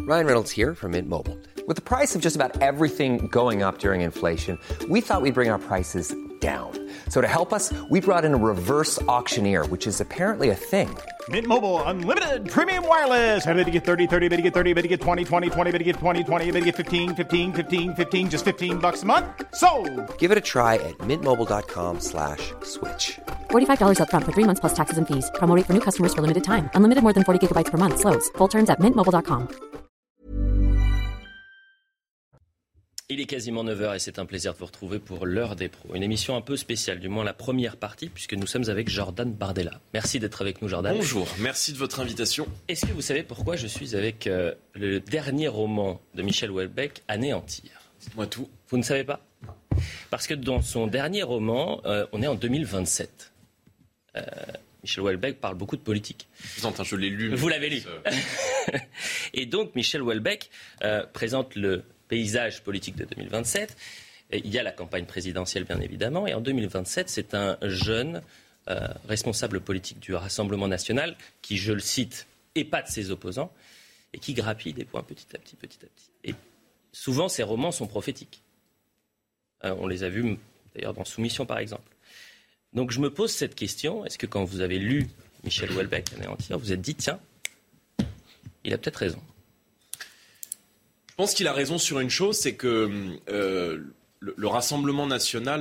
Ryan Reynolds here from Mint Mobile. With the price of just about everything going up during inflation, we thought we'd bring our prices down. So to help us, we brought in a reverse auctioneer, which is apparently a thing. Mint Mobile Unlimited Premium Wireless. How to get 30, 30, bit to get 30, bit to get 20, 20, 20, bit to get 20, 20, bit to get 15, 15, 15, 15, just $15 a month? Sold! Give it a try at mintmobile.com/switch. $45 up front for 3 months plus taxes and fees. Promo rate for new customers for limited time. Unlimited more than 40 gigabytes per month. Slows full terms at mintmobile.com. Il est quasiment 9h et c'est un plaisir de vous retrouver pour l'heure des pros. Une émission un peu spéciale, du moins la première partie, puisque nous sommes avec Jordan Bardella. Merci d'être avec nous, Jordan. Bonjour, merci de votre invitation. Est-ce que vous savez pourquoi je suis avec le dernier roman de Michel Houellebecq, Anéantir ? Dites-moi tout. Vous ne savez pas ? Parce que dans son dernier roman, on est en 2027. Michel Houellebecq parle beaucoup de politique. Je l'ai lu. Vous l'avez lu. Et donc, Michel Houellebecq présente le paysage politique de 2027. Et il y a la campagne présidentielle, bien évidemment. Et en 2027, c'est un jeune responsable politique du Rassemblement national qui, je le cite, épate ses opposants et qui grappille des points petit à petit. Et souvent, ces romans sont prophétiques. On les a vus, d'ailleurs, dans Soumission, par exemple. Donc, je me pose cette question. Est-ce que quand vous avez lu Michel Houellebecq, Anéantir, vous vous êtes dit, tiens, il a peut-être raison ? Je pense qu'il a raison sur une chose, c'est que le Rassemblement national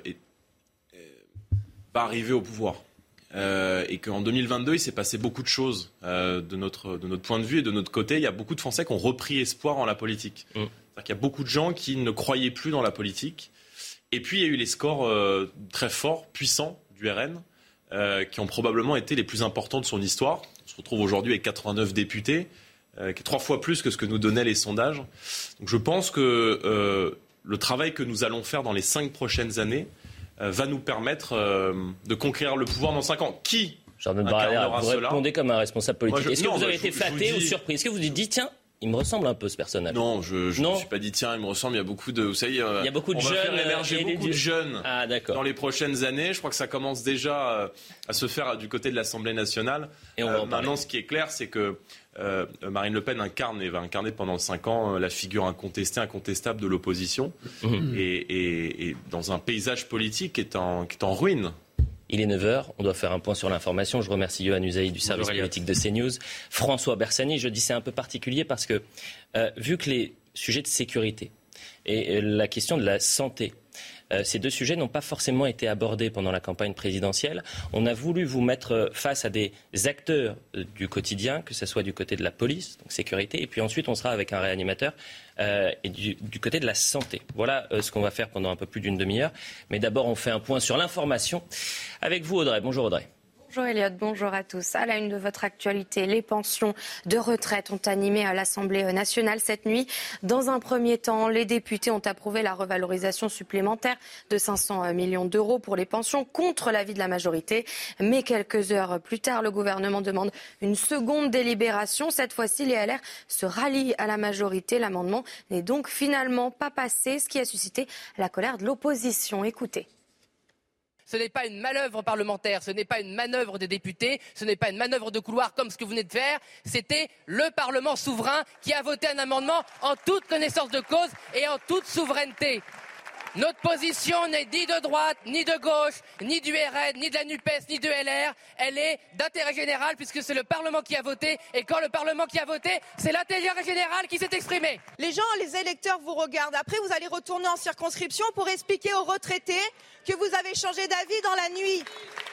va arriver au pouvoir. Et qu'en 2022, il s'est passé beaucoup de choses de notre point de vue et de notre côté. Il y a beaucoup de Français qui ont repris espoir en la politique. C'est-à-dire qu'il y a beaucoup de gens qui ne croyaient plus dans la politique. Et puis, il y a eu les scores très forts, puissants du RN, qui ont probablement été les plus importants de son histoire. On se retrouve aujourd'hui avec 89 députés. Qui est 3 fois plus que ce que nous donnaient les sondages. Donc je pense que le travail que nous allons faire dans les 5 prochaines années va nous permettre de conquérir le pouvoir dans 5 ans. Qui Jordan Bardella, vous répondez comme un responsable politique. Est-ce que vous avez été flatté ou surpris ? Est-ce que vous vous dites, tiens, il me ressemble un peu ce personnage ? Non, je ne me suis pas dit, tiens, il me ressemble. Il y a beaucoup de, vous savez, il y a beaucoup de jeunes. On va faire émerger beaucoup de jeunes dans les prochaines années. Je crois que ça commence déjà à se faire du côté de l'Assemblée nationale. Et maintenant, ce qui est clair, c'est que Marine Le Pen incarne et va incarner pendant 5 ans la figure incontestable de l'opposition et dans un paysage politique qui est en ruine. Il est 9h, on doit faire un point sur l'information. Je remercie Yohann Usaï du service politique de CNews. François Bersani, je dis c'est un peu particulier parce que vu que les sujets de sécurité et la question de la santé, ces 2 sujets n'ont pas forcément été abordés pendant la campagne présidentielle. On a voulu vous mettre face à des acteurs du quotidien, que ce soit du côté de la police, donc sécurité, et puis ensuite on sera avec un réanimateur et du côté de la santé. Voilà ce qu'on va faire pendant un peu plus d'une demi-heure. Mais d'abord, on fait un point sur l'information. Avec vous, Audrey. Bonjour, Audrey. Bonjour Elliot, bonjour à tous. À la une de votre actualité, les pensions de retraite ont animé à l'Assemblée nationale cette nuit. Dans un premier temps, les députés ont approuvé la revalorisation supplémentaire de 500 millions d'euros pour les pensions contre l'avis de la majorité. Mais quelques heures plus tard, le gouvernement demande une seconde délibération. Cette fois-ci, les LR se rallient à la majorité. L'amendement n'est donc finalement pas passé, ce qui a suscité la colère de l'opposition. Écoutez. Ce n'est pas une manœuvre parlementaire, ce n'est pas une manœuvre des députés, ce n'est pas une manœuvre de couloir comme ce que vous venez de faire. C'était le Parlement souverain qui a voté un amendement en toute connaissance de cause et en toute souveraineté. Notre position n'est ni de droite, ni de gauche, ni du RN, ni de la NUPES, ni de LR. Elle est d'intérêt général puisque c'est le Parlement qui a voté. Et quand le Parlement qui a voté, c'est l'intérêt général qui s'est exprimé. Les gens, les électeurs vous regardent. Après, vous allez retourner en circonscription pour expliquer aux retraités que vous avez changé d'avis dans la nuit.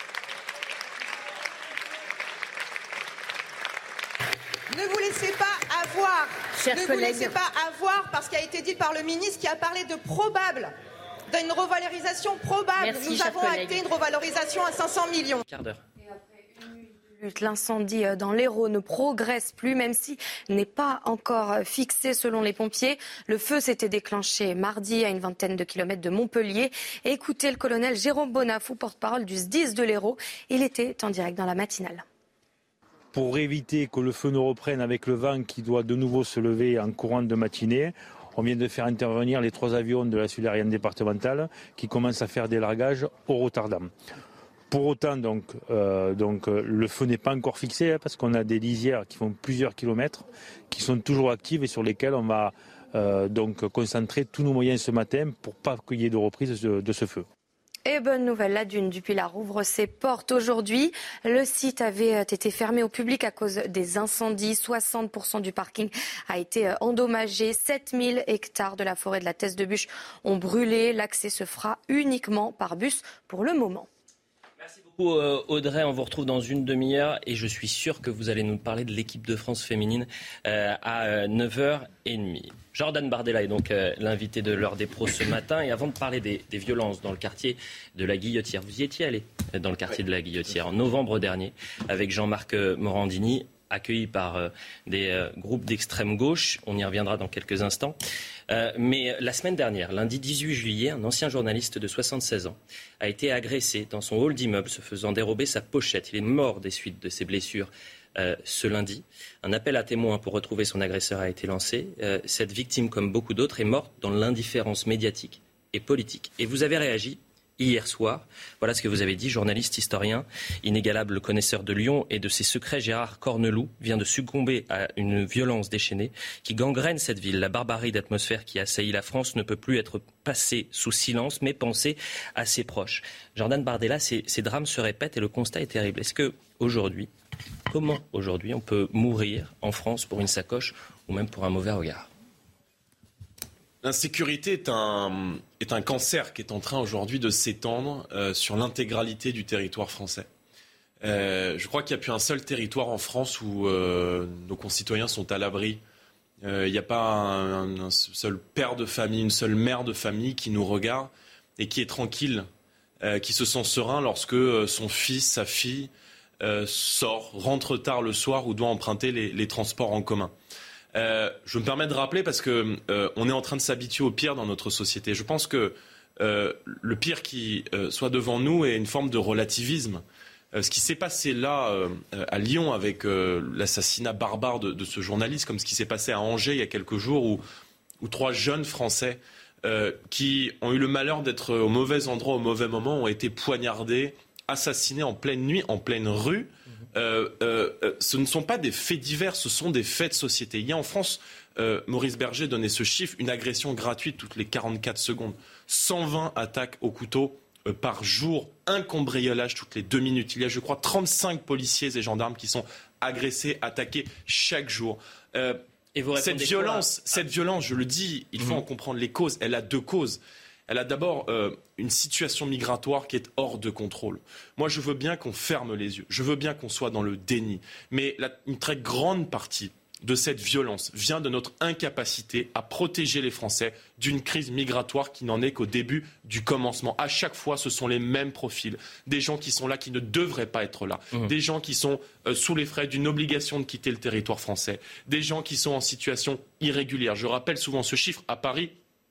Ne vous laissez pas avoir. Vous laissez pas avoir parce qu'il a été dit par le ministre qui a parlé de probable, d'une revalorisation probable. Merci, nous avons acté une revalorisation à 500 millions. Quart d'heure. L'incendie dans l'Hérault ne progresse plus, même si n'est pas encore fixé selon les pompiers. Le feu s'était déclenché mardi à une vingtaine de kilomètres de Montpellier. Et écoutez le colonel Jérôme Bonafou, porte-parole du SDIS de l'Hérault. Il était en direct dans la matinale. Pour éviter que le feu ne reprenne avec le vent qui doit de nouveau se lever en courant de matinée, on vient de faire intervenir les 3 avions de la Sularienne départementale qui commencent à faire des largages au Rotterdam. Pour autant, le feu n'est pas encore fixé parce qu'on a des lisières qui font plusieurs kilomètres, qui sont toujours actives et sur lesquelles on va concentrer tous nos moyens ce matin pour pas qu'il y ait de reprise de ce feu. Et bonne nouvelle, la dune du Pilat rouvre ses portes aujourd'hui. Le site avait été fermé au public à cause des incendies. 60% du parking a été endommagé. 7000 hectares de la forêt de la Teste de Buch ont brûlé. L'accès se fera uniquement par bus pour le moment. Merci beaucoup Audrey, on vous retrouve dans une demi-heure et je suis sûr que vous allez nous parler de l'équipe de France féminine à 9h30. Jordan Bardella est donc l'invité de l'heure des pros ce matin et avant de parler des violences dans le quartier de la Guillotière, vous y étiez allé dans le quartier de la Guillotière en novembre dernier avec Jean-Marc Morandini, accueilli par des groupes d'extrême gauche, on y reviendra dans quelques instants. Mais la semaine dernière, lundi 18 juillet, un ancien journaliste de 76 ans a été agressé dans son hall d'immeuble, se faisant dérober sa pochette. Il est mort des suites de ses blessures ce lundi. Un appel à témoins pour retrouver son agresseur a été lancé. Cette victime, comme beaucoup d'autres, est morte dans l'indifférence médiatique et politique. Et vous avez réagi hier soir. Voilà ce que vous avez dit, journaliste, historien, inégalable connaisseur de Lyon et de ses secrets. Gérard Corneloup vient de succomber à une violence déchaînée qui gangrène cette ville. La barbarie d'atmosphère qui assaillit la France ne peut plus être passée sous silence, mais pensée à ses proches. Jordan Bardella, ces drames se répètent et le constat est terrible. Est-ce que comment aujourd'hui on peut mourir en France pour une sacoche ou même pour un mauvais regard ? L'insécurité est un cancer qui est en train aujourd'hui de s'étendre sur l'intégralité du territoire français. Je crois qu'il n'y a plus un seul territoire en France où nos concitoyens sont à l'abri. Il n'y a pas un seul père de famille, une seule mère de famille qui nous regarde et qui est tranquille, qui se sent serein lorsque son fils, sa fille rentre tard le soir ou doit emprunter les transports en commun. Je me permets de rappeler parce que on est en train de s'habituer au pire dans notre société. Je pense que le pire qui soit devant nous est une forme de relativisme. Ce qui s'est passé là à Lyon avec l'assassinat barbare de ce journaliste, comme ce qui s'est passé à Angers il y a quelques jours où 3 jeunes Français qui ont eu le malheur d'être au mauvais endroit au mauvais moment ont été poignardés, assassinés en pleine nuit, en pleine rue. Ce ne sont pas des faits divers, ce sont des faits de société. Il y a en France, Maurice Berger donnait ce chiffre, une agression gratuite toutes les 44 secondes. 120 attaques au couteau par jour, un cambriolage toutes les 2 minutes. Il y a, je crois, 35 policiers et gendarmes qui sont agressés, attaqués chaque jour. Cette violence, je le dis, il faut en comprendre les causes. Elle a 2 causes. Elle a d'abord une situation migratoire qui est hors de contrôle. Moi, je veux bien qu'on ferme les yeux. Je veux bien qu'on soit dans le déni. Mais une très grande partie de cette violence vient de notre incapacité à protéger les Français d'une crise migratoire qui n'en est qu'au début du commencement. À chaque fois, ce sont les mêmes profils. Des gens qui sont là, qui ne devraient pas être là. Des gens qui sont sous les frais d'une obligation de quitter le territoire français. Des gens qui sont en situation irrégulière. Je rappelle souvent ce chiffre. À Paris,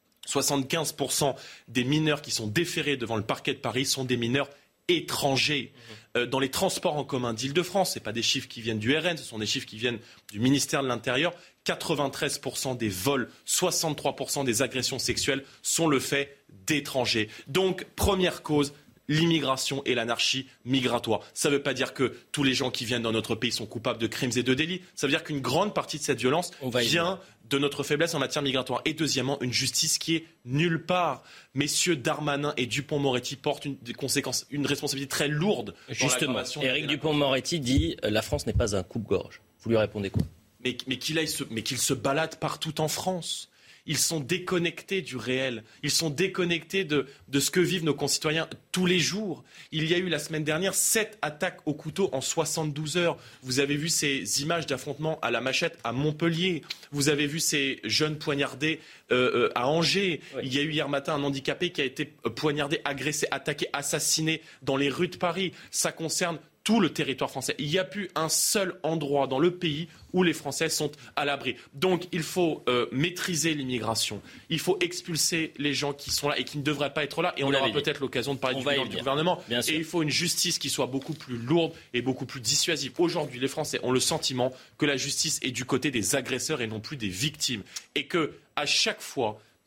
75% des mineurs qui sont déférés devant le parquet de Paris sont des mineurs étrangers. Dans les transports en commun d'Île-de-France, ce ne sont pas des chiffres qui viennent du RN, ce sont des chiffres qui viennent du ministère de l'Intérieur. 93% des vols, 63% des agressions sexuelles sont le fait d'étrangers. Donc, première cause, l'immigration et l'anarchie migratoire. Ça ne veut pas dire que tous les gens qui viennent dans notre pays sont coupables de crimes et de délits. Ça veut dire qu'une grande partie de cette violence vient de notre faiblesse en matière migratoire. Et deuxièmement, une justice qui est nulle part. Messieurs Darmanin et Dupond-Moretti portent une responsabilité très lourde. Justement, Éric Dupond-Moretti dit « La France n'est pas un coupe-gorge ». Vous lui répondez quoi ? Mais qu'il se balade partout en France. Ils sont déconnectés du réel. Ils sont déconnectés de ce que vivent nos concitoyens tous les jours. Il y a eu la semaine dernière 7 attaques au couteau en 72 heures. Vous avez vu ces images d'affrontements à la machette à Montpellier. Vous avez vu ces jeunes poignardés à Angers. Oui. Il y a eu hier matin un handicapé qui a été poignardé, agressé, attaqué, assassiné dans les rues de Paris. Ça concerne tout le territoire français. Il n'y a plus un seul endroit dans le pays où les Français sont à l'abri. Donc il faut maîtriser l'immigration. Il faut expulser les gens qui sont là et qui ne devraient pas être là. Et on aura peut-être l'occasion de parler du bilan du gouvernement. Et il faut une justice qui soit beaucoup plus lourde et beaucoup plus dissuasive. Aujourd'hui, les Français ont le sentiment que la justice est du côté des agresseurs et non plus des victimes. Et que à chaque fois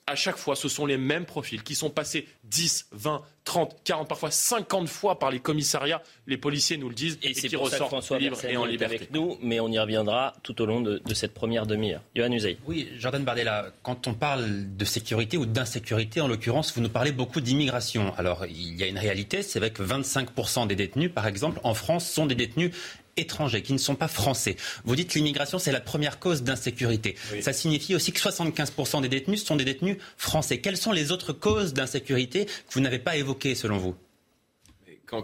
à chaque fois, ce sont les mêmes profils qui sont passés 10, 20, 30, 40, parfois 50 fois par les commissariats. Les policiers nous le disent et c'est qui pour ça que ressortent François libres et en Bersani est liberté. avec nous, mais on y reviendra tout au long de cette première demi-heure. Yohann Usaï. Oui, Jordan Bardella, quand on parle de sécurité ou d'insécurité, en l'occurrence, vous nous parlez beaucoup d'immigration. Alors, il y a une réalité, c'est vrai que 25% des détenus, par exemple, en France, sont des détenus étrangers, qui ne sont pas français. Vous dites que l'immigration, c'est la première cause d'insécurité. Oui. Ça signifie aussi que 75% des détenus sont des détenus français. Quelles sont les autres causes d'insécurité que vous n'avez pas évoquées, selon vous ? Quand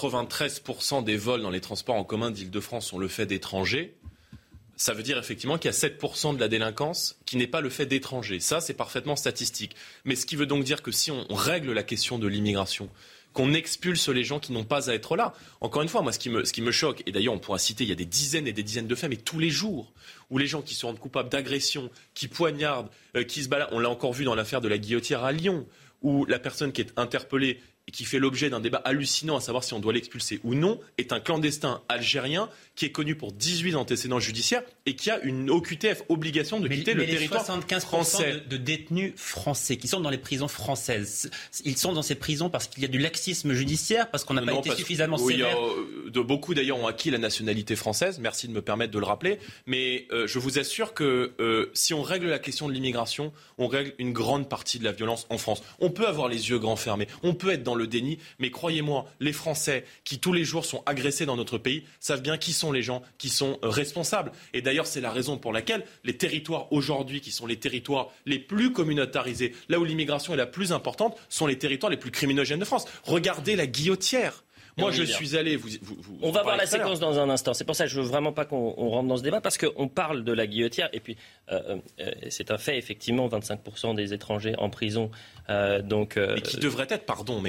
93% des vols dans les transports en commun d'Île-de-France sont le fait d'étrangers, ça veut dire effectivement qu'il y a 7% de la délinquance qui n'est pas le fait d'étrangers. Ça, c'est parfaitement statistique. Mais ce qui veut donc dire que si on règle la question de l'immigration, qu'on expulse les gens qui n'ont pas à être là. Encore une fois, moi, ce qui me choque, et d'ailleurs on pourra citer, il y a des dizaines et des dizaines de faits, mais tous les jours, où les gens qui se rendent coupables d'agression, qui poignardent, qui se baladent, on l'a encore vu dans l'affaire de la Guillotière à Lyon, où la personne qui est interpellée et qui fait l'objet d'un débat hallucinant à savoir si on doit l'expulser ou non, est un clandestin algérien qui est connu pour 18 antécédents judiciaires et qui a une OQTF, obligation de quitter le territoire français. Les 75% de détenus français qui sont dans les prisons françaises, ils sont dans ces prisons parce qu'il y a du laxisme judiciaire, parce qu'on n'a pas été suffisamment sévère. Beaucoup d'ailleurs ont acquis la nationalité française, merci de me permettre de le rappeler, mais je vous assure que si on règle la question de l'immigration, on règle une grande partie de la violence en France. On peut avoir les yeux grands fermés, on peut être dans le déni, mais croyez-moi, les Français qui tous les jours sont agressés dans notre pays savent bien qui sont les gens qui sont responsables. Et d'ailleurs, c'est la raison pour laquelle les territoires aujourd'hui, qui sont les territoires les plus communautarisés, là où l'immigration est la plus importante, sont les territoires les plus criminogènes de France. Regardez la Guillotière. Moi, je suis allé... On va voir la séquence dans un instant. C'est pour ça que je veux vraiment pas qu'on rentre dans ce débat, parce qu'on parle de la Guillotière, et puis c'est un fait, effectivement, 25% des étrangers en prison. Mais qui devraient être,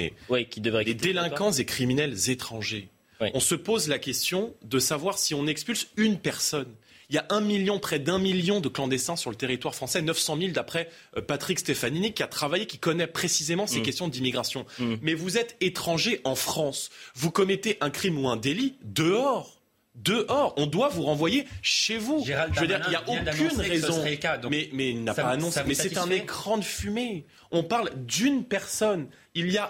des délinquants et criminels étrangers. Oui. On se pose la question de savoir si on expulse une personne. Il y a près d'1 million de clandestins sur le territoire français, 900 000 d'après Patrick Stefanini, qui a travaillé, qui connaît précisément ces questions d'immigration. Mais vous êtes étranger en France, vous commettez un crime ou un délit, dehors, on doit vous renvoyer chez vous. Je veux dire, il n'y a aucune raison. Mais il n'a pas annoncé. Mais c'est un écran de fumée. On parle d'une personne. Il y a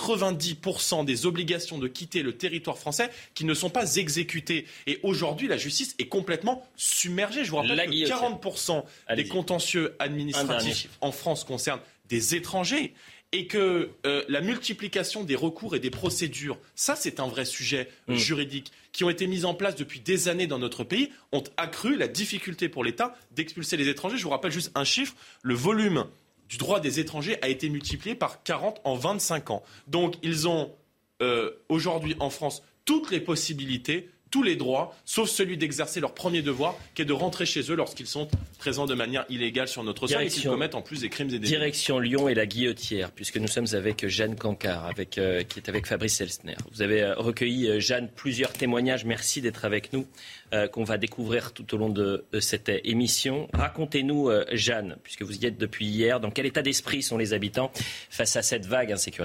90% des obligations de quitter le territoire français qui ne sont pas exécutées. Et aujourd'hui, la justice est complètement submergée. Je vous rappelle que 40% des contentieux administratifs en France concernent des étrangers. Et que la multiplication des recours et des procédures, ça c'est un vrai sujet juridique, qui ont été mises en place depuis des années dans notre pays, ont accru la difficulté pour l'État d'expulser les étrangers. Je vous rappelle juste un chiffre, le volume du droit des étrangers a été multiplié par 40 en 25 ans. Donc ils ont aujourd'hui en France toutes les possibilités, tous les droits, sauf celui d'exercer leur premier devoir, qui est de rentrer chez eux lorsqu'ils sont présents de manière illégale sur notre sol et qu'ils commettent en plus des crimes et des délits. Direction Lyon et la Guillotière, puisque nous sommes avec Jeanne Cancard, qui est avec Fabrice Elsner. Vous avez recueilli, Jeanne, plusieurs témoignages. Merci d'être avec nous, qu'on va découvrir tout au long de cette émission. Racontez-nous, Jeanne, puisque vous y êtes depuis hier, dans quel état d'esprit sont les habitants face à cette vague insécuritaire ?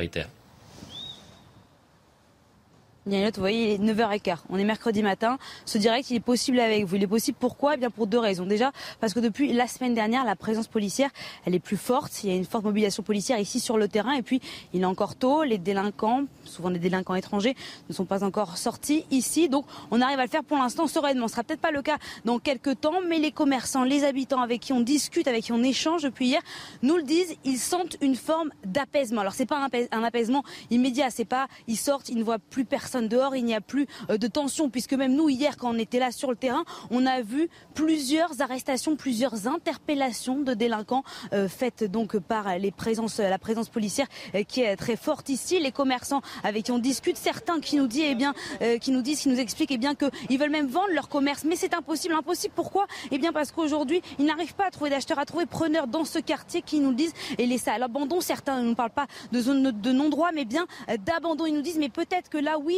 Vous voyez, il est 9h15. On est mercredi matin. Ce direct, il est possible avec vous. Il est possible pourquoi ? Eh bien, pour deux raisons. Déjà, parce que depuis la semaine dernière, la présence policière, elle est plus forte. Il y a une forte mobilisation policière ici sur le terrain. Et puis, il est encore tôt. Les délinquants, souvent des délinquants étrangers, ne sont pas encore sortis ici. Donc, on arrive à le faire pour l'instant sereinement. Ce sera peut-être pas le cas dans quelques temps, mais les commerçants, les habitants avec qui on discute, avec qui on échange depuis hier, nous le disent. Ils sentent une forme d'apaisement. Alors, c'est pas un apaisement immédiat. C'est pas, ils sortent, ils ne voient plus personne dehors, il n'y a plus de tension, puisque même nous hier quand on était là sur le terrain, on a vu plusieurs arrestations, plusieurs interpellations de délinquants faites donc par la présence policière qui est très forte ici. Les commerçants avec qui on discute, certains qui nous disent, qui nous expliquent qu'ils veulent même vendre leur commerce, mais c'est impossible. Pourquoi ? Parce qu'aujourd'hui ils n'arrivent pas à trouver d'acheteurs, à trouver preneurs dans ce quartier qui nous le disent, et laissés à l'abandon. Certains ne nous parlent pas de zone de non-droit, mais bien d'abandon. Ils nous disent mais peut-être que là oui,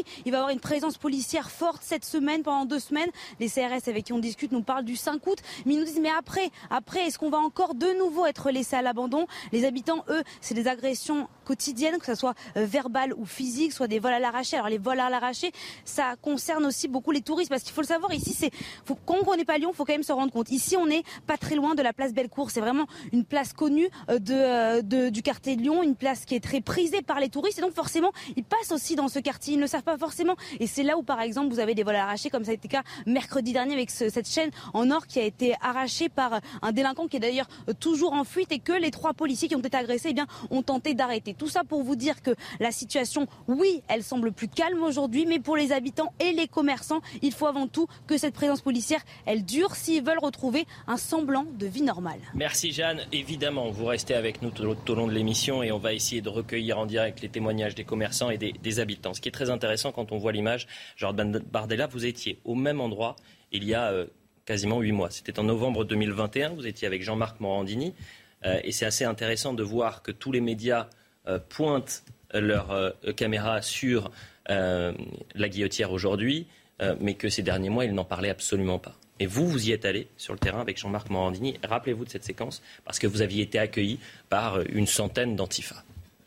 Il va y avoir une présence policière forte cette semaine, pendant 2 semaines. Les CRS avec qui on discute nous parlent du 5 août. Mais ils nous disent, mais après, est-ce qu'on va encore de nouveau être laissé à l'abandon? Les habitants, eux, c'est des agressions quotidiennes, que ce soit verbales ou physiques, soit des vols à l'arraché. Alors les vols à l'arraché, ça concerne aussi beaucoup les touristes, parce qu'il faut le savoir, ici, quand on n'est pas Lyon, il faut quand même se rendre compte. Ici, on n'est pas très loin de la place Bellecour. C'est vraiment une place connue du quartier de Lyon, une place qui est très prisée par les touristes. Et donc forcément, ils passent aussi dans ce quartier. Ils ne le savent pas forcément. Et c'est là où, par exemple, vous avez des vols à l'arraché, comme ça a été le cas mercredi dernier avec cette chaîne en or qui a été arrachée par un délinquant qui est d'ailleurs toujours en fuite, et que les 3 policiers qui ont été agressés ont tenté d'arrêter. Tout ça pour vous dire que la situation, oui, elle semble plus calme aujourd'hui, mais pour les habitants et les commerçants, il faut avant tout que cette présence policière, elle dure s'ils veulent retrouver un semblant de vie normale. Merci Jeanne. Évidemment, vous restez avec nous tout au long de l'émission et on va essayer de recueillir en direct les témoignages des commerçants et des habitants. Ce qui est très intéressant quand on voit l'image, Jordan Bardella, vous étiez au même endroit il y a quasiment 8 mois. C'était en novembre 2021, vous étiez avec Jean-Marc Morandini et c'est assez intéressant de voir que tous les médias pointent leurs caméras sur la Guillotière aujourd'hui, mais que ces derniers mois, ils n'en parlaient absolument pas. Et vous y êtes allé sur le terrain avec Jean-Marc Morandini. Rappelez-vous de cette séquence, parce que vous aviez été accueilli par une centaine d'antifa.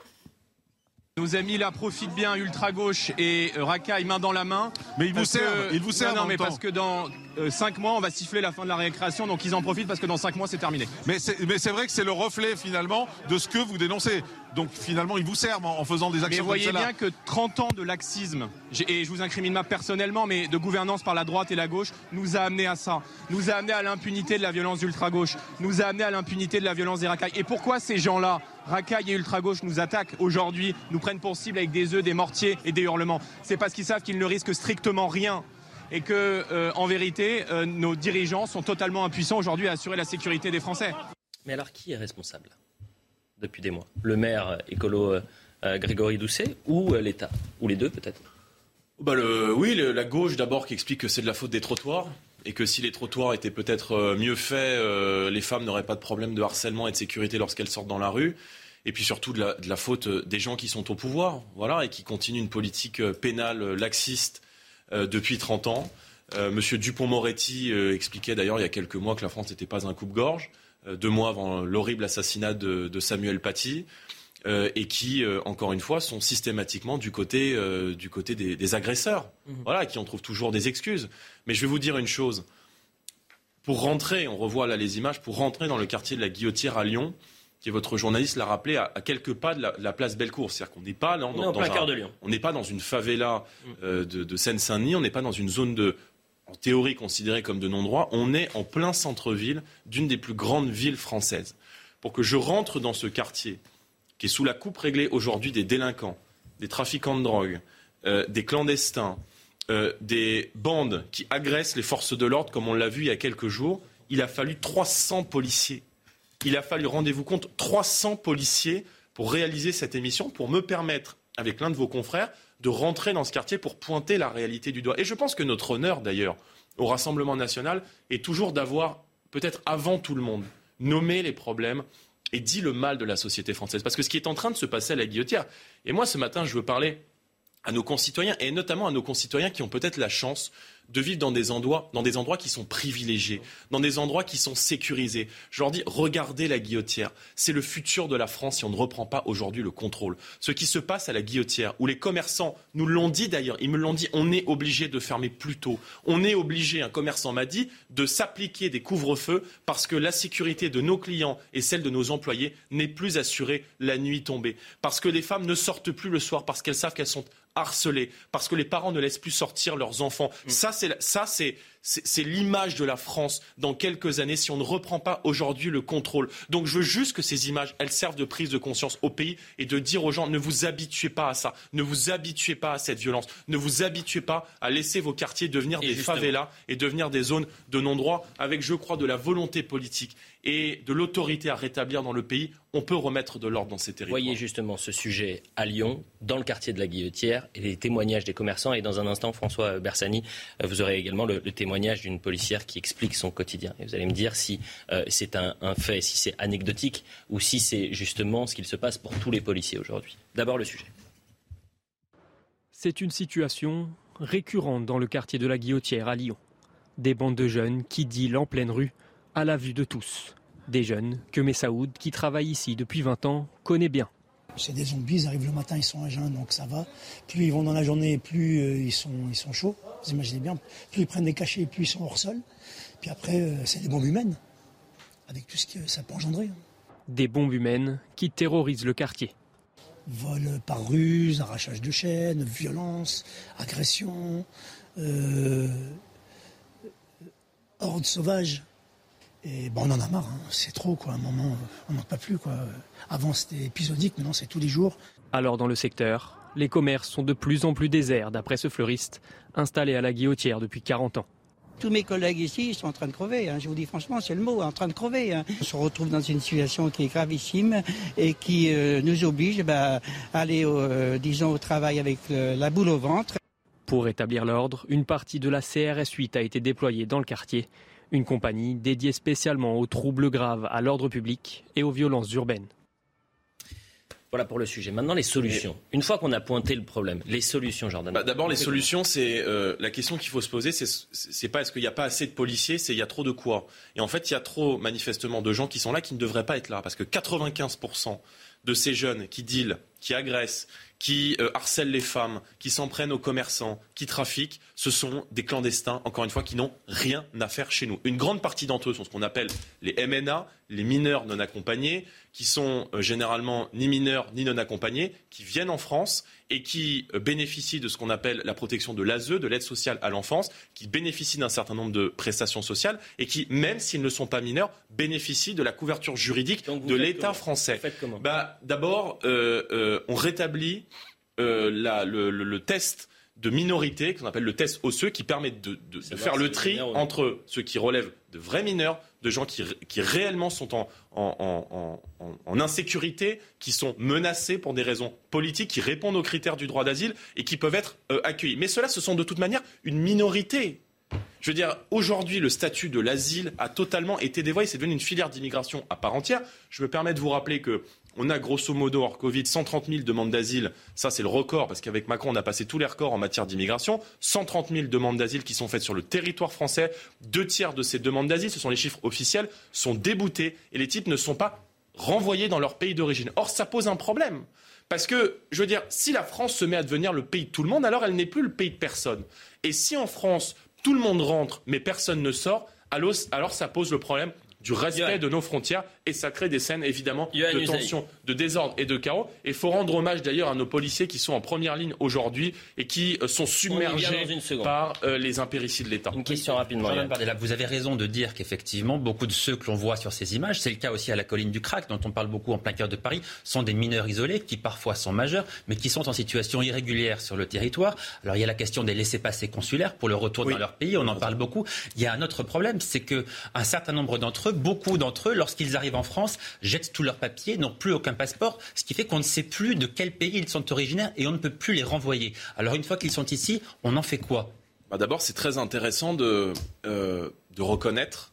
Nos amis là profitent bien, ultra-gauche et racaille main dans la main. Mais ils vous servent. Non, mais parce que dans 5 mois, on va siffler la fin de la récréation, donc ils en profitent parce que dans 5 mois, c'est terminé. Mais c'est vrai que c'est le reflet finalement de ce que vous dénoncez. Donc finalement, ils vous servent en faisant des actions comme celle-là. Mais voyez bien que 30 ans de laxisme, et je vous incrimine pas personnellement, mais de gouvernance par la droite et la gauche, nous a amené à ça. Nous a amené à l'impunité de la violence d'ultra-gauche. Nous a amené à l'impunité de la violence des racailles. Et pourquoi ces gens-là, racailles et ultra-gauche, nous attaquent aujourd'hui, nous prennent pour cible avec des œufs, des mortiers et des hurlements? C'est parce qu'ils savent qu'ils ne risquent strictement rien. Et que, en vérité, nos dirigeants sont totalement impuissants aujourd'hui à assurer la sécurité des Français. Mais alors, qui est responsable depuis des mois? Le maire écolo Grégory Doucet ou l'État? Ou les deux, peut-être? La gauche d'abord qui explique que c'est de la faute des trottoirs et que si les trottoirs étaient peut-être mieux faits, les femmes n'auraient pas de problème de harcèlement et de sécurité lorsqu'elles sortent dans la rue. Et puis surtout de la faute des gens qui sont au pouvoir, voilà, et qui continuent une politique pénale laxiste depuis 30 ans. Monsieur Dupond-Moretti expliquait d'ailleurs il y a quelques mois que la France n'était pas un coupe-gorge, 2 mois avant l'horrible assassinat de Samuel Paty, et qui, encore une fois, sont systématiquement du côté des agresseurs, voilà, qui en trouvent toujours des excuses. Mais je vais vous dire une chose. Pour rentrer, on revoit là les images, pour rentrer dans le quartier de la Guillotière à Lyon, qui est votre journaliste l'a rappelé, à quelques pas de la place Bellecour. C'est-à-dire qu'on n'est pas on n'est pas dans une favela de Seine-Saint-Denis, on n'est pas dans une zone en théorie considérée comme de non-droit, on est en plein centre-ville d'une des plus grandes villes françaises. Pour que je rentre dans ce quartier, qui est sous la coupe réglée aujourd'hui des délinquants, des trafiquants de drogue, des clandestins, des bandes qui agressent les forces de l'ordre, comme on l'a vu il y a quelques jours, il a fallu 300 policiers. Il a fallu, rendez-vous compte, 300 policiers pour réaliser cette émission, pour me permettre, avec l'un de vos confrères, de rentrer dans ce quartier pour pointer la réalité du doigt. Et je pense que notre honneur, d'ailleurs, au Rassemblement national, est toujours d'avoir, peut-être avant tout le monde, nommé les problèmes et dit le mal de la société française. Parce que ce qui est en train de se passer à la Guillotière, et moi ce matin je veux parler à nos concitoyens, et notamment à nos concitoyens qui ont peut-être la chance de vivre dans des endroits qui sont privilégiés, dans des endroits qui sont sécurisés. Je leur dis, regardez la Guillotière. C'est le futur de la France si on ne reprend pas aujourd'hui le contrôle. Ce qui se passe à la Guillotière, où les commerçants nous l'ont dit d'ailleurs, ils me l'ont dit, on est obligé de fermer plus tôt. On est obligé, un commerçant m'a dit, de s'appliquer des couvre-feux parce que la sécurité de nos clients et celle de nos employés n'est plus assurée la nuit tombée. Parce que les femmes ne sortent plus le soir parce qu'elles savent qu'elles sont harcelés, parce que les parents ne laissent plus sortir leurs enfants. Ça, c'est l'image de la France dans quelques années si on ne reprend pas aujourd'hui le contrôle. Donc je veux juste que ces images, elles servent de prise de conscience au pays et de dire aux gens, ne vous habituez pas à ça, ne vous habituez pas à cette violence, ne vous habituez pas à laisser vos quartiers devenir des favelas et devenir des zones de non-droit avec, je crois, de la volonté politique et de l'autorité à rétablir dans le pays, on peut remettre de l'ordre dans ces territoires. Voyez justement ce sujet à Lyon, dans le quartier de la Guillotière, et les témoignages des commerçants. Et dans un instant, François Bersani, vous aurez également le témoignage d'une policière qui explique son quotidien. Et vous allez me dire si c'est un fait, si c'est anecdotique, ou si c'est justement ce qu'il se passe pour tous les policiers aujourd'hui. D'abord le sujet. C'est une situation récurrente dans le quartier de la Guillotière à Lyon. Des bandes de jeunes qui dealent en pleine rue, à la vue de tous. Des jeunes que Messaoud, qui travaille ici depuis 20 ans, connaît bien. C'est des zombies, ils arrivent le matin, ils sont à jeun, donc ça va. Plus ils vont dans la journée, plus ils sont chauds. Vous imaginez bien, plus ils prennent des cachets, plus ils sont hors sol. Puis après, c'est des bombes humaines, avec tout ce que ça peut engendrer. Des bombes humaines qui terrorisent le quartier. Vol par ruse, arrachage de chaînes, violence, agression, horde sauvage. Et on en a marre, c'est trop, quoi. À un moment, on n'en peut plus, quoi. Avant, c'était épisodique, maintenant, c'est tous les jours. Alors, dans le secteur, les commerces sont de plus en plus déserts, d'après ce fleuriste, installé à la Guillotière depuis 40 ans. Tous mes collègues ici, ils sont en train de crever. Je vous dis franchement, c'est le mot, en train de crever. On se retrouve dans une situation qui est gravissime et qui nous oblige à aller, au travail avec la boule au ventre. Pour rétablir l'ordre, une partie de la CRS 8 a été déployée dans le quartier. Une compagnie dédiée spécialement aux troubles graves, à l'ordre public et aux violences urbaines. Voilà pour le sujet. Maintenant, les solutions. Une fois qu'on a pointé le problème, les solutions, Jordan. D'abord, les solutions, c'est la question qu'il faut se poser, c'est pas est-ce qu'il n'y a pas assez de policiers, c'est il y a trop de quoi. Et en fait, il y a trop, manifestement, de gens qui sont là qui ne devraient pas être là. Parce que 95% de ces jeunes qui dealent, qui agressent, qui harcèlent les femmes, qui s'en prennent aux commerçants, qui trafiquent, ce sont des clandestins, encore une fois, qui n'ont rien à faire chez nous. Une grande partie d'entre eux sont ce qu'on appelle les MNA, les mineurs non accompagnés, qui sont généralement ni mineurs ni non accompagnés, qui viennent en France et qui bénéficient de ce qu'on appelle la protection de l'ASE, de l'aide sociale à l'enfance, qui bénéficient d'un certain nombre de prestations sociales et qui, même s'ils ne sont pas mineurs, bénéficient de la couverture juridique de l'État français. D'abord, on rétablit le test de minorité, qu'on appelle le test osseux, qui permet de faire le tri entre ceux qui relèvent de vrais mineurs, de gens qui réellement sont en insécurité, qui sont menacés pour des raisons politiques, qui répondent aux critères du droit d'asile et qui peuvent être accueillis. Mais ceux-là, ce sont de toute manière une minorité. Je veux dire, aujourd'hui, le statut de l'asile a totalement été dévoyé. C'est devenu une filière d'immigration à part entière. Je me permets de vous rappeler qu'on a grosso modo, hors Covid, 130 000 demandes d'asile. Ça, c'est le record, parce qu'avec Macron, on a passé tous les records en matière d'immigration. 130 000 demandes d'asile qui sont faites sur le territoire français. 2/3 de ces demandes d'asile, ce sont les chiffres officiels, sont déboutés. Et les types ne sont pas renvoyés dans leur pays d'origine. Or, ça pose un problème. Parce que, je veux dire, si la France se met à devenir le pays de tout le monde, alors elle n'est plus le pays de personne. Et si en France, tout le monde rentre, mais personne ne sort, alors ça pose le problème du respect de nos frontières et ça crée des scènes évidemment de tension, de désordre et de chaos. Et il faut rendre hommage d'ailleurs à nos policiers qui sont en première ligne aujourd'hui et qui sont submergés par les impérities de l'État. Une question rapidement. Vous avez raison de dire qu'effectivement, beaucoup de ceux que l'on voit sur ces images, c'est le cas aussi à la colline du Crac, dont on parle beaucoup en plein cœur de Paris, sont des mineurs isolés qui parfois sont majeurs, mais qui sont en situation irrégulière sur le territoire. Alors il y a la question des laissez-passer consulaires pour le retour dans leur pays, on en parle beaucoup. Il y a un autre problème, c'est qu'un certain nombre d'entre eux, beaucoup d'entre eux, lorsqu'ils arrivent en France, jettent tous leurs papiers, n'ont plus aucun passeport, ce qui fait qu'on ne sait plus de quel pays ils sont originaires et on ne peut plus les renvoyer. Alors une fois qu'ils sont ici, on en fait quoi ? D'abord, c'est très intéressant de reconnaître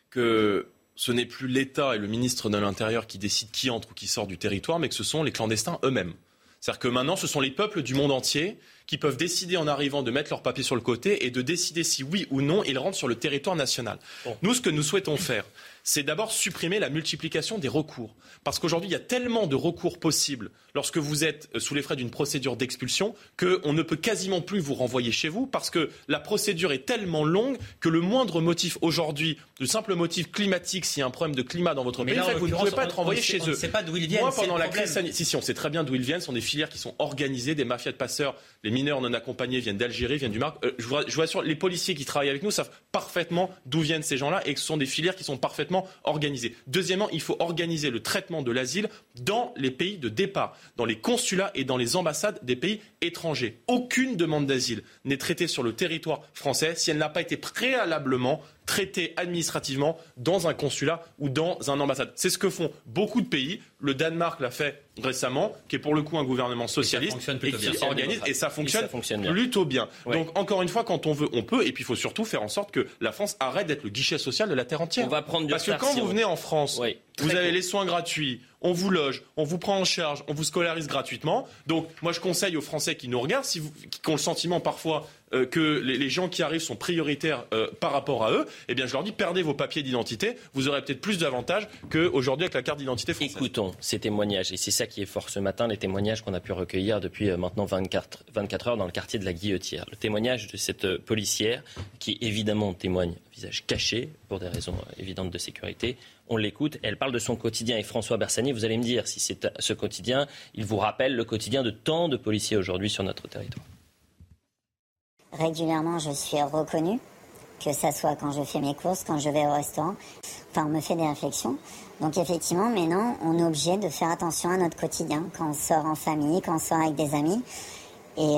que ce n'est plus l'État et le ministre de l'Intérieur qui décident qui entre ou qui sort du territoire, mais que ce sont les clandestins eux-mêmes. C'est-à-dire que maintenant, ce sont les peuples du monde entier qui peuvent décider en arrivant de mettre leurs papiers sur le côté et de décider si oui ou non ils rentrent sur le territoire national. Nous, ce que nous souhaitons faire, c'est d'abord supprimer la multiplication des recours. Parce qu'aujourd'hui, il y a tellement de recours possibles lorsque vous êtes sous les frais d'une procédure d'expulsion qu'on ne peut quasiment plus vous renvoyer chez vous parce que la procédure est tellement longue que le moindre motif aujourd'hui, le simple motif climatique, s'il y a un problème de climat dans votre pays, fait que vous ne pouvez pas être renvoyé chez eux. On ne sait pas d'où ils viennent. Moi, pendant la crise sanitaire, si, on sait très bien d'où ils viennent. Ce sont des filières qui sont organisées, des mafias de passeurs. Les mineurs non accompagnés viennent d'Algérie, viennent du Maroc. Je vous assure, les policiers qui travaillent avec nous savent parfaitement d'où viennent ces gens-là et que ce sont des filières qui sont parfaitement organisées. Deuxièmement, il faut organiser le traitement de l'asile dans les pays de départ, dans les consulats et dans les ambassades des pays étrangers. Aucune demande d'asile n'est traitée sur le territoire français si elle n'a pas été préalablement traitée administrativement dans un consulat ou dans un ambassade. C'est ce que font beaucoup de pays. Le Danemark l'a fait récemment, qui est pour le coup un gouvernement socialiste et qui organise, et ça fonctionne plutôt bien. Ouais. Donc encore une fois, quand on veut, on peut, et puis il faut surtout faire en sorte que la France arrête d'être le guichet social de la terre entière. On va prendre Parce que quand vous venez en France Vous avez les soins gratuits, on vous loge, on vous prend en charge, on vous scolarise gratuitement. Donc moi je conseille aux Français qui nous regardent, qui ont le sentiment parfois que les gens qui arrivent sont prioritaires par rapport à eux, eh bien je leur dis perdez vos papiers d'identité, vous aurez peut-être plus d'avantages qu'aujourd'hui avec la carte d'identité française. Écoutons ces témoignages, et c'est ça qui est fort ce matin, les témoignages qu'on a pu recueillir depuis maintenant 24 heures dans le quartier de la Guillotière. Le témoignage de cette policière qui évidemment témoigne visage caché pour des raisons évidentes de sécurité. On l'écoute, elle parle de son quotidien. Et François Bersani, vous allez me dire si c'est ce quotidien, il vous rappelle le quotidien de tant de policiers aujourd'hui sur notre territoire. Régulièrement, je suis reconnue, que ça soit quand je fais mes courses, quand je vais au restaurant. Enfin, on me fait des réflexions. Donc effectivement, maintenant, on est obligé de faire attention à notre quotidien quand on sort en famille, quand on sort avec des amis. Et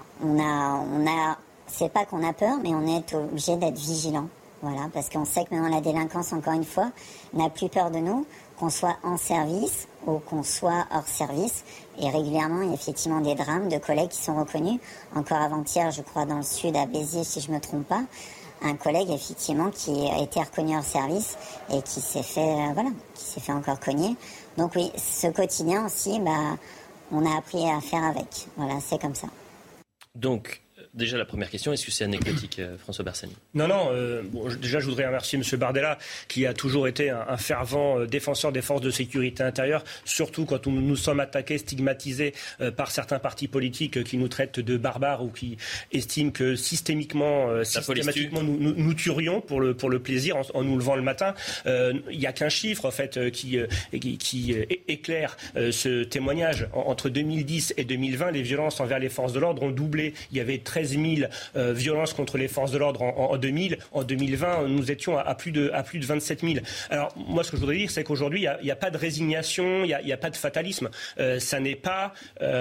voilà, c'est pas qu'on a peur, mais on est obligé d'être vigilant. Voilà, parce qu'on sait que maintenant la délinquance, encore une fois, n'a plus peur de nous, qu'on soit en service ou qu'on soit hors service. Et régulièrement, il y a effectivement des drames de collègues qui sont reconnus. Encore avant-hier, je crois, dans le sud, à Béziers, si je ne me trompe pas, un collègue, effectivement, qui a été reconnu hors service et qui s'est fait encore cogner. Donc oui, ce quotidien aussi, on a appris à faire avec. Voilà, c'est comme ça. Donc, déjà la première question, est-ce que c'est anecdotique, François Bersani ? Non. Déjà, je voudrais remercier M. Bardella, qui a toujours été un fervent défenseur des forces de sécurité intérieure, surtout quand nous sommes attaqués, stigmatisés par certains partis politiques qui nous traitent de barbares ou qui estiment que systématiquement nous tuerions pour le plaisir en nous levant le matin. Il n'y a qu'un chiffre, en fait, qui éclaire ce témoignage. Entre 2010 et 2020, les violences envers les forces de l'ordre ont doublé. Il y avait 13 000 violences contre les forces de l'ordre en 2000. En 2020, nous étions à plus de 27 000. Alors, moi, ce que je voudrais dire, c'est qu'aujourd'hui, il n'y a pas de résignation, il n'y a pas de fatalisme. Ça n'est pas...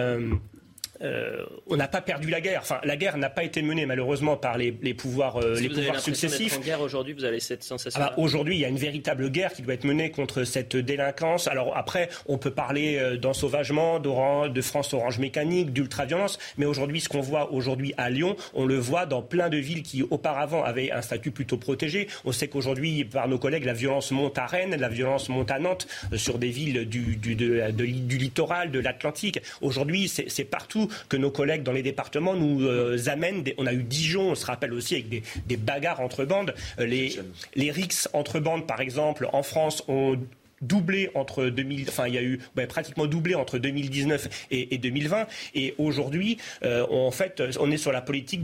on n'a pas perdu la guerre. Enfin, la guerre n'a pas été menée malheureusement par les pouvoirs successifs. En guerre aujourd'hui, vous avez cette sensation. Aujourd'hui, il y a une véritable guerre qui doit être menée contre cette délinquance. Alors après, on peut parler d'ensauvagement, de France Orange mécanique, d'ultraviolence, mais aujourd'hui, ce qu'on voit aujourd'hui à Lyon, on le voit dans plein de villes qui auparavant avaient un statut plutôt protégé. On sait qu'aujourd'hui, par nos collègues, la violence monte à Rennes, la violence monte à Nantes, sur des villes du littoral, de l'Atlantique. Aujourd'hui, c'est partout que nos collègues dans les départements nous amènent. On a eu Dijon, on se rappelle aussi, avec des bagarres entre bandes. Les rixes entre bandes, par exemple, en France, ont doublé il y a eu pratiquement doublé entre 2019 et 2020. Et aujourd'hui, on est sur la politique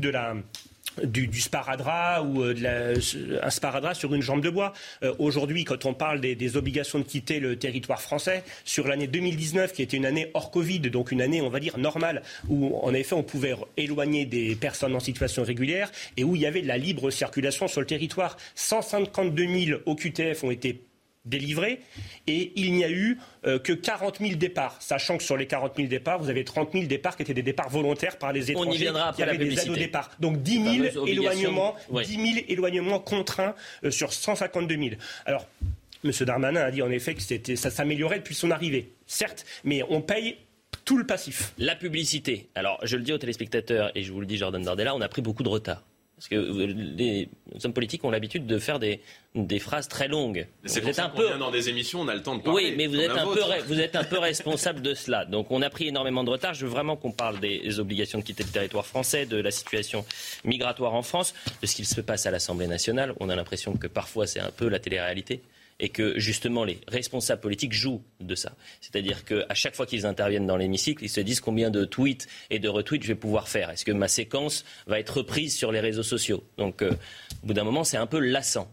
du sparadrap ou un sparadrap sur une jambe de bois. Aujourd'hui, quand on parle des obligations de quitter le territoire français, sur l'année 2019, qui était une année hors Covid, donc une année, on va dire, normale, où en effet on pouvait éloigner des personnes en situation régulière et où il y avait de la libre circulation sur le territoire. 152 000 OQTF ont été délivrés et il n'y a eu que 40 000 départs, sachant que sur les 40 000 départs, vous avez 30 000 départs qui étaient des départs volontaires par les étrangers qui avaient des aides au départ. Donc 10 000 éloignements contraints sur 152 000. Alors, M. Darmanin a dit en effet que ça s'améliorait depuis son arrivée, certes, mais on paye tout le passif. La publicité. Alors, je le dis aux téléspectateurs et je vous le dis, Jordan Bardella, on a pris beaucoup de retard. Parce que les hommes politiques ont l'habitude de faire des phrases très longues. C'est pour ça qu'on vient dans des émissions, on a le temps de parler. Oui, mais vous êtes un peu responsable de cela. Donc on a pris énormément de retard. Je veux vraiment qu'on parle des obligations de quitter le territoire français, de la situation migratoire en France, de ce qu'il se passe à l'Assemblée nationale. On a l'impression que parfois c'est un peu la télé-réalité. Et que justement les responsables politiques jouent de ça. C'est-à-dire qu'à chaque fois qu'ils interviennent dans l'hémicycle, ils se disent combien de tweets et de retweets je vais pouvoir faire. Est-ce que ma séquence va être reprise sur les réseaux sociaux ? Donc au bout d'un moment, c'est un peu lassant.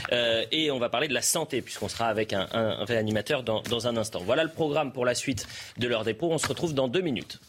Et on va parler de la santé, puisqu'on sera avec un réanimateur dans un instant. Voilà le programme pour la suite de l'heure des pros. On se retrouve dans 2 minutes.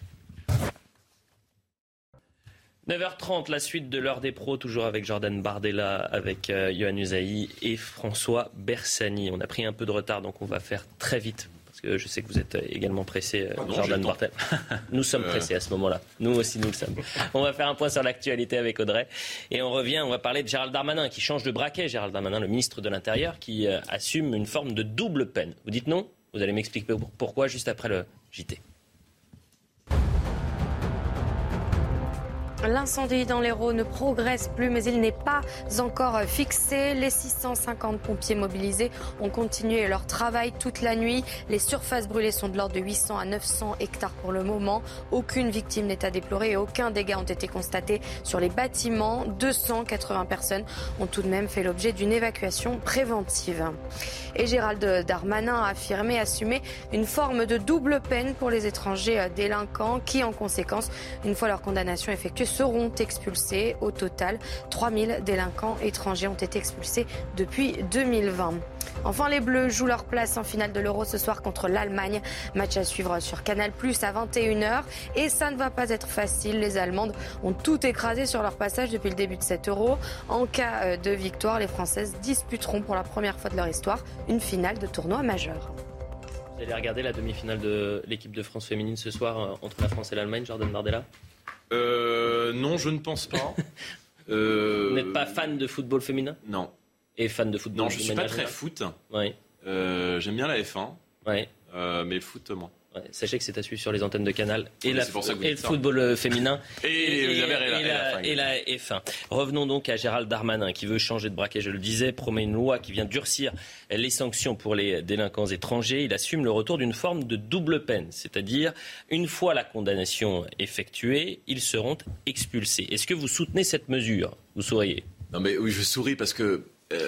9h30, la suite de l'heure des pros, toujours avec Jordan Bardella, avec Yohann Usaï et François Bersani. On a pris un peu de retard, donc on va faire très vite, parce que je sais que vous êtes également pressé, Jordan Bardella. Nous sommes pressés à ce moment-là. Nous aussi, nous le sommes. On va faire un point sur l'actualité avec Audrey. Et on va parler de Gérald Darmanin, qui change de braquet. Gérald Darmanin, le ministre de l'Intérieur, qui assume une forme de double peine. Vous dites non ? Vous allez m'expliquer pourquoi juste après le JT. L'incendie dans l'Hérault ne progresse plus, mais il n'est pas encore fixé. Les 650 pompiers mobilisés ont continué leur travail toute la nuit. Les surfaces brûlées sont de l'ordre de 800 à 900 hectares pour le moment. Aucune victime n'est à déplorer et aucun dégât ont été constatés sur les bâtiments. 280 personnes ont tout de même fait l'objet d'une évacuation préventive. Et Gérald Darmanin a affirmé assumer une forme de double peine pour les étrangers délinquants qui, en conséquence, une fois leur condamnation effectuée, seront expulsés. Au total, 3000 délinquants étrangers ont été expulsés depuis 2020. Enfin, les Bleus jouent leur place en finale de l'Euro ce soir contre l'Allemagne. Match à suivre sur Canal+ à 21h. Et ça ne va pas être facile. Les Allemandes ont tout écrasé sur leur passage depuis le début de cet Euro. En cas de victoire, les Françaises disputeront pour la première fois de leur histoire une finale de tournoi majeur. Vous allez regarder la demi-finale de l'équipe de France féminine ce soir entre la France et l'Allemagne, Jordan Bardella ? Non, je ne pense pas. Vous n'êtes pas fan de football féminin ? Non. Et fan de football ? Non, je ne suis pas très foot. Oui. J'aime bien la F1. Oui. Mais le foot, moins. Ouais, sachez que c'est à suivre sur les antennes de Canal et le ça. football féminin et la F1. Revenons donc à Gérald Darmanin qui veut changer de braquet, je le disais, promet une loi qui vient durcir les sanctions pour les délinquants étrangers. Il assume le retour d'une forme de double peine, c'est-à-dire une fois la condamnation effectuée, ils seront expulsés. Est-ce que vous soutenez cette mesure ? Vous souriez ? Non mais oui, je souris parce que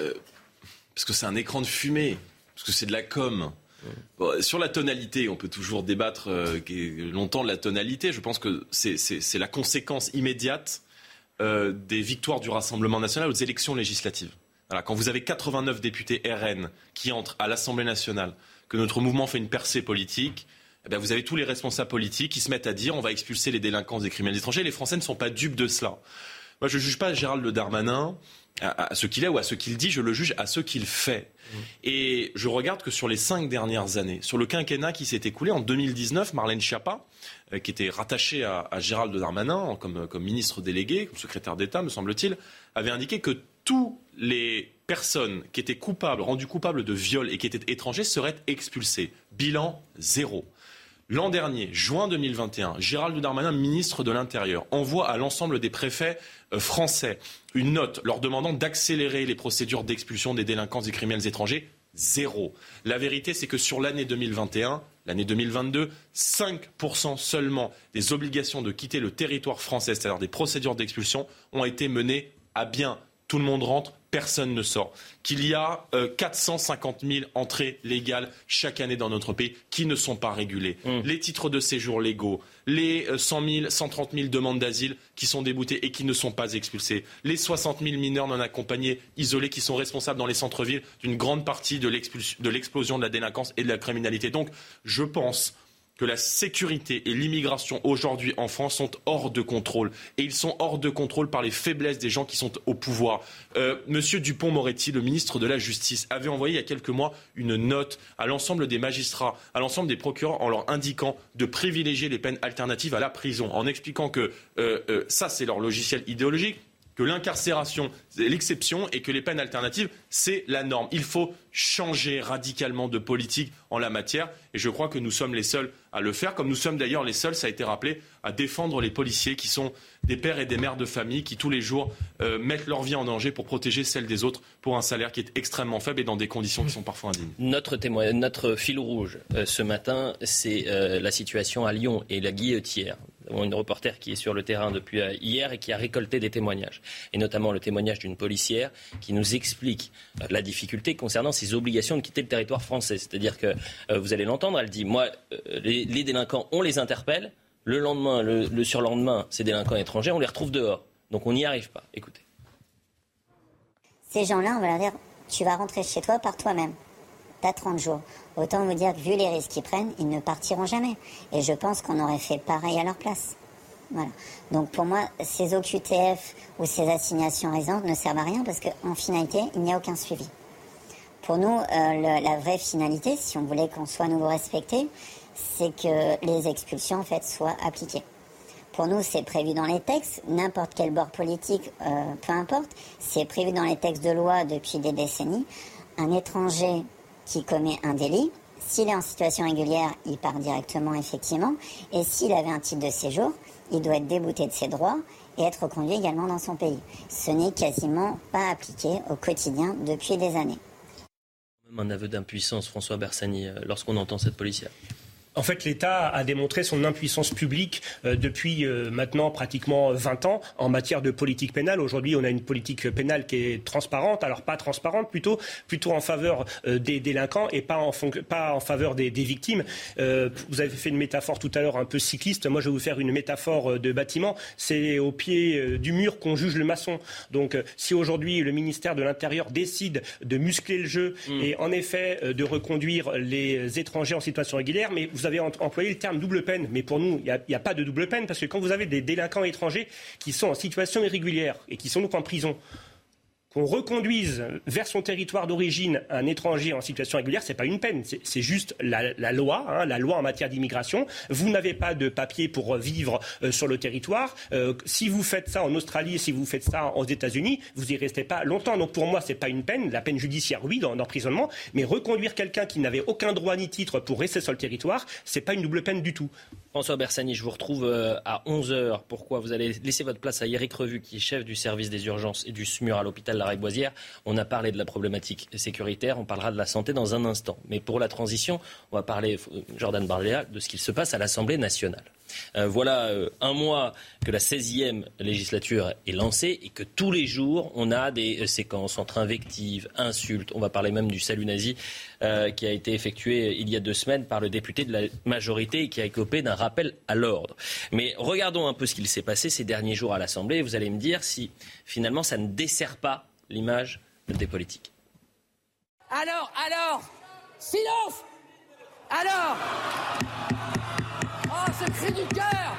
c'est un écran de fumée, parce que c'est de la com'. Bon, sur la tonalité, on peut toujours débattre longtemps de la tonalité. Je pense que c'est la conséquence immédiate des victoires du Rassemblement national aux élections législatives. Voilà, quand vous avez 89 députés RN qui entrent à l'Assemblée nationale, que notre mouvement fait une percée politique, eh bien vous avez tous les responsables politiques qui se mettent à dire on va expulser les délinquants et criminels étrangers. Les Français ne sont pas dupes de cela. Moi, je ne juge pas Gérald Darmanin à ce qu'il est ou à ce qu'il dit, je le juge à ce qu'il fait. Et je regarde que sur les 5 dernières années, sur le quinquennat qui s'est écoulé, en 2019, Marlène Schiappa, qui était rattachée à Gérald Darmanin comme ministre délégué, comme secrétaire d'État, me semble-t-il, avait indiqué que toutes les personnes qui étaient rendues coupables de viol et qui étaient étrangers seraient expulsées. Bilan 0. L'an dernier, juin 2021, Gérald Darmanin, ministre de l'Intérieur, envoie à l'ensemble des préfets français une note leur demandant d'accélérer les procédures d'expulsion des délinquants et criminels étrangers. 0. La vérité, c'est que sur l'année 2021, l'année 2022, 5% seulement des obligations de quitter le territoire français, c'est-à-dire des procédures d'expulsion, ont été menées à bien. Tout le monde rentre, personne ne sort. Qu'il y a 450 000 entrées légales chaque année dans notre pays qui ne sont pas régulées. Les titres de séjour légaux, les 100 000, 130 000 demandes d'asile qui sont déboutées et qui ne sont pas expulsées. Les 60 000 mineurs non accompagnés, isolés, qui sont responsables dans les centres-villes d'une grande partie de l'explosion de la délinquance et de la criminalité. Donc, je pense que la sécurité et l'immigration aujourd'hui en France sont hors de contrôle. Et ils sont hors de contrôle par les faiblesses des gens qui sont au pouvoir. Monsieur Dupond-Moretti, le ministre de la Justice, avait envoyé il y a quelques mois une note à l'ensemble des magistrats, à l'ensemble des procureurs, en leur indiquant de privilégier les peines alternatives à la prison, en expliquant que ça, c'est leur logiciel idéologique, que l'incarcération, c'est l'exception et que les peines alternatives, c'est la norme. Il faut changer radicalement de politique en la matière et je crois que nous sommes les seuls à le faire, comme nous sommes d'ailleurs les seuls, ça a été rappelé, à défendre les policiers qui sont des pères et des mères de famille qui tous les jours mettent leur vie en danger pour protéger celle des autres pour un salaire qui est extrêmement faible et dans des conditions qui sont parfois indignes. Notre fil rouge ce matin, c'est la situation à Lyon et la Guillotière. Nous avons une reporter qui est sur le terrain depuis hier et qui a récolté des témoignages, et notamment le témoignage d'une policière qui nous explique la difficulté concernant ses obligations de quitter le territoire français. C'est-à-dire que, vous allez l'entendre, elle dit, moi, les délinquants, on les interpelle, le lendemain, le surlendemain, ces délinquants étrangers, on les retrouve dehors. Donc on n'y arrive pas. Écoutez. Ces gens-là, on va leur dire, tu vas rentrer chez toi par toi-même. T'as 30 jours. Autant vous dire que vu les risques qu'ils prennent, ils ne partiront jamais. Et je pense qu'on aurait fait pareil à leur place. Voilà. Donc pour moi, ces OQTF ou ces assignations résidentes ne servent à rien parce qu'en finalité, il n'y a aucun suivi. Pour nous, la vraie finalité, si on voulait qu'on soit nouveau respecté, c'est que les expulsions en fait soient appliquées. Pour nous, c'est prévu dans les textes, n'importe quel bord politique, peu importe, c'est prévu dans les textes de loi depuis des décennies. Un étranger qui commet un délit, s'il est en situation régulière, il part directement effectivement, et s'il avait un titre de séjour, il doit être débouté de ses droits et être reconduit également dans son pays. Ce n'est quasiment pas appliqué au quotidien depuis des années. Un aveu d'impuissance, François Bersani, lorsqu'on entend cette policière. En fait, l'État a démontré son impuissance publique depuis maintenant pratiquement 20 ans en matière de politique pénale. Aujourd'hui, on a une politique pénale qui est transparente, alors pas transparente, plutôt en faveur des délinquants et pas en faveur des victimes. Vous avez fait une métaphore tout à l'heure un peu cycliste. Moi, je vais vous faire une métaphore de bâtiment. C'est au pied du mur qu'on juge le maçon. Donc, si aujourd'hui le ministère de l'Intérieur décide de muscler le jeu et en effet de reconduire les étrangers en situation régulière, mais vous avez employé le terme double peine, mais pour nous, il n'y a pas de double peine, parce que quand vous avez des délinquants étrangers qui sont en situation irrégulière et qui sont donc en prison, qu'on reconduise vers son territoire d'origine un étranger en situation régulière, c'est pas une peine, c'est juste la loi, la loi en matière d'immigration. Vous n'avez pas de papier pour vivre sur le territoire. Si vous faites ça en Australie, si vous faites ça aux États-Unis, vous y restez pas longtemps. Donc pour moi, c'est pas une peine. La peine judiciaire, oui, d'emprisonnement, mais reconduire quelqu'un qui n'avait aucun droit ni titre pour rester sur le territoire, c'est pas une double peine du tout. François Bersani, je vous retrouve à 11h. Pourquoi ? Vous allez laisser votre place à Éric Revue, qui est chef du service des urgences et du SMUR à l'hôpital Lariboisière. On a parlé de la problématique sécuritaire, on parlera de la santé dans un instant. Mais pour la transition, on va parler, Jordan Bardella, de ce qu'il se passe à l'Assemblée nationale. Voilà un mois que la 16e législature est lancée et que tous les jours, on a des séquences entre invectives, insultes. On va parler même du salut nazi qui a été effectué il y a 2 semaines par le député de la majorité et qui a écopé d'un rappel à l'ordre. Mais regardons un peu ce qu'il s'est passé ces derniers jours à l'Assemblée et vous allez me dire si finalement ça ne dessert pas l'image des politiques. Alors, silence. Alors, oh, ce cri du cœur.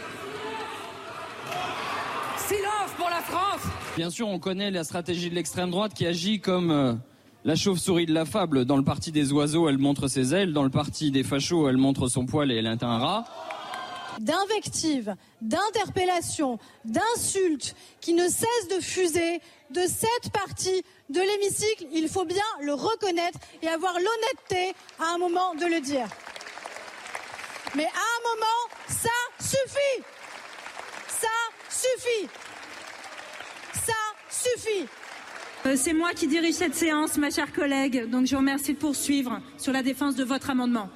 Silence pour la France. Bien sûr, on connaît la stratégie de l'extrême droite qui agit comme la chauve-souris de la fable. Dans le parti des oiseaux, elle montre ses ailes. Dans le parti des fachos, elle montre son poil et elle est un rat. D'invectives, d'interpellations, d'insultes qui ne cessent de fuser de cette partie de l'hémicycle. Il faut bien le reconnaître et avoir l'honnêteté à un moment de le dire. Mais à un moment, ça suffit. Ça suffit. Ça suffit. C'est moi qui dirige cette séance, ma chère collègue. Donc je vous remercie de poursuivre sur la défense de votre amendement.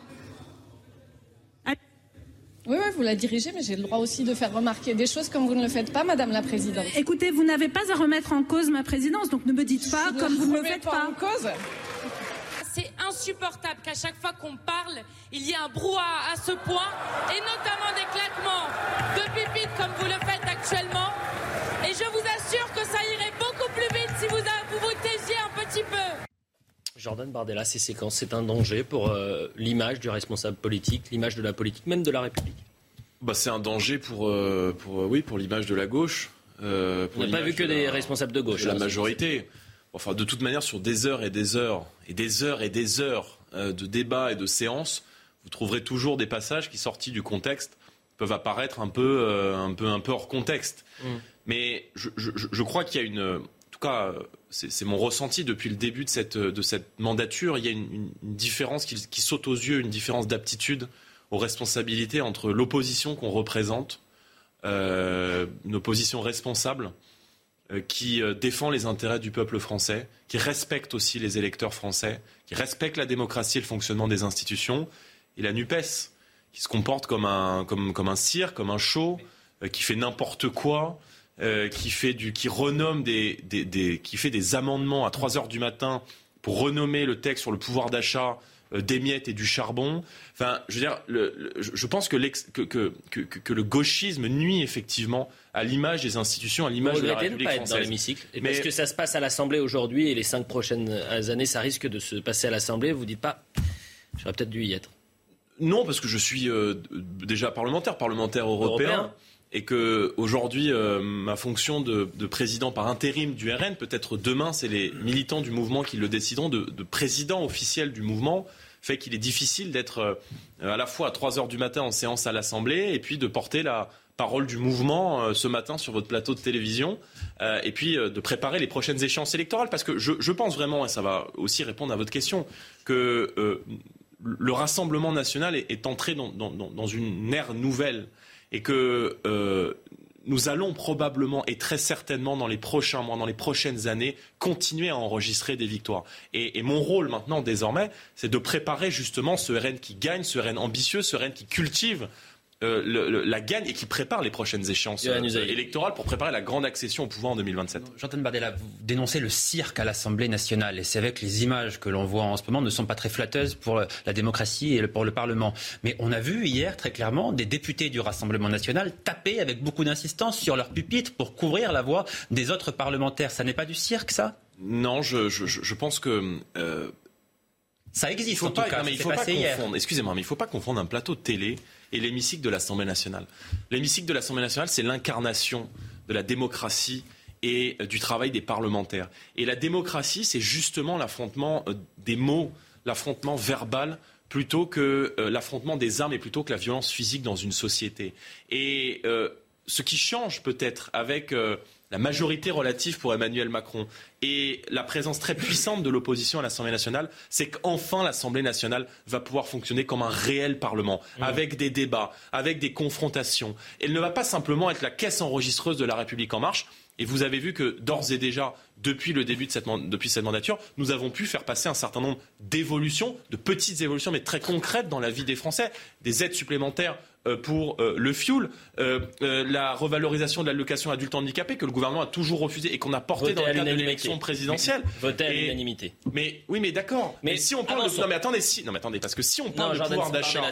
Oui, vous la dirigez, mais j'ai le droit aussi de faire remarquer des choses comme vous ne le faites pas, Madame la Présidente. Écoutez, vous n'avez pas à remettre en cause ma présidence, donc ne me dites pas comme vous ne le faites pas. En cause. C'est insupportable qu'à chaque fois qu'on parle, il y ait un brouhaha à ce point, et notamment des claquements de pupitres comme vous le faites actuellement. Et je vous assure que ça irait beaucoup plus vite si vous vous taisiez un petit peu. Jordan Bardella, ces séquences, c'est un danger pour l'image du responsable politique, l'image de la politique, même de la République. C'est un danger pour l'image de la gauche. On n'a pas vu que des responsables de gauche. De la majorité. Enfin, de toute manière, sur des heures et des heures et des heures et des heures de débats et de séances, vous trouverez toujours des passages qui, sortis du contexte, peuvent apparaître un peu hors contexte. Mais je crois qu'il y a une... En tout cas, c'est mon ressenti depuis le début de cette mandature. Il y a une différence qui saute aux yeux, une différence d'aptitude aux responsabilités entre l'opposition qu'on représente, une opposition responsable, qui défend les intérêts du peuple français, qui respecte aussi les électeurs français, qui respecte la démocratie et le fonctionnement des institutions, et la NUPES, qui se comporte comme un cirque, comme un show, qui fait n'importe quoi, qui fait des amendements à 3h du matin pour renommer le texte sur le pouvoir d'achat des miettes et du charbon. Enfin, je veux dire, je pense que le gauchisme nuit effectivement à l'image des institutions, à l'image de la République française. Dans l'hémicycle. Parce que ça se passe à l'Assemblée aujourd'hui et les 5 prochaines années, ça risque de se passer à l'Assemblée. Vous dites pas, j'aurais peut-être dû y être. Non, parce que je suis déjà parlementaire européen. Et que aujourd'hui, ma fonction de président par intérim du RN, peut-être demain, c'est les militants du mouvement qui le décideront, de président officiel du mouvement, fait qu'il est difficile d'être à la fois à 3h du matin en séance à l'Assemblée et puis de porter la parole du mouvement ce matin sur votre plateau de télévision et puis de préparer les prochaines échéances électorales. Parce que je pense vraiment, et ça va aussi répondre à votre question, que le Rassemblement national est entré dans une ère nouvelle. Et que nous allons probablement et très certainement dans les prochains mois, dans les prochaines années, continuer à enregistrer des victoires. Et mon rôle maintenant, désormais, c'est de préparer justement ce RN qui gagne, ce RN ambitieux, ce RN qui cultive la gagne et qui prépare les prochaines échéances électorales pour préparer la grande accession au pouvoir en 2027. Jean-Antoine Bardella, vous dénoncez le cirque à l'Assemblée nationale et c'est vrai que les images que l'on voit en ce moment ne sont pas très flatteuses pour la démocratie et pour le Parlement. Mais on a vu hier très clairement des députés du Rassemblement national taper avec beaucoup d'insistance sur leur pupitre pour couvrir la voix des autres parlementaires. Ça n'est pas du cirque, ça ? Non, je pense que... ça existe en tout cas, il faut pas confondre. Excusez-moi, mais il ne faut pas confondre un plateau de télé et l'hémicycle de l'Assemblée nationale. L'hémicycle de l'Assemblée nationale, c'est l'incarnation de la démocratie et du travail des parlementaires. Et la démocratie, c'est justement l'affrontement des mots, l'affrontement verbal, plutôt que l'affrontement des armes et plutôt que la violence physique dans une société. Et ce qui change peut-être avec la majorité relative pour Emmanuel Macron et la présence très puissante de l'opposition à l'Assemblée nationale, c'est qu'enfin l'Assemblée nationale va pouvoir fonctionner comme un réel Parlement, avec des débats, avec des confrontations. Elle ne va pas simplement être la caisse enregistreuse de La République En Marche. Et vous avez vu que d'ores et déjà, depuis le début depuis cette mandature, nous avons pu faire passer un certain nombre d'évolutions, de petites évolutions, mais très concrètes dans la vie des Français. Des aides supplémentaires pour le fioul, la revalorisation de l'allocation adulte handicapé que le gouvernement a toujours refusé et qu'on a porté dans le cadre de l'élection présidentielle. Voté à l'unanimité. Mais oui, mais d'accord. Mais si on parle non mais attendez, parce que si on parle de pouvoir d'achat,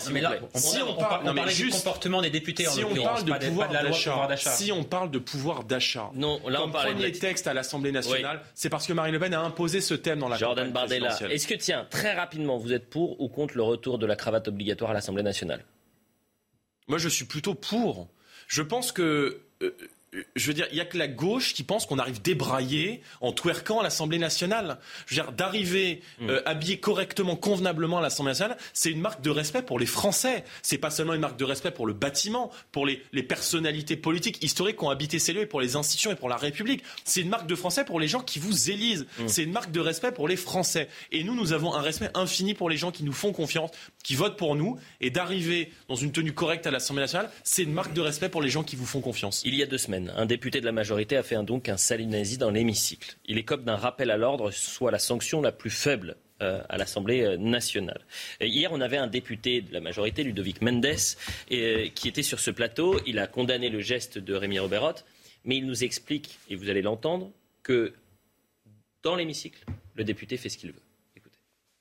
on parlait du comportement des députés en l'occurrence, pas de la loi pouvoir d'achat. Si on parle de pouvoir d'achat, comme premier texte à l'Assemblée nationale, c'est parce que Marine Le Pen a imposé ce thème dans la campagne présidentielle. Est-ce que très rapidement, vous êtes pour ou contre le retour de la cravate obligatoire à l'Assemblée nationale ? Moi, je suis plutôt pour. Je pense que... je veux dire, il n'y a que la gauche qui pense qu'on arrive débraillé en twerkant à l'Assemblée nationale. Je veux dire, d'arriver habillé correctement, convenablement à l'Assemblée nationale, c'est une marque de respect pour les Français. C'est pas seulement une marque de respect pour le bâtiment, pour les personnalités politiques, historiques qui ont habité ces lieux et pour les institutions et pour la République. C'est une marque de français pour les gens qui vous élisent. C'est une marque de respect pour les Français. Et nous avons un respect infini pour les gens qui nous font confiance, qui votent pour nous. Et d'arriver dans une tenue correcte à l'Assemblée nationale, c'est une marque de respect pour les gens qui vous font confiance. Il y a 2 semaines, un député de la majorité a fait donc un salut nazi dans l'hémicycle. Il écope d'un rappel à l'ordre, soit la sanction la plus faible à l'Assemblée nationale. Hier, on avait un député de la majorité, Ludovic Mendes, qui était sur ce plateau. Il a condamné le geste de Rémi Robert-Ott, mais il nous explique, et vous allez l'entendre, que dans l'hémicycle, le député fait ce qu'il veut. Écoutez.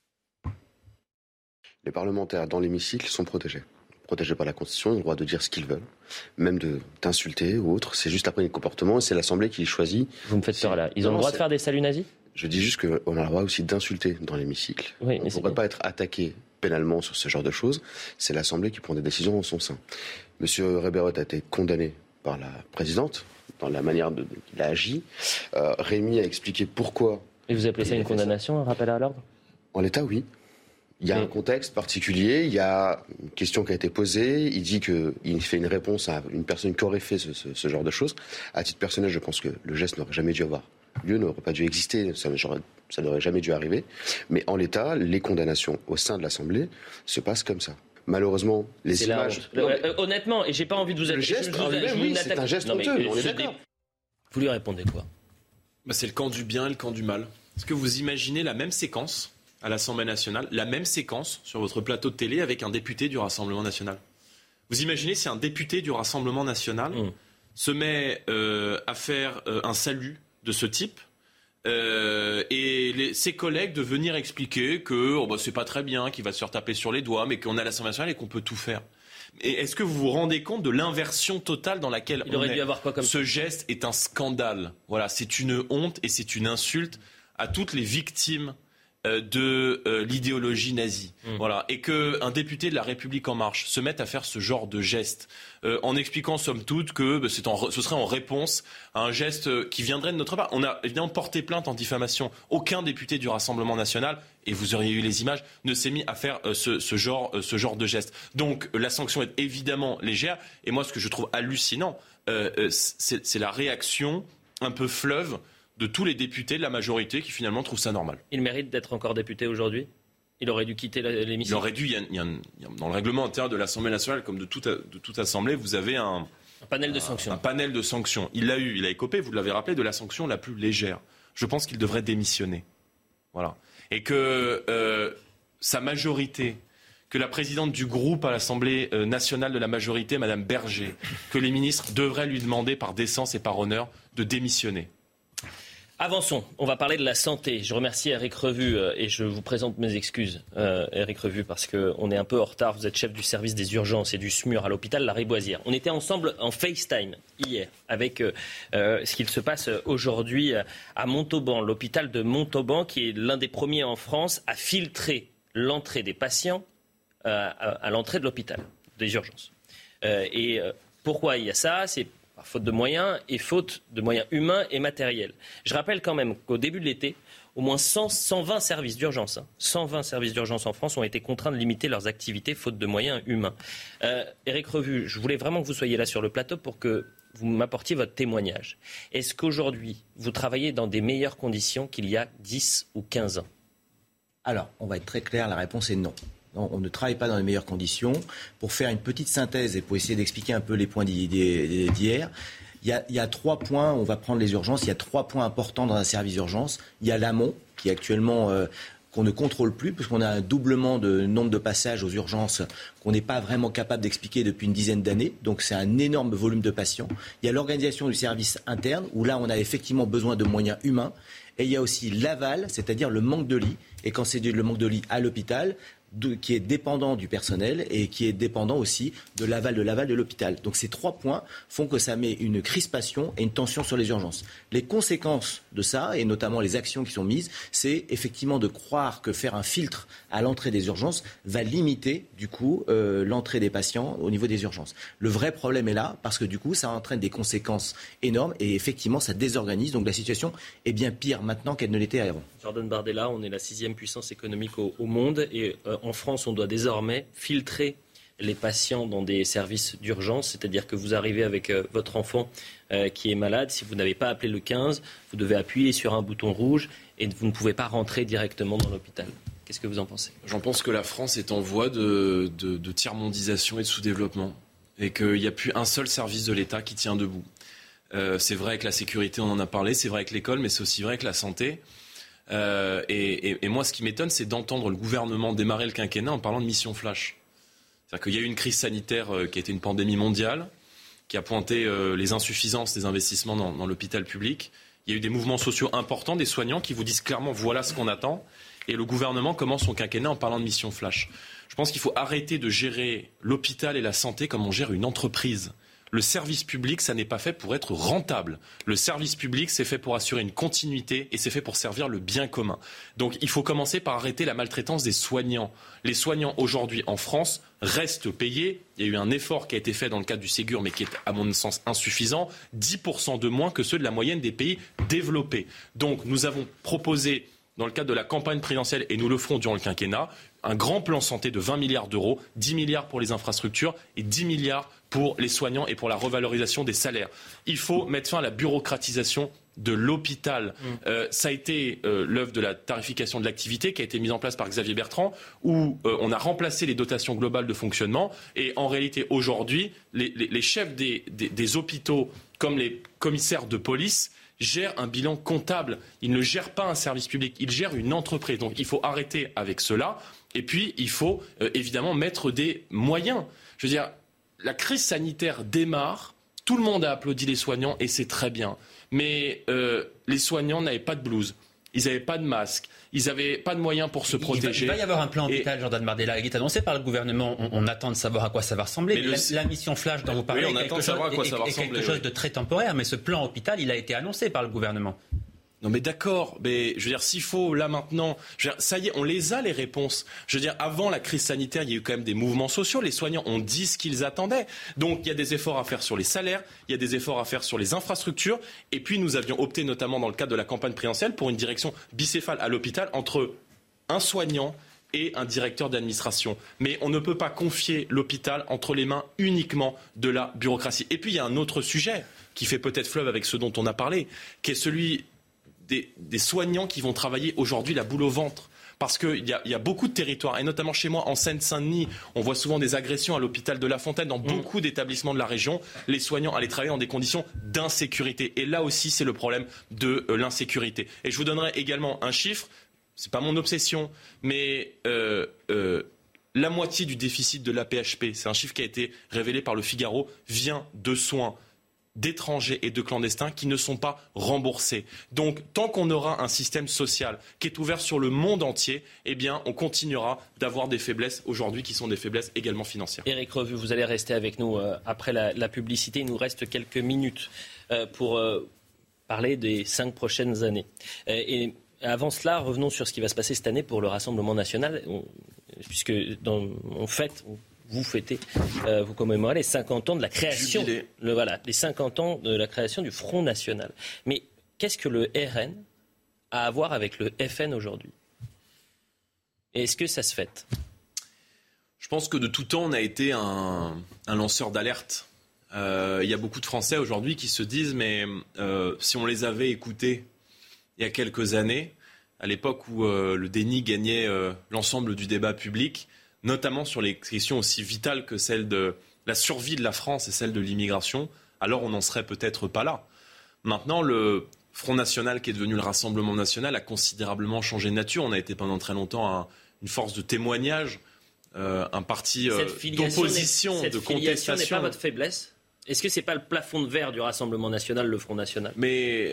Les parlementaires dans l'hémicycle sont protégés par la Constitution, ils ont le droit de dire ce qu'ils veulent, même d'insulter ou autre. C'est juste après les comportements et c'est l'Assemblée qui choisit. Vous me faites peur là. Ils ont le droit de faire des saluts nazis ? Je dis juste qu'on a le droit aussi d'insulter dans l'hémicycle. Oui, on ne pourrait pas être attaqué pénalement sur ce genre de choses. C'est l'Assemblée qui prend des décisions en son sein. Monsieur Robert-Ott a été condamné par la présidente dans la manière dont il a agi. Rémi a expliqué pourquoi. Et vous appelez ça une condamnation, un rappel à l'ordre ? En l'état, oui. Il y a un contexte particulier, il y a une question qui a été posée, il dit qu'il fait une réponse à une personne qui aurait fait ce genre de choses. À titre personnel, je pense que le geste n'aurait jamais dû avoir lieu, n'aurait pas dû exister, ça n'aurait jamais dû arriver. Mais en l'état, les condamnations au sein de l'Assemblée se passent comme ça. Malheureusement, les images... Honnêtement, et j'ai pas envie de vous... Le geste en lui-même, oui, c'est un geste honteux, on est d'accord. Vous lui répondez quoi ? C'est le camp du bien et le camp du mal. Est-ce que vous imaginez la même séquence à l'Assemblée nationale, la même séquence sur votre plateau de télé avec un député du Rassemblement national? Vous imaginez si un député du Rassemblement national se met à faire un salut de ce type et ses collègues de venir expliquer que c'est pas très bien, qu'il va se faire taper sur les doigts, mais qu'on est à l'Assemblée nationale et qu'on peut tout faire. Et est-ce que vous vous rendez compte de l'inversion totale dans laquelle il aurait dû avoir quoi comme ce geste est un scandale. Voilà, c'est une honte et c'est une insulte à toutes les victimes de l'idéologie nazie. Voilà. Et qu'un député de la République En Marche se mette à faire ce genre de geste en expliquant somme toute que ce serait en réponse à un geste qui viendrait de notre part. On a évidemment porté plainte en diffamation. Aucun député du Rassemblement national, et vous auriez eu les images, ne s'est mis à faire ce genre de geste. Donc la sanction est évidemment légère. Et moi, ce que je trouve hallucinant, c'est la réaction un peu fleuve de tous les députés de la majorité qui finalement trouvent ça normal. Il mérite d'être encore député aujourd'hui ? Il aurait dû quitter l'hémicycle ? Il aurait dû, dans le règlement intérieur de l'Assemblée nationale, comme de toute assemblée, vous avez un Un panel de sanctions. Un panel de sanctions. Il a écopé, vous l'avez rappelé, de la sanction la plus légère. Je pense qu'il devrait démissionner. Voilà. Et que sa majorité, que la présidente du groupe à l'Assemblée nationale de la majorité, Mme Berger, que les ministres devraient lui demander par décence et par honneur de démissionner. Avançons, on va parler de la santé. Je remercie Éric Revue et je vous présente mes excuses, Éric Revue, parce qu'on est un peu en retard. Vous êtes chef du service des urgences et du SMUR à l'hôpital Lariboisière. On était ensemble en FaceTime hier avec ce qu'il se passe aujourd'hui à Montauban, l'hôpital de Montauban qui est l'un des premiers en France à filtrer l'entrée des patients à l'entrée de l'hôpital, des urgences. Pourquoi il y a ça ? C'est faute de moyens et faute de moyens humains et matériels. Je rappelle quand même qu'au début de l'été, au moins 120 services d'urgence, 120 services d'urgence en France ont été contraints de limiter leurs activités faute de moyens humains. Éric Revue, je voulais vraiment que vous soyez là sur le plateau pour que vous m'apportiez votre témoignage. Est-ce qu'aujourd'hui, vous travaillez dans des meilleures conditions qu'il y a 10 ou 15 ans ? Alors, on va être très clair, la réponse est non. Non, on ne travaille pas dans les meilleures conditions. Pour faire une petite synthèse et pour essayer d'expliquer un peu les points d'hier, il y a 3 points, on va prendre les urgences, il y a 3 points importants dans un service d'urgence. Il y a l'amont, qui est actuellement qu'on ne contrôle plus, puisqu'on a un doublement de nombre de passages aux urgences qu'on n'est pas vraiment capable d'expliquer depuis une dizaine d'années. Donc c'est un énorme volume de patients. Il y a l'organisation du service interne, où là on a effectivement besoin de moyens humains. Et il y a aussi l'aval, c'est-à-dire le manque de lits. Et quand c'est le manque de lits à l'hôpital, qui est dépendant du personnel et qui est dépendant aussi de l'aval de l'hôpital. Donc ces 3 points font que ça met une crispation et une tension sur les urgences. Les conséquences de ça, et notamment les actions qui sont mises, c'est effectivement de croire que faire un filtre à l'entrée des urgences va limiter du coup l'entrée des patients au niveau des urgences. Le vrai problème est là parce que du coup ça entraîne des conséquences énormes et effectivement ça désorganise. Donc la situation est bien pire maintenant qu'elle ne l'était avant. Jordan Bardella, on est la 6e puissance économique au monde et en France, on doit désormais filtrer les patients dans des services d'urgence, c'est-à-dire que vous arrivez avec votre enfant qui est malade, si vous n'avez pas appelé le 15, vous devez appuyer sur un bouton rouge et vous ne pouvez pas rentrer directement dans l'hôpital. Qu'est-ce que vous en pensez ? J'en pense que la France est en voie de tiers-mondisation et de sous-développement et qu'il n'y a plus un seul service de l'État qui tient debout. C'est vrai avec la sécurité, on en a parlé, c'est vrai avec l'école, mais c'est aussi vrai avec la santé. Et moi, ce qui m'étonne, c'est d'entendre le gouvernement démarrer le quinquennat en parlant de mission flash. C'est-à-dire qu'il y a eu une crise sanitaire qui a été une pandémie mondiale, qui a pointé les insuffisances des investissements dans l'hôpital public. Il y a eu des mouvements sociaux importants, des soignants qui vous disent clairement voilà ce qu'on attend. Et le gouvernement commence son quinquennat en parlant de mission flash. Je pense qu'il faut arrêter de gérer l'hôpital et la santé comme on gère une entreprise. Le service public, ça n'est pas fait pour être rentable. Le service public, c'est fait pour assurer une continuité et c'est fait pour servir le bien commun. Donc il faut commencer par arrêter la maltraitance des soignants. Les soignants aujourd'hui en France restent payés. Il y a eu un effort qui a été fait dans le cadre du Ségur, mais qui est à mon sens insuffisant. 10% de moins que ceux de la moyenne des pays développés. Donc nous avons proposé, dans le cadre de la campagne présidentielle, et nous le ferons durant le quinquennat, un grand plan santé de 20 milliards d'euros, 10 milliards pour les infrastructures et 10 milliards pour les soignants et pour la revalorisation des salaires. Il faut mettre fin à la bureaucratisation de l'hôpital. Ça a été l'œuvre de la tarification de l'activité qui a été mise en place par Xavier Bertrand, où on a remplacé les dotations globales de fonctionnement. Et en réalité, aujourd'hui, les chefs des hôpitaux, comme les commissaires de police, gèrent un bilan comptable. Ils ne gèrent pas un service public, ils gèrent une entreprise. Donc il faut arrêter avec cela. Et puis, il faut évidemment mettre des moyens. Je veux dire, la crise sanitaire démarre, tout le monde a applaudi les soignants et c'est très bien. Mais les soignants n'avaient pas de blouse, ils n'avaient pas de masque, ils n'avaient pas de moyens pour se protéger. Il va y avoir un plan hôpital, Jordan Bardella, il est annoncé par le gouvernement. On attend de savoir à quoi ça va ressembler. La mission flash dont vous parlez est quelque chose de très temporaire, mais ce plan hôpital, il a été annoncé par le gouvernement. Non mais d'accord, mais je veux dire, s'il faut, là maintenant, ça y est, on les a les réponses. Je veux dire, avant la crise sanitaire, il y a eu quand même des mouvements sociaux, les soignants ont dit ce qu'ils attendaient. Donc il y a des efforts à faire sur les salaires, il y a des efforts à faire sur les infrastructures, et puis nous avions opté notamment dans le cadre de la campagne présidentielle pour une direction bicéphale à l'hôpital entre un soignant et un directeur d'administration. Mais on ne peut pas confier l'hôpital entre les mains uniquement de la bureaucratie. Et puis il y a un autre sujet qui fait peut-être fleuve avec ce dont on a parlé, qui est celui des soignants qui vont travailler aujourd'hui la boule au ventre. Parce qu'il y a beaucoup de territoires, et notamment chez moi, en Seine-Saint-Denis, on voit souvent des agressions à l'hôpital de La Fontaine, dans beaucoup d'établissements de la région. Les soignants allaient travailler dans des conditions d'insécurité. Et là aussi, c'est le problème de l'insécurité. Et je vous donnerai également un chiffre, c'est pas mon obsession, mais la moitié du déficit de l'AP-HP, c'est un chiffre qui a été révélé par le Figaro, vient de soins d'étrangers et de clandestins qui ne sont pas remboursés. Donc, tant qu'on aura un système social qui est ouvert sur le monde entier, eh bien, on continuera d'avoir des faiblesses aujourd'hui qui sont des faiblesses également financières. Éric Revue, vous allez rester avec nous après la publicité. Il nous reste quelques minutes pour parler des 5 prochaines années. Et avant cela, revenons sur ce qui va se passer cette année pour le Rassemblement national, puisque vous fêtez, vous commémorez les 50 ans de la création, les 50 ans de la création du Front National. Mais qu'est-ce que le RN a à voir avec le FN aujourd'hui ? Et est-ce que ça se fête ? Je pense que de tout temps, on a été un lanceur d'alerte. Il y a beaucoup de Français aujourd'hui qui se disent, mais si on les avait écoutés il y a quelques années, à l'époque où le déni gagnait l'ensemble du débat public, notamment sur les questions aussi vitales que celle de la survie de la France et celle de l'immigration, alors on n'en serait peut-être pas là. Maintenant, le Front National, qui est devenu le Rassemblement National, a considérablement changé de nature. On a été pendant très longtemps une force de témoignage, un parti d'opposition, de contestation. Cette filiation n'est pas votre faiblesse ? Est-ce que ce n'est pas le plafond de verre du Rassemblement National, le Front National ? Mais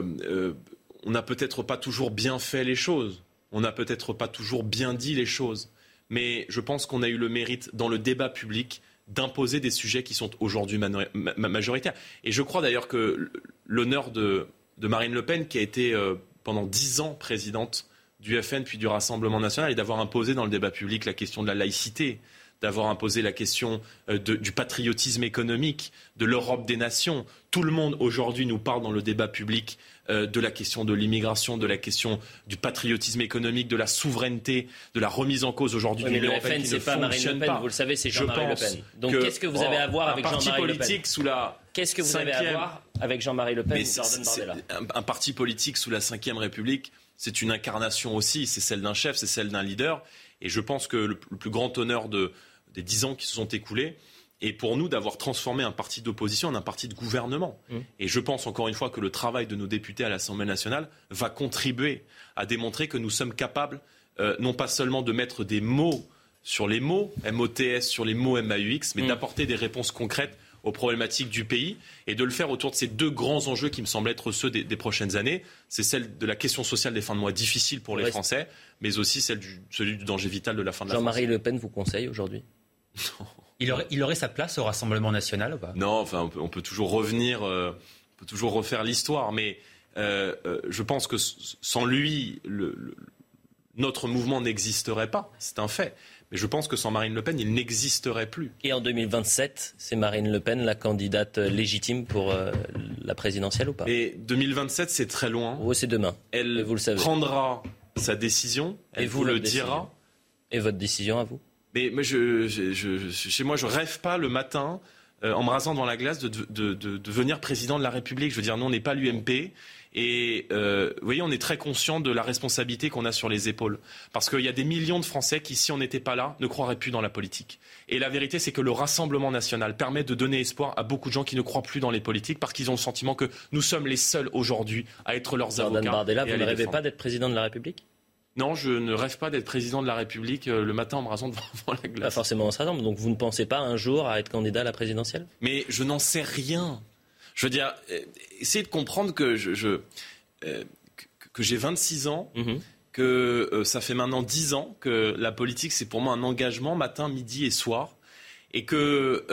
on n'a peut-être pas toujours bien fait les choses. On n'a peut-être pas toujours bien dit les choses. Mais je pense qu'on a eu le mérite, dans le débat public, d'imposer des sujets qui sont aujourd'hui majoritaires. Et je crois d'ailleurs que l'honneur de Marine Le Pen, qui a été pendant 10 ans présidente du FN puis du Rassemblement National, et d'avoir imposé dans le débat public la question de la laïcité, d'avoir imposé la question du patriotisme économique, de l'Europe des nations. Tout le monde aujourd'hui nous parle dans le débat public de la question de l'immigration, de la question du patriotisme économique, de la souveraineté, de la remise en cause aujourd'hui de l'Union européenne qui ne fonctionne pas. Le FN, c'est pas Marine Le Pen, vous le savez, c'est Jean-Marie Le Pen. Donc qu'est-ce que vous avez à voir avec Jean-Marie Le Pen ? Qu'est-ce que vous avez à voir avec Jean-Marie Le Pen, Jordan Bardella ? Un parti politique sous la Ve République, c'est une incarnation aussi, c'est celle d'un chef, c'est celle d'un leader. Et je pense que le plus grand honneur des 10 ans qui se sont écoulés est pour nous d'avoir transformé un parti d'opposition en un parti de gouvernement. Et je pense encore une fois que le travail de nos députés à l'Assemblée nationale va contribuer à démontrer que nous sommes capables non pas seulement de mettre des mots sur les mots, MOTS sur les mots MAUX, mais d'apporter des réponses concrètes aux problématiques du pays et de le faire autour de ces 2 grands enjeux qui me semblent être ceux des prochaines années. C'est celle de la question sociale des fins de mois difficiles pour les Français, mais aussi celui du danger vital de la fin de la France. Jean-Marie Le Pen vous conseille aujourd'hui ? Il aurait sa place au Rassemblement National ou pas ? Non, enfin, on peut toujours revenir, on peut toujours refaire l'histoire, mais je pense que sans lui, notre mouvement n'existerait pas, c'est un fait. Mais je pense que sans Marine Le Pen, il n'existerait plus. Et en 2027, c'est Marine Le Pen la candidate légitime pour la présidentielle ou pas ? Et 2027, c'est très loin. Oui, c'est demain. Elle vous le savez. Prendra sa décision, elle vous le dira. Et votre décision à vous ? Mais chez moi, je rêve pas le matin, en me rasant dans la glace, de devenir président de la République. Je veux dire, nous, on n'est pas l'UMP. Et vous voyez, on est très conscient de la responsabilité qu'on a sur les épaules. Parce qu'il y a des millions de Français qui, si on n'était pas là, ne croiraient plus dans la politique. Et la vérité, c'est que le Rassemblement national permet de donner espoir à beaucoup de gens qui ne croient plus dans les politiques parce qu'ils ont le sentiment que nous sommes les seuls aujourd'hui à être leurs avocats. Jordan Bardella, vous ne rêvez pas d'être président de la République ? Non, je ne rêve pas d'être président de la République le matin en me rasant devant la glace. Pas forcément en se rasant, donc vous ne pensez pas un jour à être candidat à la présidentielle ? Mais je n'en sais rien. Je veux dire, essayez de comprendre que que j'ai 26 ans, que ça fait maintenant 10 ans que la politique, c'est pour moi un engagement matin, midi et soir, et que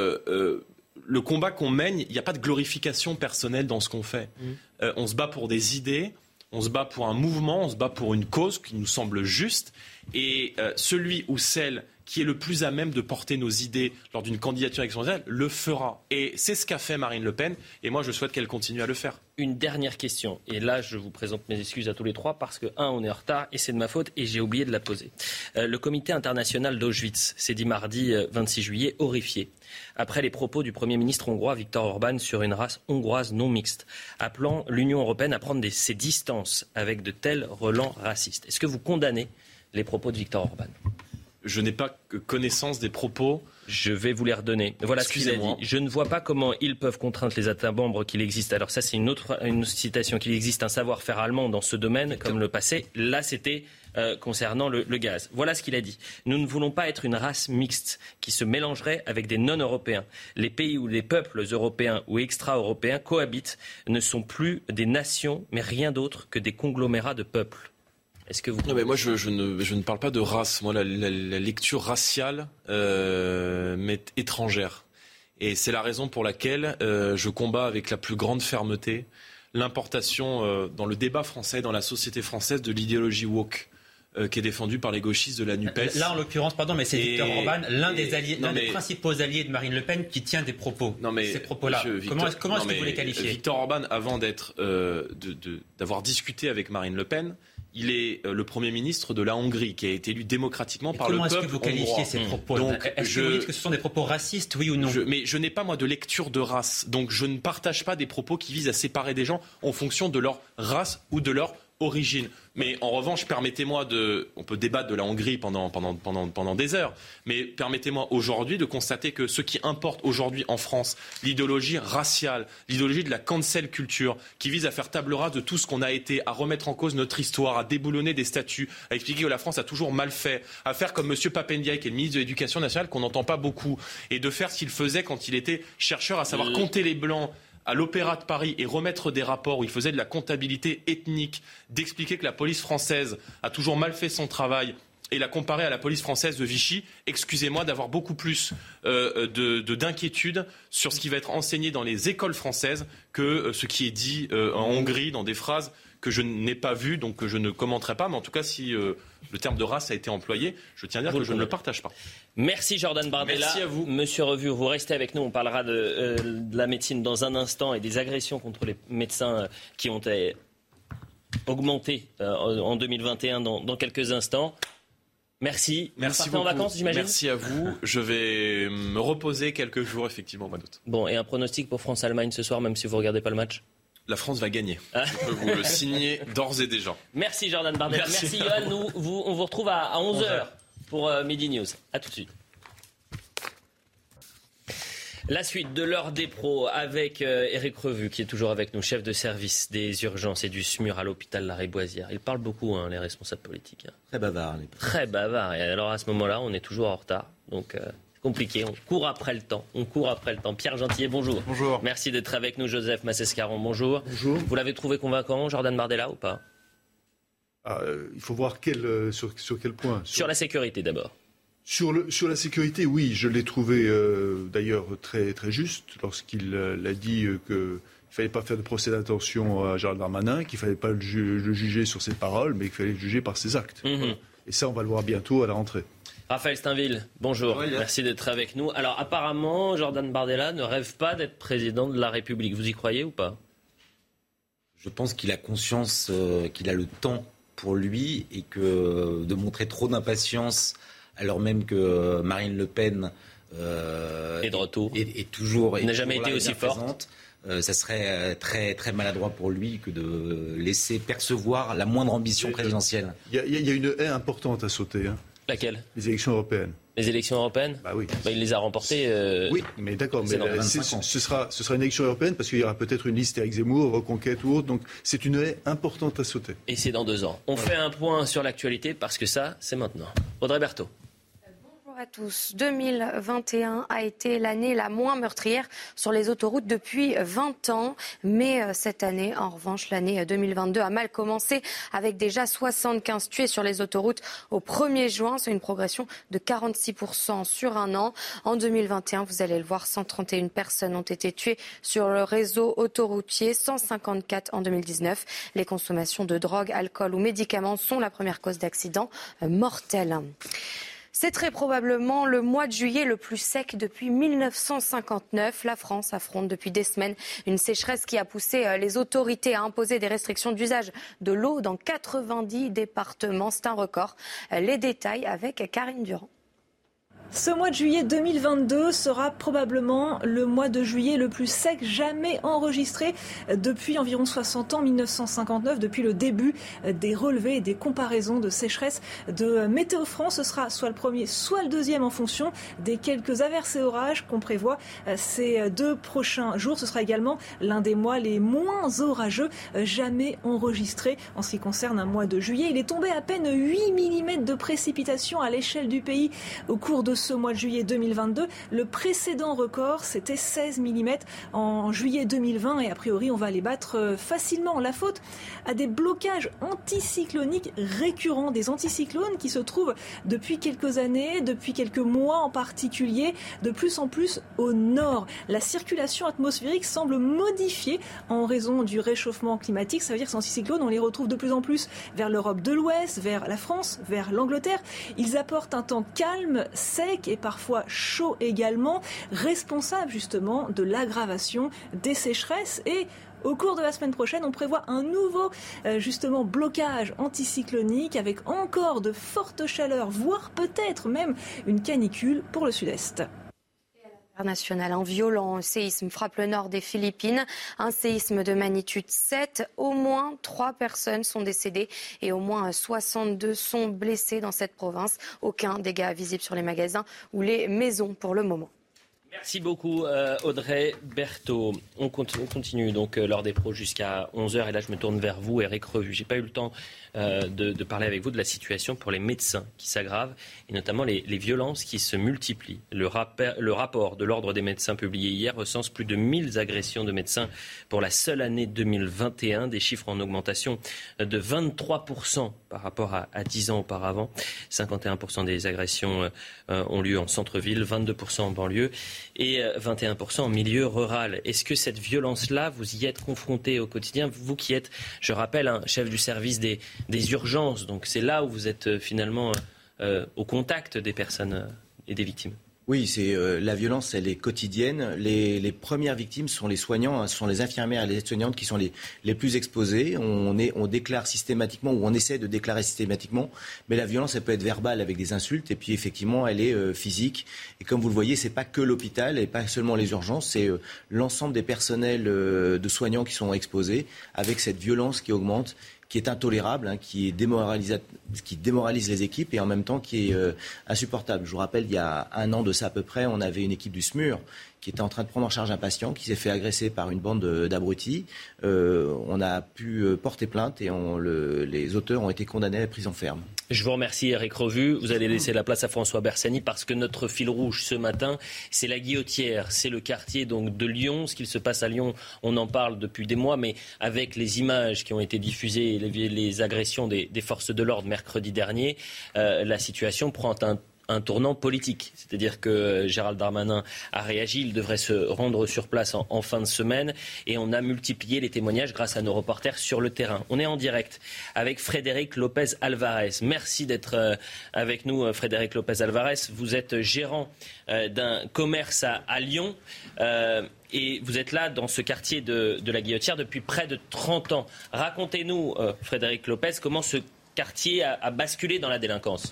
le combat qu'on mène, il n'y a pas de glorification personnelle dans ce qu'on fait. On se bat pour des idées, on se bat pour un mouvement, on se bat pour une cause qui nous semble juste, et celui ou celle qui est le plus à même de porter nos idées lors d'une candidature électorale le fera. Et c'est ce qu'a fait Marine Le Pen. Et moi, je souhaite qu'elle continue à le faire. Une dernière question. Et là, je vous présente mes excuses à tous les trois parce que, on est en retard et c'est de ma faute et j'ai oublié de la poser. Le comité international d'Auschwitz s'est dit mardi 26 juillet horrifié après les propos du Premier ministre hongrois Viktor Orban sur une race hongroise non mixte, appelant l'Union européenne à prendre ses distances avec de tels relents racistes. Est-ce que vous condamnez les propos de Viktor Orban ? Je n'ai pas connaissance des propos. Je vais vous les redonner. Voilà ce qu'il a dit. Je ne vois pas comment ils peuvent contraindre les États membres qu'il existe. Alors ça, c'est une citation, qu'il existe un savoir-faire allemand dans ce domaine, comme le passé. Là, c'était concernant le gaz. Voilà ce qu'il a dit. Nous ne voulons pas être une race mixte qui se mélangerait avec des non-européens. Les pays où les peuples européens ou extra-européens cohabitent ne sont plus des nations, mais rien d'autre que des conglomérats de peuples. Est-ce que vous... Non, mais moi, je ne parle pas de race. Moi, la lecture raciale m'est étrangère. Et c'est la raison pour laquelle je combats avec la plus grande fermeté l'importation dans le débat français, dans la société française, de l'idéologie woke qui est défendue par les gauchistes de la NUPES. Là, en l'occurrence, mais c'est Viktor Orban, l'un des principaux alliés de Marine Le Pen, qui tient des propos. Ces propos-là. Comment est-ce que vous les qualifiez ? Viktor Orban, avant d'avoir discuté avec Marine Le Pen, il est le Premier ministre de la Hongrie, qui a été élu démocratiquement par le peuple hongrois. Comment est-ce que vous qualifiez ces propos ? Est-ce que vous dites que ce sont des propos racistes, oui ou non ? Mais je n'ai pas, moi, de lecture de race. Donc je ne partage pas des propos qui visent à séparer des gens en fonction de leur race ou de leur origine. Mais en revanche, permettez-moi on peut débattre de la Hongrie pendant des heures, mais permettez-moi aujourd'hui de constater que ce qui importe aujourd'hui en France, l'idéologie raciale, l'idéologie de la cancel culture, qui vise à faire table rase de tout ce qu'on a été, à remettre en cause notre histoire, à déboulonner des statuts, à expliquer que la France a toujours mal fait, à faire comme M. Papendiaï, qui est le ministre de l'Éducation nationale, qu'on n'entend pas beaucoup, et de faire ce qu'il faisait quand il était chercheur, à savoir compter les blancs à l'Opéra de Paris et remettre des rapports où il faisait de la comptabilité ethnique, d'expliquer que la police française a toujours mal fait son travail et la comparer à la police française de Vichy, excusez-moi d'avoir beaucoup plus d'inquiétude sur ce qui va être enseigné dans les écoles françaises que ce qui est dit en Hongrie dans des phrases que je n'ai pas vues, donc que je ne commenterai pas. Mais en tout cas, si le terme de race a été employé, je tiens à dire que je ne le partage pas. Merci Jordan Bardella. Merci à vous. Monsieur Revue, vous restez avec nous. On parlera de la médecine dans un instant et des agressions contre les médecins qui ont augmenté en 2021 dans quelques instants. Merci. Merci beaucoup. En vacances, j'imagine. Merci à vous. Je vais me reposer quelques jours, effectivement, au mois d'août. Bon, et un pronostic pour France-Allemagne ce soir, même si vous ne regardez pas le match ? La France va gagner. Je peux vous le signer d'ores et déjà. Merci Jordan Bardella. Merci Yoann. On vous retrouve à 11h pour Midi News. A tout de suite. La suite de l'heure des pros avec Éric Revue, qui est toujours avec nous, chef de service des urgences et du SMUR à l'hôpital Lariboisière. Ils parlent beaucoup, les responsables politiques. Très bavards. Très bavards. Et alors à ce moment-là, on est toujours en retard. Donc c'est compliqué. On court après le temps. Pierre Gentillet, bonjour. Bonjour. Merci d'être avec nous. Joseph Massescaron, bonjour. Bonjour. Vous l'avez trouvé convaincant, Jordan Bardella, ou pas ? Il faut voir sur quel point. Sur la sécurité d'abord. Sur la sécurité, oui, je l'ai trouvé d'ailleurs très, très juste lorsqu'il a dit qu'il ne fallait pas faire de procès d'intention à Gérald Darmanin, qu'il ne fallait pas le juger sur ses paroles, mais qu'il fallait le juger par ses actes. Voilà. Et ça, on va le voir bientôt à la rentrée. Raphaël Steinville, bonjour. Merci d'être avec nous. Alors apparemment, Jordan Bardella ne rêve pas d'être président de la République. Vous y croyez ou pas ? Je pense qu'il a conscience qu'il a le temps pour lui et que de montrer trop d'impatience alors même que Marine Le Pen est de retour, n'a jamais été aussi forte. Ça serait très, très maladroit pour lui que de laisser percevoir la moindre ambition présidentielle. Il y a une haie importante à sauter. Laquelle ? Les élections européennes. Les élections européennes ? Bah oui. Il les a remportées. Oui, mais d'accord. Mais ce sera une élection européenne parce qu'il y aura peut-être une liste Éric Zemmour, Reconquête ou autre. Donc c'est une haie importante à sauter. Et c'est dans 2 ans. On fait un point sur l'actualité parce que ça, c'est maintenant. Audrey Berthaud. Bonjour à tous. 2021 a été l'année la moins meurtrière sur les autoroutes depuis 20 ans. Mais cette année, en revanche, l'année 2022 a mal commencé avec déjà 75 tués sur les autoroutes au 1er juin. C'est une progression de 46% sur un an. En 2021, vous allez le voir, 131 personnes ont été tuées sur le réseau autoroutier, 154 en 2019. Les consommations de drogue, alcool ou médicaments sont la première cause d'accidents mortels. C'est très probablement le mois de juillet le plus sec depuis 1959. La France affronte depuis des semaines une sécheresse qui a poussé les autorités à imposer des restrictions d'usage de l'eau dans 90 départements. C'est un record. Les détails avec Karine Durand. Ce mois de juillet 2022 sera probablement le mois de juillet le plus sec jamais enregistré depuis environ 60 ans, 1959, depuis le début des relevés et des comparaisons de sécheresse de Météo France. Ce sera soit le premier, soit le deuxième en fonction des quelques averses et orages qu'on prévoit ces 2 prochains jours. Ce sera également l'un des mois les moins orageux jamais enregistrés en ce qui concerne un mois de juillet. Il est tombé à peine 8 mm de précipitations à l'échelle du pays au cours de ce mois de juillet 2022. Le précédent record, c'était 16 mm en juillet 2020 et a priori, on va les battre facilement. La faute à des blocages anticycloniques récurrents, des anticyclones qui se trouvent depuis quelques années, depuis quelques mois en particulier, de plus en plus au nord. La circulation atmosphérique semble modifiée en raison du réchauffement climatique. Ça veut dire que ces anticyclones, on les retrouve de plus en plus vers l'Europe de l'Ouest, vers la France, vers l'Angleterre. Ils apportent un temps calme, sec et parfois chaud également, responsable justement de l'aggravation des sécheresses. Et au cours de la semaine prochaine, on prévoit un nouveau justement blocage anticyclonique avec encore de fortes chaleurs, voire peut-être même une canicule pour le sud-est. International. Un violent séisme frappe le nord des Philippines. Un séisme de magnitude 7. Au moins 3 personnes sont décédées et au moins 62 sont blessées dans cette province. Aucun dégât visible sur les magasins ou les maisons pour le moment. Merci beaucoup Audrey Berthaud. On continue donc l'heure des pros jusqu'à 11h et là je me tourne vers vous, Éric Revu. J'ai pas eu le temps de parler avec vous de la situation pour les médecins qui s'aggrave et notamment les violences qui se multiplient. Le rapport de l'Ordre des médecins publié hier recense plus de 1000 agressions de médecins pour la seule année 2021, des chiffres en augmentation de 23% par rapport à 10 ans auparavant. 51% des agressions ont lieu en centre-ville, 22% en banlieue et 21% en milieu rural. Est-ce que cette violence-là, vous y êtes confronté au quotidien, vous qui êtes, je rappelle, un chef du service des urgences, donc c'est là où vous êtes finalement au contact des personnes et des victimes? Oui, la violence, elle est quotidienne. Les premières victimes sont les soignants, ce sont les infirmières et les aides-soignantes qui sont les plus exposées. On déclare systématiquement, ou on essaie de déclarer systématiquement, mais la violence, elle peut être verbale avec des insultes, et puis effectivement, elle est physique. Et comme vous le voyez, c'est pas que l'hôpital, et pas seulement les urgences, c'est l'ensemble des personnels de soignants qui sont exposés, avec cette violence qui augmente, qui est intolérable, qui démoralise les équipes et en même temps qui est insupportable. Je vous rappelle, il y a 1 an de ça à peu près, on avait une équipe du SMUR qui était en train de prendre en charge un patient qui s'est fait agresser par une bande d'abrutis. On a pu porter plainte et les auteurs ont été condamnés à la prison ferme. Je vous remercie Éric Revu. Vous allez laisser la place à François Bersani parce que notre fil rouge ce matin, c'est la Guillotière. C'est le quartier donc de Lyon. Ce qu'il se passe à Lyon, on en parle depuis des mois, mais avec les images qui ont été diffusées, les agressions des forces de l'ordre mercredi dernier, la situation prend un tournant politique. C'est-à-dire que Gérald Darmanin a réagi, il devrait se rendre sur place en fin de semaine et on a multiplié les témoignages grâce à nos reporters sur le terrain. On est en direct avec Frédéric Lopez Alvarez. Merci d'être avec nous, Frédéric Lopez Alvarez. Vous êtes gérant d'un commerce à Lyon et vous êtes là dans ce quartier de la Guillotière depuis près de 30 ans. Racontez-nous, Frédéric Lopez, comment ce quartier a basculé dans la délinquance.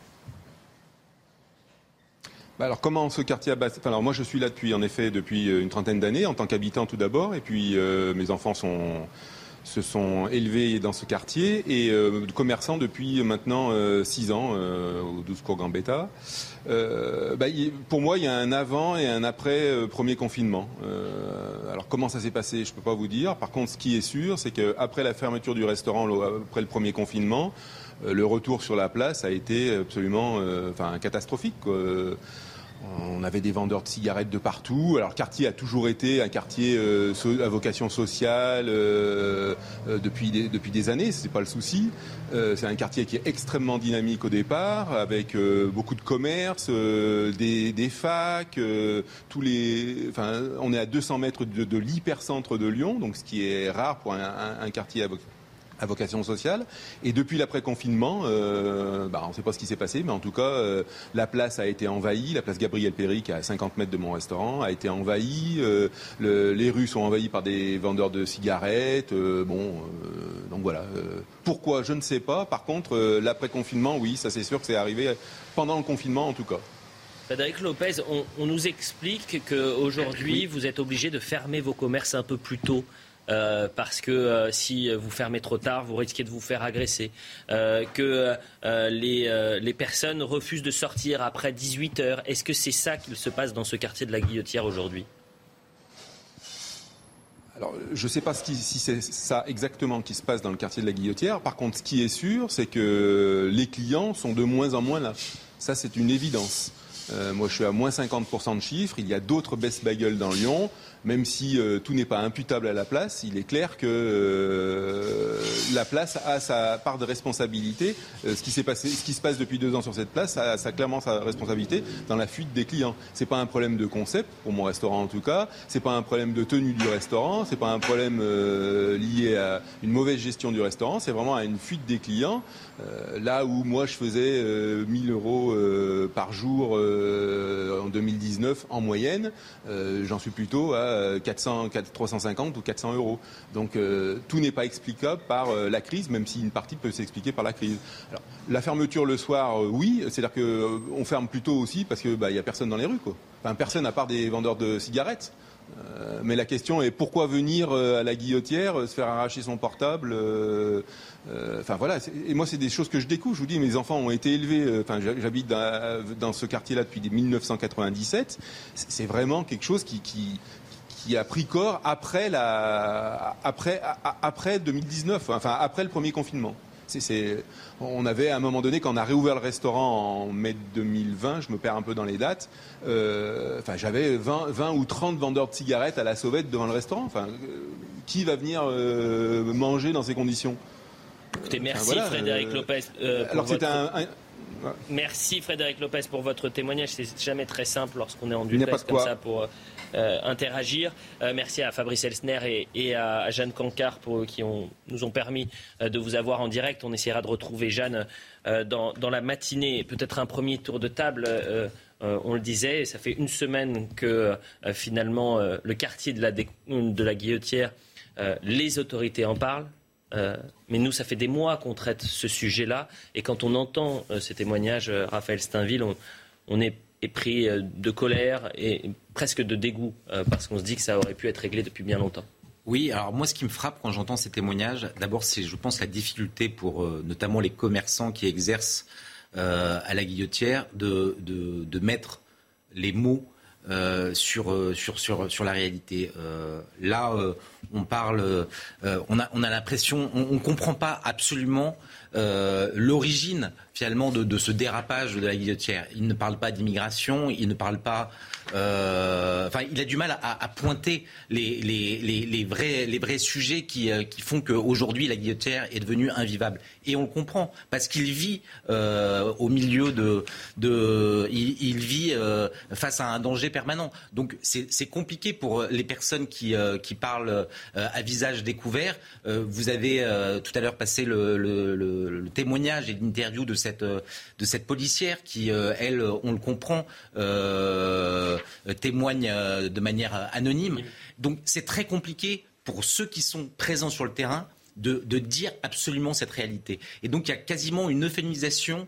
Alors comment ce quartier a basculé ? Alors moi je suis là depuis une trentaine d'années en tant qu'habitant tout d'abord et puis mes enfants se sont élevés dans ce quartier et commerçant depuis maintenant 6 ans au 12 cours Gambetta. Pour moi il y a un avant et un après premier confinement. Alors comment ça s'est passé, je ne peux pas vous dire. Par contre ce qui est sûr c'est qu'après la fermeture du restaurant, après le premier confinement, le retour sur la place a été absolument catastrophique, quoi. On avait des vendeurs de cigarettes de partout. Alors le quartier a toujours été un quartier à vocation sociale depuis des années, c'est pas le souci. C'est un quartier qui est extrêmement dynamique au départ, avec beaucoup de commerces, des facs, on est à 200 mètres de l'hypercentre de Lyon, donc ce qui est rare pour un quartier à vocation. à vocation sociale. Et depuis l'après-confinement, on ne sait pas ce qui s'est passé, mais en tout cas, la place a été envahie. La place Gabriel Péry, qui est à 50 mètres de mon restaurant, a été envahie. Les rues sont envahies par des vendeurs de cigarettes. Donc voilà. Pourquoi ? Je ne sais pas. Par contre, l'après-confinement, oui, ça c'est sûr que c'est arrivé pendant le confinement en tout cas. Frédéric Lopez, on nous explique qu'aujourd'hui, vous êtes obligé de fermer vos commerces un peu plus tôt. Parce que si vous fermez trop tard, vous risquez de vous faire agresser. Que les personnes refusent de sortir après 18h. Est-ce que c'est ça qu'il se passe dans ce quartier de la Guillotière aujourd'hui ? Alors, je ne sais pas si c'est ça exactement qui se passe dans le quartier de la Guillotière. Par contre, ce qui est sûr, c'est que les clients sont de moins en moins là. Ça, c'est une évidence. Moi, je suis à moins 50% de chiffre. Il y a d'autres Best Bagel dans Lyon. Même si tout n'est pas imputable à la place, il est clair que la place a sa part de responsabilité. Ce qui se passe depuis 2 ans sur cette place a clairement sa responsabilité dans la fuite des clients. C'est pas un problème de concept, pour mon restaurant en tout cas. C'est pas un problème de tenue du restaurant. C'est pas un problème lié à une mauvaise gestion du restaurant. C'est vraiment à une fuite des clients. Là où moi je faisais 1 000 € par jour en 2019 en moyenne, j'en suis plutôt à 350 ou 400 €. Donc tout n'est pas explicable par la crise, même si une partie peut s'expliquer par la crise. Alors, la fermeture le soir, oui, c'est-à-dire qu'on ferme plus tôt aussi parce qu'il n'y a personne dans les rues, quoi. Enfin, personne à part des vendeurs de cigarettes. Mais la question est pourquoi venir à la Guillotière, se faire arracher son portable Enfin voilà, et moi c'est des choses que je découvre. Je vous dis, mes enfants ont été élevés. J'habite dans ce quartier-là depuis 1997. C'est vraiment quelque chose qui a pris corps après 2019, enfin après le premier confinement. On avait à un moment donné, quand on a réouvert le restaurant en mai 2020, je me perds un peu dans les dates, j'avais 20 ou 30 vendeurs de cigarettes à la sauvette devant le restaurant. Qui va venir manger dans ces conditions ? Écoutez, merci Frédéric Lopez. Merci Frédéric Lopez pour votre témoignage. C'est jamais très simple lorsqu'on est en duplex comme ça pour interagir. Merci à Fabrice Elsner et à Jeanne Cancard qui nous ont permis de vous avoir en direct. On essaiera de retrouver Jeanne dans la matinée. Peut-être un premier tour de table. On le disait, ça fait 1 semaine que finalement le quartier de la Guillotière, les autorités en parlent. Mais nous, ça fait des mois qu'on traite ce sujet-là. Et quand on entend ces témoignages, Raphaël Steinville, on est pris de colère et presque de dégoût parce qu'on se dit que ça aurait pu être réglé depuis bien longtemps. Oui, alors moi, ce qui me frappe quand j'entends ces témoignages, d'abord, c'est, je pense, la difficulté pour notamment les commerçants qui exercent à la Guillotière de mettre les mots sur la réalité. Là, on parle, on a l'impression, on ne comprend pas absolument l'origine finalement de ce dérapage de la Guillotière. Il ne parle pas d'immigration, il ne parle pas. Il a du mal à pointer les vrais sujets qui font qu'aujourd'hui la Guillotière est devenue invivable. Et on le comprend parce qu'il vit au milieu il vit face à un danger permanent. Donc c'est compliqué pour les personnes qui parlent à visage découvert. Vous avez tout à l'heure passé le témoignage et l'interview de cette policière qui, elle, on le comprend, témoigne de manière anonyme. Donc c'est très compliqué pour ceux qui sont présents sur le terrain de dire absolument cette réalité. Et donc il y a quasiment une euphémisation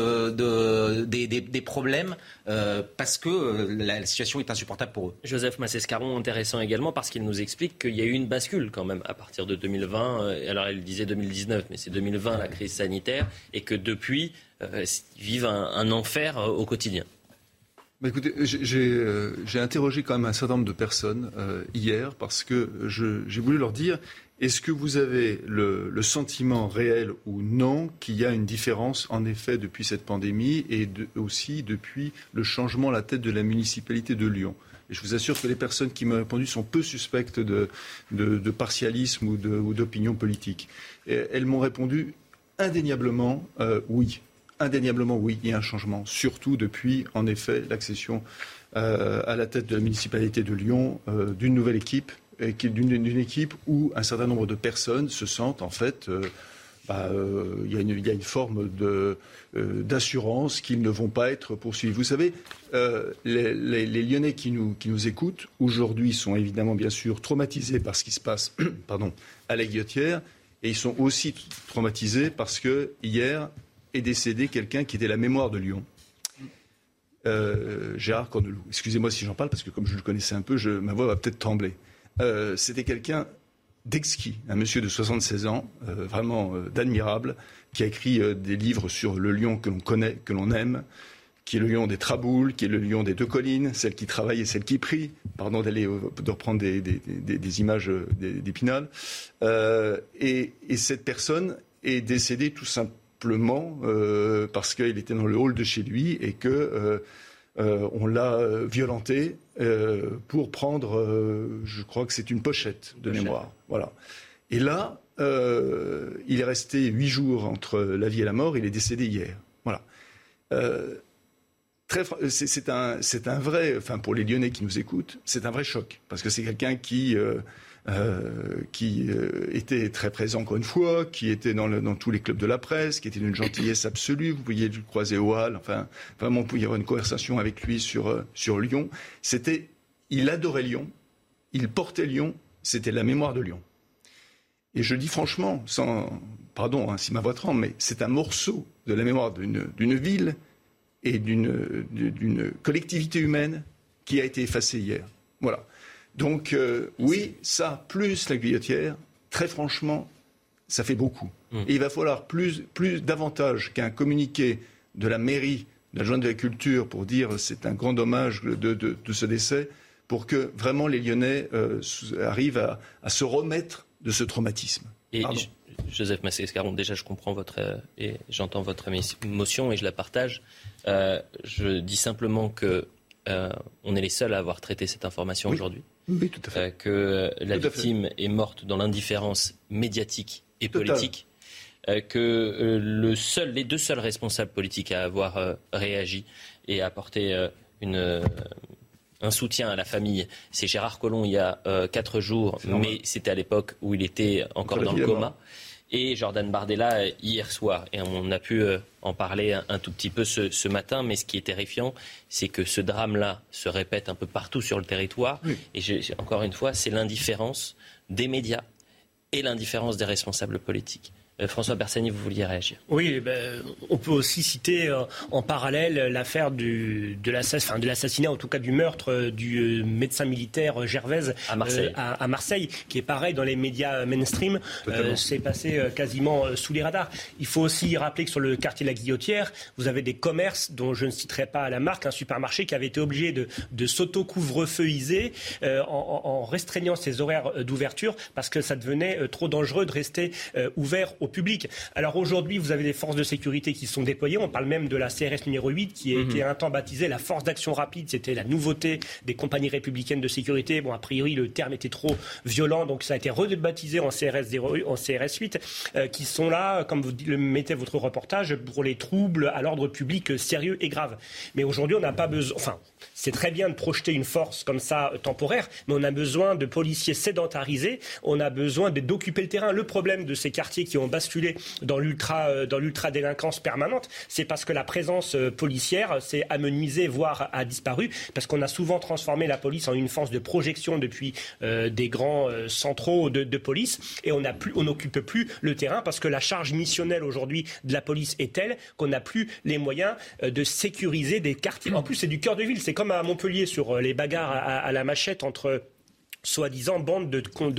des problèmes parce que la situation est insupportable pour eux. Joseph Massescaron, intéressant également parce qu'il nous explique qu'il y a eu une bascule quand même à partir de 2020. Alors il disait 2019, mais c'est 2020 la crise sanitaire et que depuis ils vivent un enfer au quotidien. Bah écoutez, j'ai interrogé quand même un certain nombre de personnes hier parce que j'ai voulu leur dire est-ce que vous avez le sentiment réel ou non qu'il y a une différence en effet depuis cette pandémie et aussi depuis le changement à la tête de la municipalité de Lyon. Et je vous assure que les personnes qui m'ont répondu sont peu suspectes de partialisme ou d'opinion politique. Et elles m'ont répondu indéniablement oui. Indéniablement, oui, il y a un changement, surtout depuis, en effet, l'accession à la tête de la municipalité de Lyon d'une nouvelle équipe d'une équipe où un certain nombre de personnes se sentent en fait, il y a une forme d'assurance qu'ils ne vont pas être poursuivis. Vous savez, les Lyonnais qui nous écoutent aujourd'hui sont évidemment bien sûr traumatisés par ce qui se passe à la Guillotière, et ils sont aussi traumatisés parce que hier est décédé quelqu'un qui était la mémoire de Lyon. Gérard Corneloup. Excusez-moi si j'en parle parce que comme je le connaissais un peu, ma voix va peut-être trembler. C'était quelqu'un d'exquis, un monsieur de 76 ans, vraiment d'admirable, qui a écrit des livres sur le Lyon que l'on connaît, que l'on aime, qui est le Lyon des Traboules, qui est le Lyon des deux collines, celle qui travaille et celle qui prie, de reprendre des images d'Épinal. Et cette personne est décédée tout simplement parce qu'il était dans le hall de chez lui et que on l'a violenté pour prendre, je crois que c'est une pochette de mémoire. Voilà. Et là, il est resté 8 jours entre la vie et la mort. Il est décédé hier. Voilà. C'est un vrai, enfin pour les Lyonnais qui nous écoutent, c'est un vrai choc parce que c'est quelqu'un qui était très présent encore une fois, qui était dans tous les clubs de la presse, qui était d'une gentillesse absolue. Vous pouviez le croiser au hall. Enfin, vraiment, vous pouviez avoir une conversation avec lui sur Lyon. Il adorait Lyon, il portait Lyon. C'était la mémoire de Lyon. Et je dis franchement, pardon si ma voix tremble, mais c'est un morceau de la mémoire d'une ville et d'une collectivité humaine qui a été effacée hier. Voilà. Donc oui, ça, plus la Guillotière, très franchement, ça fait beaucoup. Et il va falloir davantage qu'un communiqué de la mairie, de l'adjoint de la culture pour dire c'est un grand dommage de ce décès, pour que vraiment les Lyonnais arrivent à se remettre de ce traumatisme. Et Joseph Massé-Escaron, déjà je comprends et j'entends votre émotion et je la partage. Je dis simplement que on est les seuls à avoir traité cette information aujourd'hui. Oui, tout à fait. Que la victime est morte dans l'indifférence médiatique et politique. Que les deux seuls responsables politiques à avoir réagi et à apporter un soutien à la famille, c'est Gérard Collomb il y a 4 jours, mais c'était à l'époque où il était encore dans le coma, et Jordan Bardella hier soir. Et on a pu en parler un tout petit peu ce matin, mais ce qui est terrifiant, c'est que ce drame-là se répète un peu partout sur le territoire. Oui. Et encore une fois, c'est l'indifférence des médias et l'indifférence des responsables politiques. François Bersani, vous vouliez réagir? Oui, on peut aussi citer en parallèle l'affaire de l'assassinat, en tout cas du meurtre du médecin militaire Gervaise à Marseille, qui est pareil dans les médias mainstream. C'est passé quasiment sous les radars. Il faut aussi rappeler que sur le quartier de la Guillotière, vous avez des commerces dont je ne citerai pas la marque, un supermarché qui avait été obligé de s'auto-couvre-feuiser en restreignant ses horaires d'ouverture parce que ça devenait trop dangereux de rester ouvert au public. Alors aujourd'hui, vous avez des forces de sécurité qui sont déployées. On parle même de la CRS numéro 8 qui a été un temps baptisée la force d'action rapide. C'était la nouveauté des compagnies républicaines de sécurité. Bon, a priori, le terme était trop violent, donc ça a été rebaptisé en CRS 8, qui sont là, comme vous le mettez votre reportage, pour les troubles à l'ordre public sérieux et graves. Mais aujourd'hui, on n'a pas besoin... Enfin, c'est très bien de projeter une force comme ça temporaire, mais on a besoin de policiers sédentarisés. On a besoin d'occuper le terrain. Le problème de ces quartiers qui ont basculé dans l'ultra-délinquance permanente, c'est parce que la présence policière s'est amenuisée, voire a disparu, parce qu'on a souvent transformé la police en une force de projection depuis des grands centraux de police, et on n'occupe plus le terrain, parce que la charge missionnelle aujourd'hui de la police est telle qu'on n'a plus les moyens de sécuriser des quartiers. En plus, c'est du cœur de ville, c'est comme à Montpellier sur les bagarres à la machette entre soi-disant bande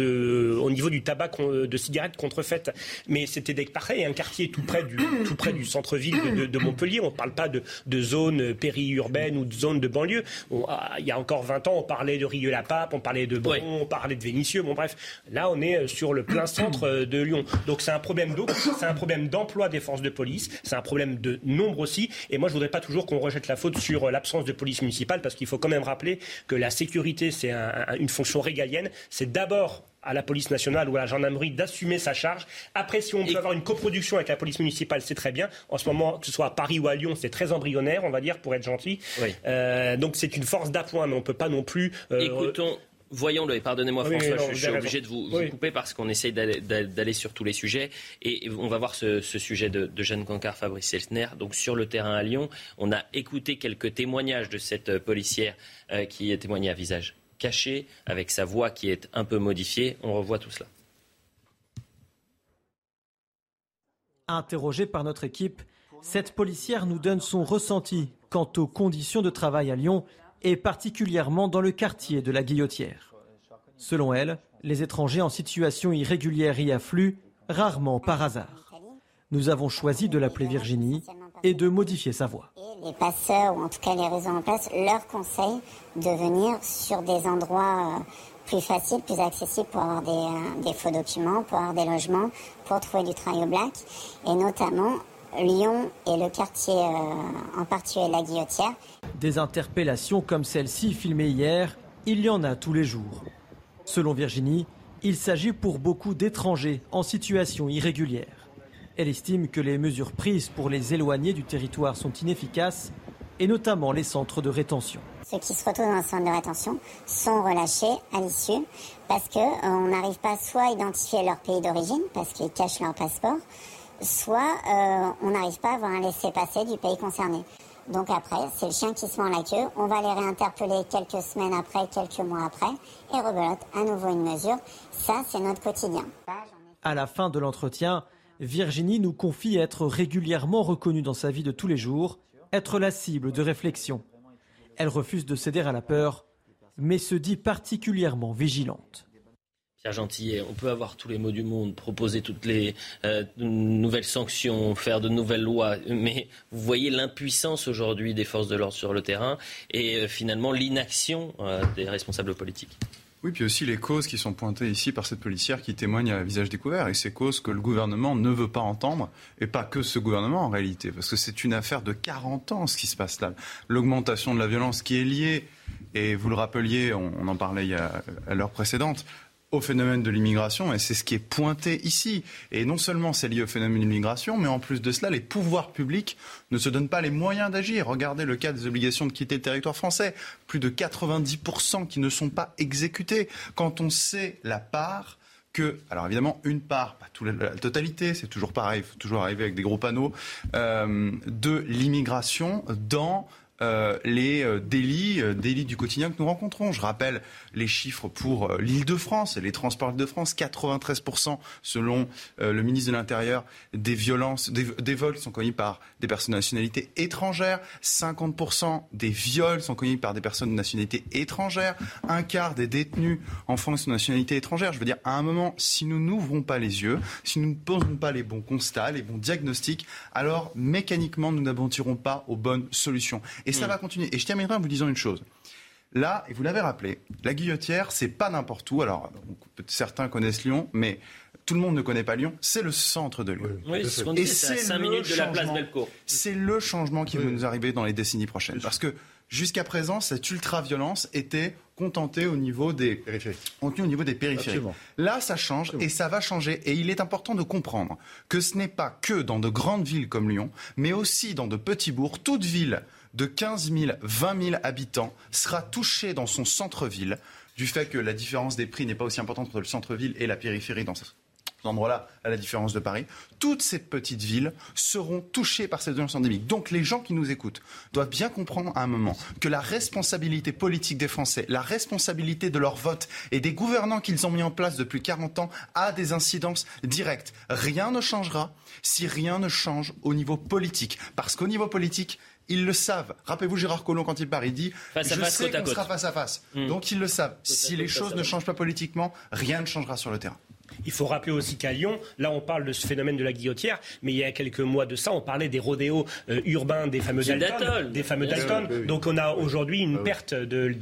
au niveau du tabac de cigarettes contrefaites. Mais c'était pareil, un quartier tout près du centre-ville de Montpellier. On ne parle pas de zone périurbaine ou de zone de banlieue. Il y a encore 20 ans, on parlait de Rieux-la-Pape, on parlait de Bron, on parlait de Vénissieux. Bon bref, là on est sur le plein centre de Lyon. Donc c'est un problème d'eau, c'est un problème d'emploi des forces de police, c'est un problème de nombre aussi. Et moi je ne voudrais pas toujours qu'on rejette la faute sur l'absence de police municipale, parce qu'il faut quand même rappeler que la sécurité c'est une fonction régalienne. C'est d'abord à la police nationale ou à la gendarmerie d'assumer sa charge. Après, si on peut avoir une coproduction avec la police municipale, c'est très bien. En ce moment, que ce soit à Paris ou à Lyon, c'est très embryonnaire, on va dire, pour être gentil. Oui. Donc c'est une force d'appoint, mais on ne peut pas non plus... Voyons-le, et pardonnez-moi François, je suis obligé de vous couper parce qu'on essaye d'aller sur tous les sujets. Et on va voir ce sujet de Jeanne Cancard, Fabrice Elsner. Donc sur le terrain à Lyon, on a écouté quelques témoignages de cette policière qui témoignait à visage caché, avec sa voix qui est un peu modifiée. On revoit tout cela. Interrogée par notre équipe, cette policière nous donne son ressenti quant aux conditions de travail à Lyon et particulièrement dans le quartier de la Guillotière. Selon elle, les étrangers en situation irrégulière y affluent, rarement par hasard. Nous avons choisi de l'appeler Virginie et de modifier sa voix. Les passeurs, ou en tout cas les réseaux en place, leur conseillent de venir sur des endroits plus faciles, plus accessibles pour avoir des faux documents, pour avoir des logements, pour trouver du travail au black. Et notamment, Lyon et le quartier en particulier la Guillotière. Des interpellations comme celle-ci filmée hier, il y en a tous les jours. Selon Virginie, il s'agit pour beaucoup d'étrangers en situation irrégulière. Elle estime que les mesures prises pour les éloigner du territoire sont inefficaces, et notamment les centres de rétention. Ceux qui se retrouvent dans un centre de rétention sont relâchés à l'issue parce qu'on n'arrive pas soit à identifier leur pays d'origine parce qu'ils cachent leur passeport, soit on n'arrive pas à avoir un laissez-passer du pays concerné. Donc après, c'est le chien qui se mord la queue. On va les réinterpeller quelques semaines après, quelques mois après, et rebelote à nouveau une mesure. Ça, c'est notre quotidien. À la fin de l'entretien, Virginie nous confie être régulièrement reconnue dans sa vie de tous les jours, être la cible de réflexion. Elle refuse de céder à la peur, mais se dit particulièrement vigilante. Pierre Gentillet, on peut avoir tous les mots du monde, proposer toutes les nouvelles sanctions, faire de nouvelles lois, mais vous voyez l'impuissance aujourd'hui des forces de l'ordre sur le terrain et finalement l'inaction des responsables politiques. Oui, puis aussi les causes qui sont pointées ici par cette policière qui témoigne à visage découvert. Et ces causes que le gouvernement ne veut pas entendre, et pas que ce gouvernement en réalité, parce que c'est une affaire de 40 ans ce qui se passe là. L'augmentation de la violence qui est liée, et vous le rappeliez, on en parlait à l'heure précédente, au phénomène de l'immigration, et c'est ce qui est pointé ici. Et non seulement c'est lié au phénomène de l'immigration, mais en plus de cela, les pouvoirs publics ne se donnent pas les moyens d'agir. Regardez le cas des obligations de quitter le territoire français. Plus de 90% qui ne sont pas exécutés. Quand on sait la part que, alors évidemment, une part, pas la totalité, c'est toujours pareil, il faut toujours arriver avec des gros panneaux, de l'immigration dans les délits du quotidien que nous rencontrons. Je rappelle les chiffres pour l'Île-de-France et les transports d'Île-de-France. 93% selon le ministre de l'Intérieur des vols sont commis par des personnes de nationalité étrangère. 50% des viols sont commis par des personnes de nationalité étrangère. Un quart des détenus en France sont de nationalité étrangère. Je veux dire, à un moment, si nous n'ouvrons pas les yeux, si nous ne posons pas les bons constats, les bons diagnostics, alors mécaniquement, nous n'aboutirons pas aux bonnes solutions. Et ça va continuer. Et je terminerai en vous disant une chose. Là, et vous l'avez rappelé, la Guillotière, c'est pas n'importe où. Alors, certains connaissent Lyon, mais tout le monde ne connaît pas Lyon. C'est le centre de Lyon. Oui, c'est ce qu'on dit, c'est à 5 minutes de la place Bellecour. C'est le changement qui va nous arriver dans les décennies prochaines. Parce que jusqu'à présent, cette ultra-violence était contentée au niveau des périphériques. Absolument. Là, ça change et ça va changer. Et il est important de comprendre que ce n'est pas que dans de grandes villes comme Lyon, mais aussi dans de petits bourgs, toute ville de 15 000, 20 000 habitants sera touchée dans son centre-ville du fait que la différence des prix n'est pas aussi importante entre le centre-ville et la périphérie dans cet endroit-là, à la différence de Paris. Toutes ces petites villes seront touchées par cette violence endémique. Donc les gens qui nous écoutent doivent bien comprendre à un moment que la responsabilité politique des Français, la responsabilité de leur vote et des gouvernants qu'ils ont mis en place depuis 40 ans a des incidences directes. Rien ne changera si rien ne change au niveau politique. Parce qu'au niveau politique, ils le savent. Rappelez-vous Gérard Collomb quand il part, il dit « Je sais qu'on sera face à face ». Donc ils le savent. Si les choses ne changent pas politiquement, rien ne changera sur le terrain. Il faut rappeler aussi qu'à Lyon, là on parle de ce phénomène de la guillotière, mais il y a quelques mois de ça, on parlait des rodéos urbains, des fameux Dalton. Oui. Donc on a aujourd'hui une perte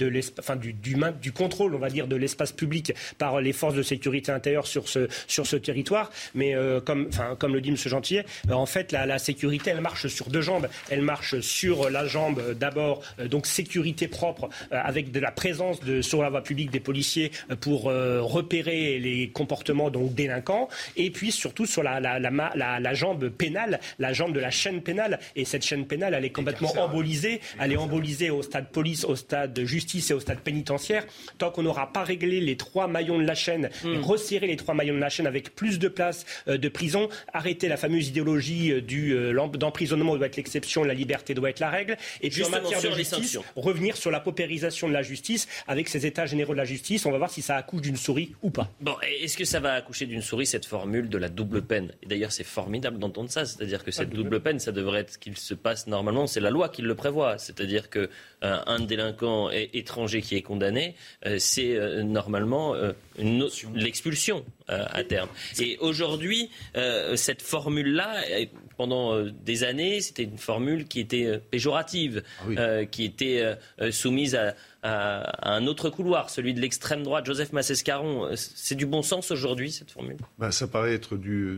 du contrôle, on va dire, de l'espace public par les forces de sécurité intérieure sur ce territoire. Mais comme le dit M. Gentillet, en fait la sécurité, elle marche sur deux jambes. Elle marche sur la jambe d'abord, donc sécurité propre, avec de la présence sur la voie publique des policiers pour repérer les comportements comportement donc délinquant, et puis surtout sur la jambe pénale, la jambe de la chaîne pénale. Et cette chaîne pénale, elle est complètement embolisée. Elle est embolisée au stade police, au stade justice et au stade pénitentiaire. Tant qu'on n'aura pas réglé les 3 maillons de la chaîne, resserrer les 3 maillons de la chaîne avec plus de places de prison, arrêter la fameuse idéologie d'emprisonnement doit être l'exception, la liberté doit être la règle. Et puis en matière de justice, revenir sur la paupérisation de la justice avec ces états généraux de la justice. On va voir si ça accouche d'une souris ou pas. Bon, est-ce que ça va accoucher d'une souris, cette formule de la double peine? Et d'ailleurs, c'est formidable d'entendre ça. C'est-à-dire que cette double peine, ça devrait être ce qu'il se passe normalement. C'est la loi qui le prévoit. C'est-à-dire qu'un délinquant étranger qui est condamné, c'est normalement l'expulsion à terme. Et aujourd'hui, cette formule-là, pendant des années, c'était une formule qui était péjorative, qui était soumise à un autre couloir, celui de l'extrême droite. Joseph Massescaron, c'est du bon sens aujourd'hui, cette formule? Ça paraît être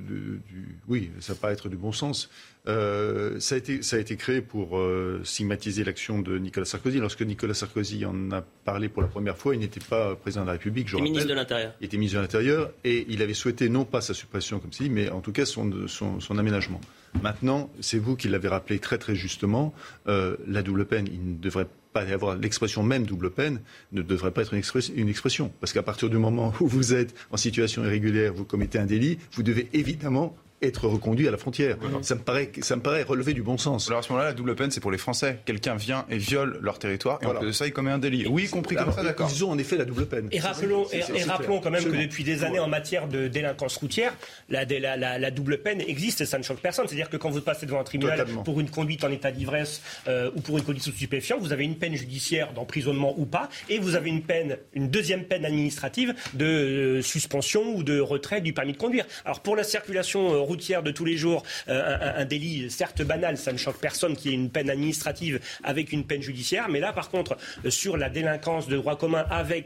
ça paraît être du bon sens. Ça a été créé pour stigmatiser l'action de Nicolas Sarkozy. Lorsque Nicolas Sarkozy en a parlé pour la première fois, il n'était pas président de la République, je rappelle. Ministre de l'Intérieur. Il était ministre de l'Intérieur et il avait souhaité non pas sa suppression comme c'est dit, mais en tout cas son aménagement. Maintenant, c'est vous qui l'avez rappelé très très justement, la double peine, il ne devrait pas y avoir l'expression même double peine, ne devrait pas être une expression. Parce qu'à partir du moment où vous êtes en situation irrégulière, vous commettez un délit, vous devez évidemment être reconduit à la frontière. Ça me paraît relever du bon sens. Alors à ce moment-là, la double peine, c'est pour les Français. Quelqu'un vient et viole leur territoire, et en plus de ça, il commet un délit. Oui, compris comme ça, d'accord. Ils ont en effet la double peine. Et rappelons quand même que depuis des années, en matière de délinquance routière, la double peine existe et ça ne choque personne. C'est-à-dire que quand vous passez devant un tribunal pour une conduite en état d'ivresse ou pour une conduite sous stupéfiant, vous avez une peine judiciaire d'emprisonnement ou pas, et vous avez une deuxième peine administrative de suspension ou de retrait du permis de conduire. Alors pour la circulation routière de tous les jours, un délit certes banal, ça ne choque personne qu'il y ait une peine administrative avec une peine judiciaire, mais là par contre sur la délinquance de droit commun avec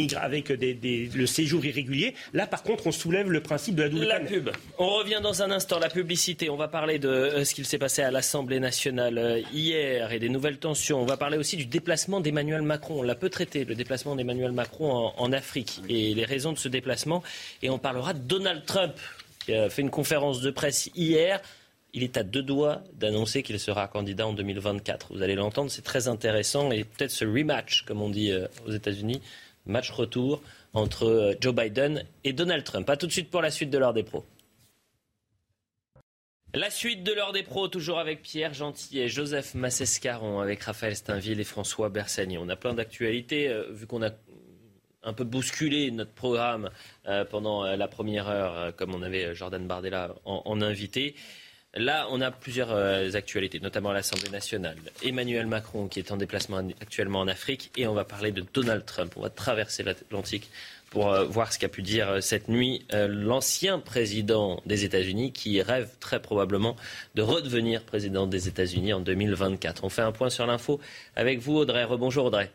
le séjour irrégulier, là par contre on soulève le principe de la double peine. Pub. On revient dans un instant, la publicité, on va parler de ce qu'il s'est passé à l'Assemblée nationale hier et des nouvelles tensions. On va parler aussi du déplacement d'Emmanuel Macron. On l'a peu traité, le déplacement d'Emmanuel Macron en Afrique et les raisons de ce déplacement, et on parlera de Donald Trump qui a fait une conférence de presse hier. Il est à 2 doigts d'annoncer qu'il sera candidat en 2024. Vous allez l'entendre, c'est très intéressant. Et peut-être ce rematch, comme on dit aux États-Unis, match retour entre Joe Biden et Donald Trump. A tout de suite pour la suite de l'heure des pros. La suite de l'heure des pros, toujours avec Pierre Gentillet, Joseph Massescaron, avec Raphaël Steinville et François Bersani. On a plein d'actualités, vu qu'on a un peu bousculé notre programme pendant la première heure, comme on avait Jordan Bardella en invité. Là, on a plusieurs actualités, notamment à l'Assemblée nationale. Emmanuel Macron qui est en déplacement actuellement en Afrique, et on va parler de Donald Trump. On va traverser l'Atlantique pour voir ce qu'a pu dire cette nuit l'ancien président des États-Unis qui rêve très probablement de redevenir président des États-Unis en 2024. On fait un point sur l'info avec vous, Audrey. Rebonjour Audrey.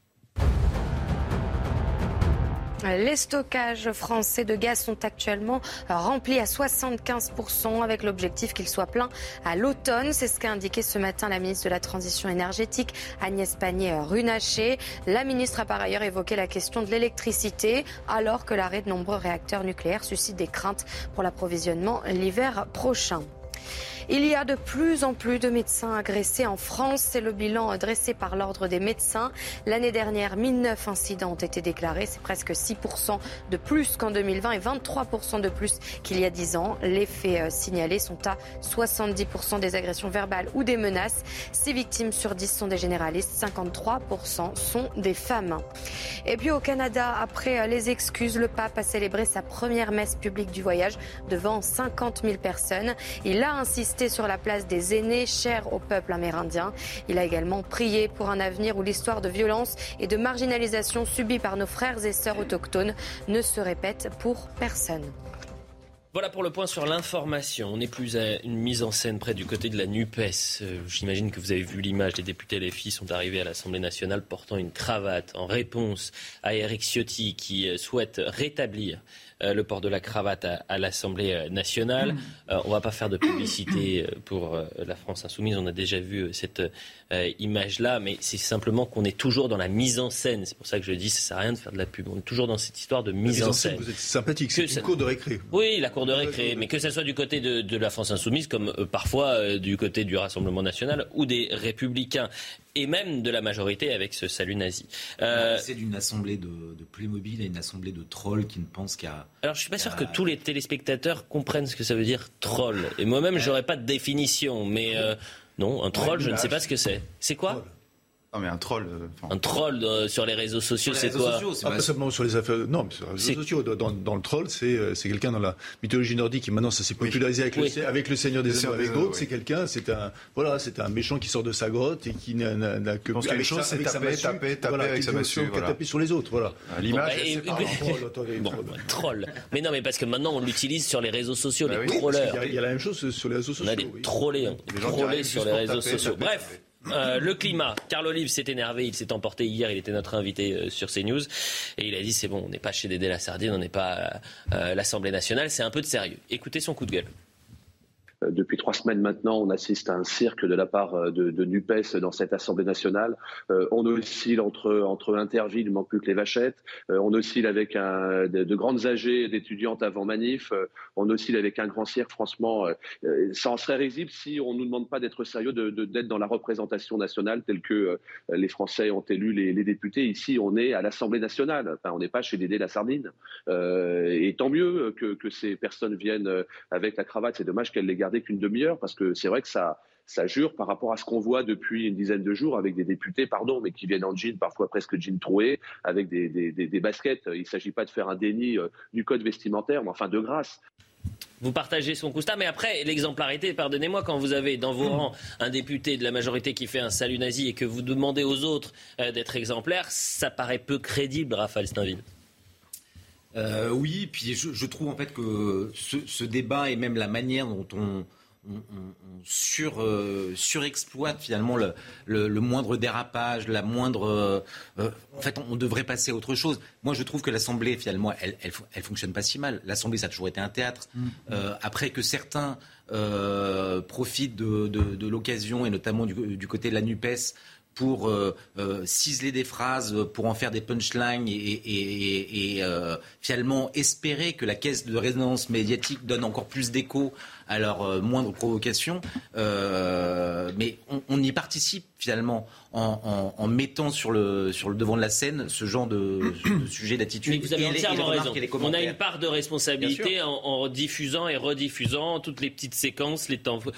Les stockages français de gaz sont actuellement remplis à 75% avec l'objectif qu'ils soient pleins à l'automne. C'est ce qu'a indiqué ce matin la ministre de la Transition énergétique, Agnès Pannier-Runacher. La ministre a par ailleurs évoqué la question de l'électricité alors que l'arrêt de nombreux réacteurs nucléaires suscite des craintes pour l'approvisionnement l'hiver prochain. Il y a de plus en plus de médecins agressés en France. C'est le bilan dressé par l'Ordre des médecins. L'année dernière, 1009 incidents ont été déclarés. C'est presque 6% de plus qu'en 2020 et 23% de plus qu'il y a 10 ans. Les faits signalés sont à 70% des agressions verbales ou des menaces. 6 victimes sur 10 sont des généralistes. 53% sont des femmes. Et puis au Canada, après les excuses, le pape a célébré sa première messe publique du voyage devant 50 000 personnes. Il a insisté sur la place des aînés, chers au peuple amérindien. Il a également prié pour un avenir où l'histoire de violence et de marginalisation subie par nos frères et sœurs autochtones ne se répète pour personne. Voilà pour le point sur l'information. On n'est plus à une mise en scène près du côté de la NUPES. J'imagine que vous avez vu l'image. Les députés LFI sont arrivés à l'Assemblée nationale portant une cravate en réponse à Éric Ciotti qui souhaite rétablir le port de la cravate à l'Assemblée nationale. On ne va pas faire de publicité pour la France insoumise. On a déjà vu cette image-là, mais c'est simplement qu'on est toujours dans la mise en scène. C'est pour ça que je dis, ça ne sert à rien de faire de la pub. On est toujours dans cette histoire de mise en scène. Vous êtes sympathique, c'est une cour de récré. Oui, la cour de récré, mais que ce soit du côté de la France insoumise, comme parfois du côté du Rassemblement national ou des Républicains. Et même de la majorité avec ce salut nazi. C'est d'une assemblée de Playmobil à une assemblée de trolls qui ne pensent qu'à... Alors je suis pas sûr que tous les téléspectateurs comprennent ce que ça veut dire troll. Et moi-même, j'aurais pas de définition. Mais non, un troll, je ne sais pas ce que c'est. C'est quoi ? Non mais un troll. Un troll sur les réseaux sociaux, c'est quoi ? Pas seulement sur les affaires. Non, mais sur les réseaux sociaux. Dans le troll, c'est quelqu'un dans la mythologie nordique qui maintenant ça s'est popularisé avec le Seigneur des Anneaux, avec d'autres. C'est quelqu'un, c'est un méchant qui sort de sa grotte et qui n'a que. Je pense qu'une chose, c'est taper avec sa massue. Taper sur les autres, voilà. L'image. Troll. Mais non, mais parce que maintenant on l'utilise sur les réseaux sociaux, les trollers. Il y a la même chose sur les réseaux sociaux. On a des trollés sur les réseaux sociaux. Bref. Le climat. Carl Olive s'est énervé, il s'est emporté hier, il était notre invité sur CNews et il a dit c'est bon, on n'est pas chez Dédé la Sardine, on n'est pas à l'Assemblée nationale, c'est un peu de sérieux. Écoutez son coup de gueule. Depuis 3 semaines maintenant, on assiste à un cirque de la part de NUPES dans cette Assemblée nationale. On oscille entre Intervilles, il manque plus que les vachettes. On oscille avec de grandes AG d'étudiantes avant manif. On oscille avec un grand cirque. Franchement, ça en serait risible si on ne nous demande pas d'être sérieux, d'être dans la représentation nationale telle que les Français ont élu les députés. Ici, on est à l'Assemblée nationale. Enfin, on n'est pas chez Dédé la Sardine. Et tant mieux que ces personnes viennent avec la cravate. C'est dommage qu'elles les gardent qu'une demi-heure, parce que c'est vrai que ça jure par rapport à ce qu'on voit depuis une dizaine de jours avec des députés, mais qui viennent en jean, parfois presque jean troué, avec des baskets. Il ne s'agit pas de faire un déni du code vestimentaire, mais enfin de grâce. Vous partagez son constat, mais après, l'exemplarité, pardonnez-moi, quand vous avez dans vos rangs un député de la majorité qui fait un salut nazi et que vous demandez aux autres d'être exemplaires, ça paraît peu crédible, Raphaël Steinville. Oui, puis je trouve en fait que ce débat et même la manière dont on surexploite finalement le moindre dérapage, la moindre... en fait, on devrait passer à autre chose. Moi, je trouve que l'Assemblée, finalement, elle fonctionne pas si mal. L'Assemblée, ça a toujours été un théâtre. Après que certains profitent de l'occasion, et notamment du côté de la NUPES, pour ciseler des phrases, pour en faire des punchlines et finalement espérer que la caisse de résonance médiatique donne encore plus d'écho à leur moindre provocation. Mais on y participe finalement en mettant sur le devant de la scène ce genre de sujet, d'attitude. Mais vous avez entièrement raison. On a une part de responsabilité en diffusant et rediffusant toutes les petites séquences,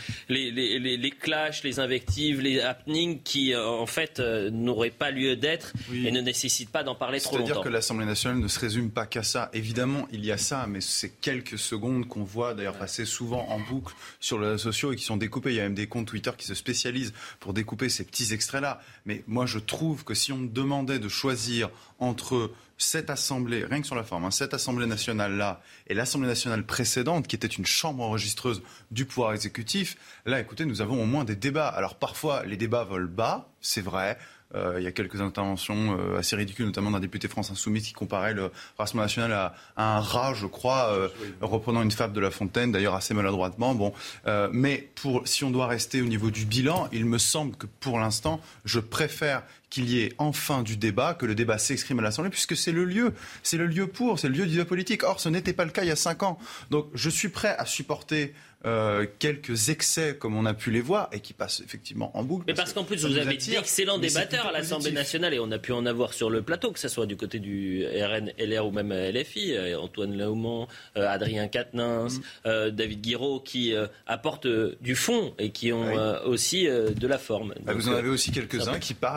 les clashs, les invectives, les happenings qui en fait n'auraient pas lieu d'être et ne nécessitent pas d'en parler trop longtemps. C'est-à-dire que l'Assemblée nationale ne se résume pas qu'à ça. Évidemment, il y a ça, mais c'est quelques secondes qu'on voit d'ailleurs passer souvent en boucle sur les réseaux sociaux et qui sont découpés. Il y a même des comptes Twitter qui se spécialisent pour découper ces petits extraits-là. Mais moi, je trouve que si on me demandait de choisir entre cette Assemblée, rien que sur la forme, cette Assemblée nationale-là et l'Assemblée nationale précédente, qui était une chambre enregistreuse du pouvoir exécutif, là, écoutez, nous avons au moins des débats. Alors parfois, les débats volent bas, c'est vrai. Il y a quelques interventions assez ridicules, notamment d'un député France Insoumise qui comparait le Rassemblement national à un rat, je crois, reprenant une fable de La Fontaine, d'ailleurs assez maladroitement. Bon, mais si on doit rester au niveau du bilan, il me semble que pour l'instant, je préfère qu'il y ait enfin du débat, que le débat s'exprime à l'Assemblée, puisque c'est le lieu du débat politique. Or, ce n'était pas le cas il y a 5 ans. Donc, je suis prêt à supporter quelques excès comme on a pu les voir et qui passent effectivement en boucle. Mais parce qu'en plus vous avez d'excellents débatteurs à l'Assemblée nationale et on a pu en avoir sur le plateau, que ce soit du côté du RN, LR ou même LFI, Antoine Laumont, Adrien Quatennens, David Guiraud qui apportent du fond et qui ont aussi de la forme. Donc, vous en avez aussi quelques-uns qui passent entre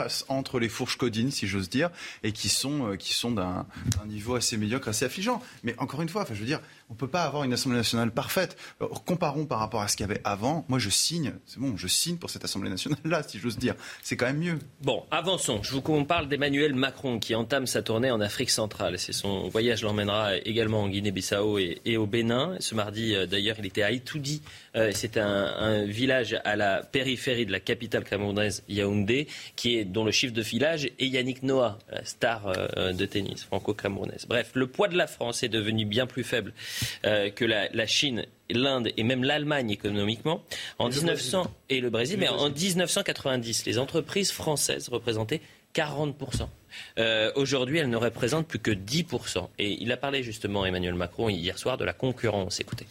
entre les fourches codines, si j'ose dire, et qui sont d'un niveau assez médiocre, assez affligeant. Mais encore une fois, je veux dire, on ne peut pas avoir une Assemblée nationale parfaite. Alors, comparons par rapport à ce qu'il y avait avant. Moi, je signe pour cette Assemblée nationale-là, si j'ose dire. C'est quand même mieux. Bon, avançons. Je vous parle d'Emmanuel Macron qui entame sa tournée en Afrique centrale. Son voyage l'emmènera également en Guinée-Bissau et au Bénin. Ce mardi, d'ailleurs, il était à Itoudi. C'est un village à la périphérie de la capitale camerounaise, Yaoundé, dont le chef de village est Yannick Noah, la star de tennis franco-camerounaise. Bref, le poids de la France est devenu bien plus faible que la Chine, l'Inde et même l'Allemagne économiquement. Et le Brésil. Mais en 1990, les entreprises françaises représentaient 40%. Aujourd'hui, elles ne représentent plus que 10%. Et il a parlé justement, Emmanuel Macron, hier soir, de la concurrence. Écoutez.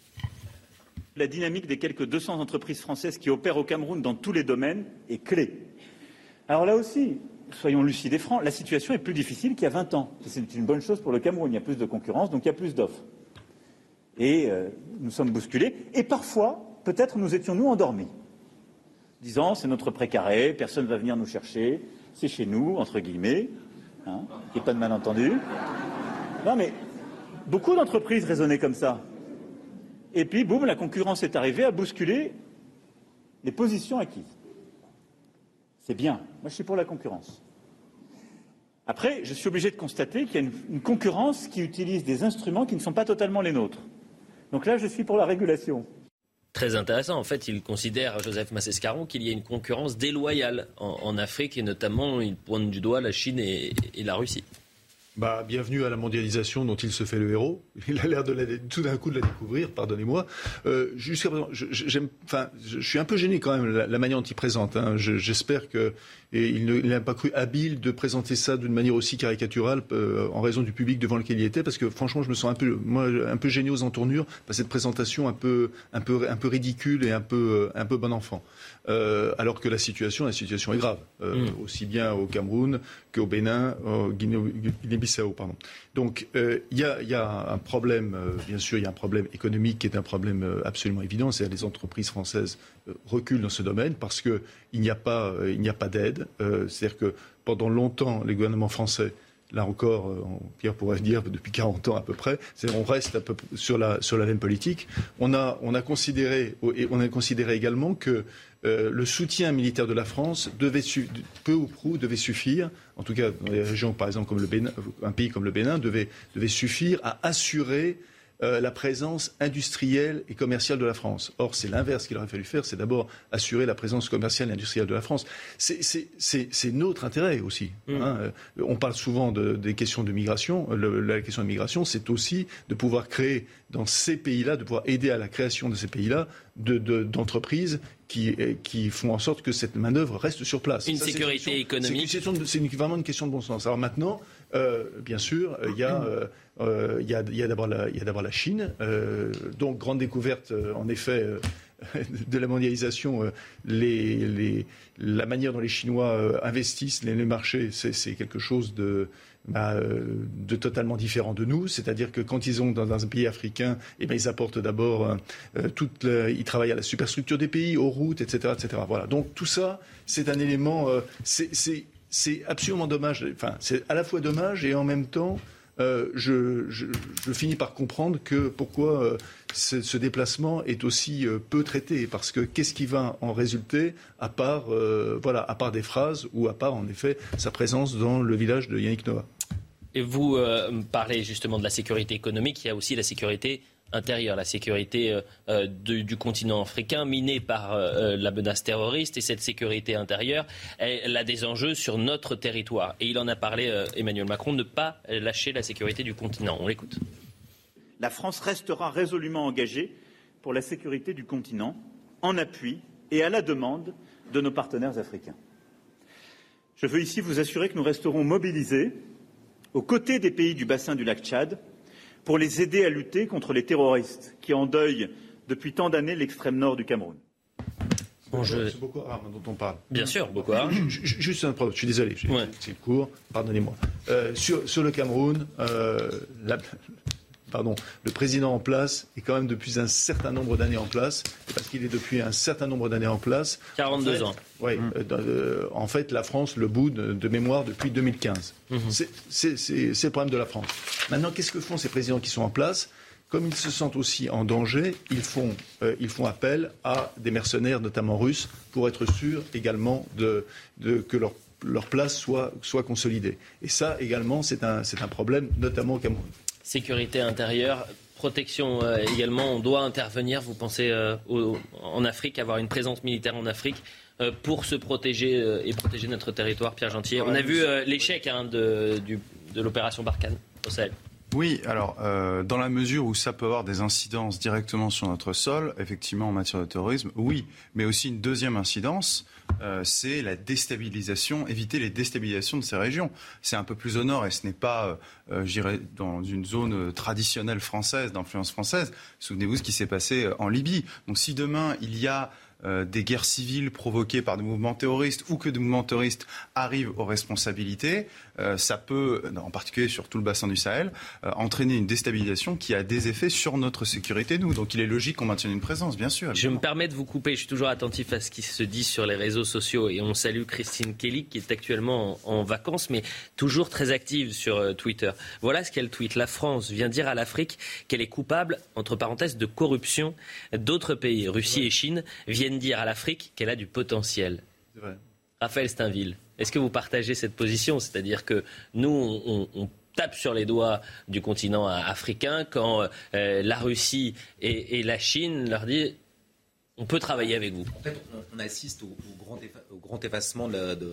La dynamique des quelques 200 entreprises françaises qui opèrent au Cameroun dans tous les domaines est clé. Alors là aussi, soyons lucides et francs, la situation est plus difficile qu'il y a 20 ans. C'est une bonne chose pour le Cameroun. Il y a plus de concurrence, donc il y a plus d'offres. Et nous sommes bousculés. Et parfois, peut-être nous étions-nous endormis, disant c'est notre précaré, personne ne va venir nous chercher, c'est chez nous, entre guillemets. Il n'y a pas de malentendu. Non mais, beaucoup d'entreprises raisonnaient comme ça. Et puis, boum, la concurrence est arrivée à bousculer les positions acquises. C'est bien. Moi, je suis pour la concurrence. Après, je suis obligé de constater qu'il y a une concurrence qui utilise des instruments qui ne sont pas totalement les nôtres. Donc là, je suis pour la régulation. Très intéressant. En fait, il considère, Joseph Massescaron, qu'il y a une concurrence déloyale en Afrique et notamment, il pointe du doigt la Chine et la Russie. Bienvenue à la mondialisation dont il se fait le héros. Il a l'air tout d'un coup de la découvrir, pardonnez-moi. Jusqu'à présent, je suis un peu gêné quand même la manière dont il présente. J'espère qu'il n'a pas cru habile de présenter ça d'une manière aussi caricaturale en raison du public devant lequel il était, parce que franchement, je me sens un peu gêné aux entournures par cette présentation un peu ridicule et un peu bon enfant. Alors que la situation est grave, aussi bien au Cameroun qu'au Bénin, Guinée-Bissau, pardon. Donc il y a un problème, bien sûr, il y a un problème économique qui est un problème absolument évident, c'est-à-dire les entreprises françaises reculent dans ce domaine parce que il n'y a pas d'aide. C'est-à-dire que pendant longtemps, les gouvernements français, là encore, Pierre pourrait dire depuis 40 ans à peu près, on reste à peu sur la même politique. On a considéré également que le soutien militaire de la France peu ou prou devait suffire, en tout cas dans les régions par exemple comme le Bénin, un pays comme le Bénin devait suffire à assurer la présence industrielle et commerciale de la France. Or, c'est l'inverse qu'il aurait fallu faire, c'est d'abord assurer la présence commerciale et industrielle de la France. C'est notre intérêt aussi. On parle souvent des questions de migration. La question de migration, c'est aussi de pouvoir créer dans ces pays-là, de pouvoir aider à la création de ces pays-là d'entreprises qui font en sorte que cette manœuvre reste sur place. Sécurité économique. C'est vraiment une question de bon sens. Alors maintenant, bien sûr, il y a d'abord la Chine. Donc, grande découverte, en effet, de la mondialisation, la manière dont les Chinois investissent les marchés, c'est quelque chose de totalement différent de nous. C'est-à-dire que quand ils sont dans un pays africain, ils apportent d'abord ils travaillent à la superstructure des pays, aux routes, etc., etc. Voilà. Donc tout ça, c'est un élément. C'est absolument dommage. Enfin, c'est à la fois dommage et en même temps, je finis par comprendre pourquoi ce déplacement est aussi peu traité. Parce que qu'est-ce qui va en résulter à part des phrases ou à part en effet sa présence dans le village de Yannick Noah. Et vous parlez justement de la sécurité économique, il y a aussi la sécurité intérieure, la sécurité du continent africain miné par la menace terroriste, et cette sécurité intérieure, elle a des enjeux sur notre territoire. Et il en a parlé, Emmanuel Macron, ne pas lâcher la sécurité du continent. On l'écoute. La France restera résolument engagée pour la sécurité du continent, en appui et à la demande de nos partenaires africains. Je veux ici vous assurer que nous resterons mobilisés aux côtés des pays du bassin du lac Tchad pour les aider à lutter contre les terroristes qui endeuillent depuis tant d'années l'extrême nord du Cameroun. C'est Boko Haram dont on parle. Bien sûr, Boko Haram. Juste un problème, je suis désolé, c'est court, pardonnez-moi. Sur le Cameroun, le président en place est quand même depuis un certain nombre d'années en place, et parce qu'il est depuis un certain nombre d'années en place. 42 ans. Oui, en fait, la France le boude de mémoire depuis 2015. C'est le problème de la France. Maintenant, qu'est-ce que font ces présidents qui sont en place ? Comme ils se sentent aussi en danger, ils font appel à des mercenaires, notamment russes, pour être sûrs également que leur place soit consolidée. Et ça, également, c'est un problème, notamment au Cameroun. Sécurité intérieure, protection également. On doit intervenir, vous pensez, en Afrique, avoir une présence militaire en Afrique pour se protéger et protéger notre territoire, Pierre Gentillet. On a vu l'échec de l'opération Barkhane au Sahel. Oui, alors dans la mesure où ça peut avoir des incidences directement sur notre sol, effectivement en matière de terrorisme, oui. Mais aussi une deuxième incidence, c'est la déstabilisation, éviter les déstabilisations de ces régions. C'est un peu plus au nord et ce n'est pas, j'irais, dans une zone traditionnelle française, d'influence française. Souvenez-vous ce qui s'est passé en Libye. Donc si demain il y a des guerres civiles provoquées par des mouvements terroristes ou que des mouvements terroristes arrivent aux responsabilités, ça peut, en particulier sur tout le bassin du Sahel, entraîner une déstabilisation qui a des effets sur notre sécurité, nous. Donc il est logique qu'on maintienne une présence, bien sûr. Je me permets de vous couper, je suis toujours attentif à ce qui se dit sur les réseaux sociaux et on salue Christine Kelly qui est actuellement en vacances mais toujours très active sur Twitter. Voilà ce qu'elle tweet. La France vient dire à l'Afrique qu'elle est coupable, entre parenthèses, de corruption. D'autres pays, Russie et Chine, viennent dire à l'Afrique qu'elle a du potentiel. C'est vrai. Raphaël Steinville, est-ce que vous partagez cette position ? C'est-à-dire que nous, on tape sur les doigts du continent africain quand la Russie et la Chine leur disent on peut travailler avec vous. En fait, on assiste au grand effacement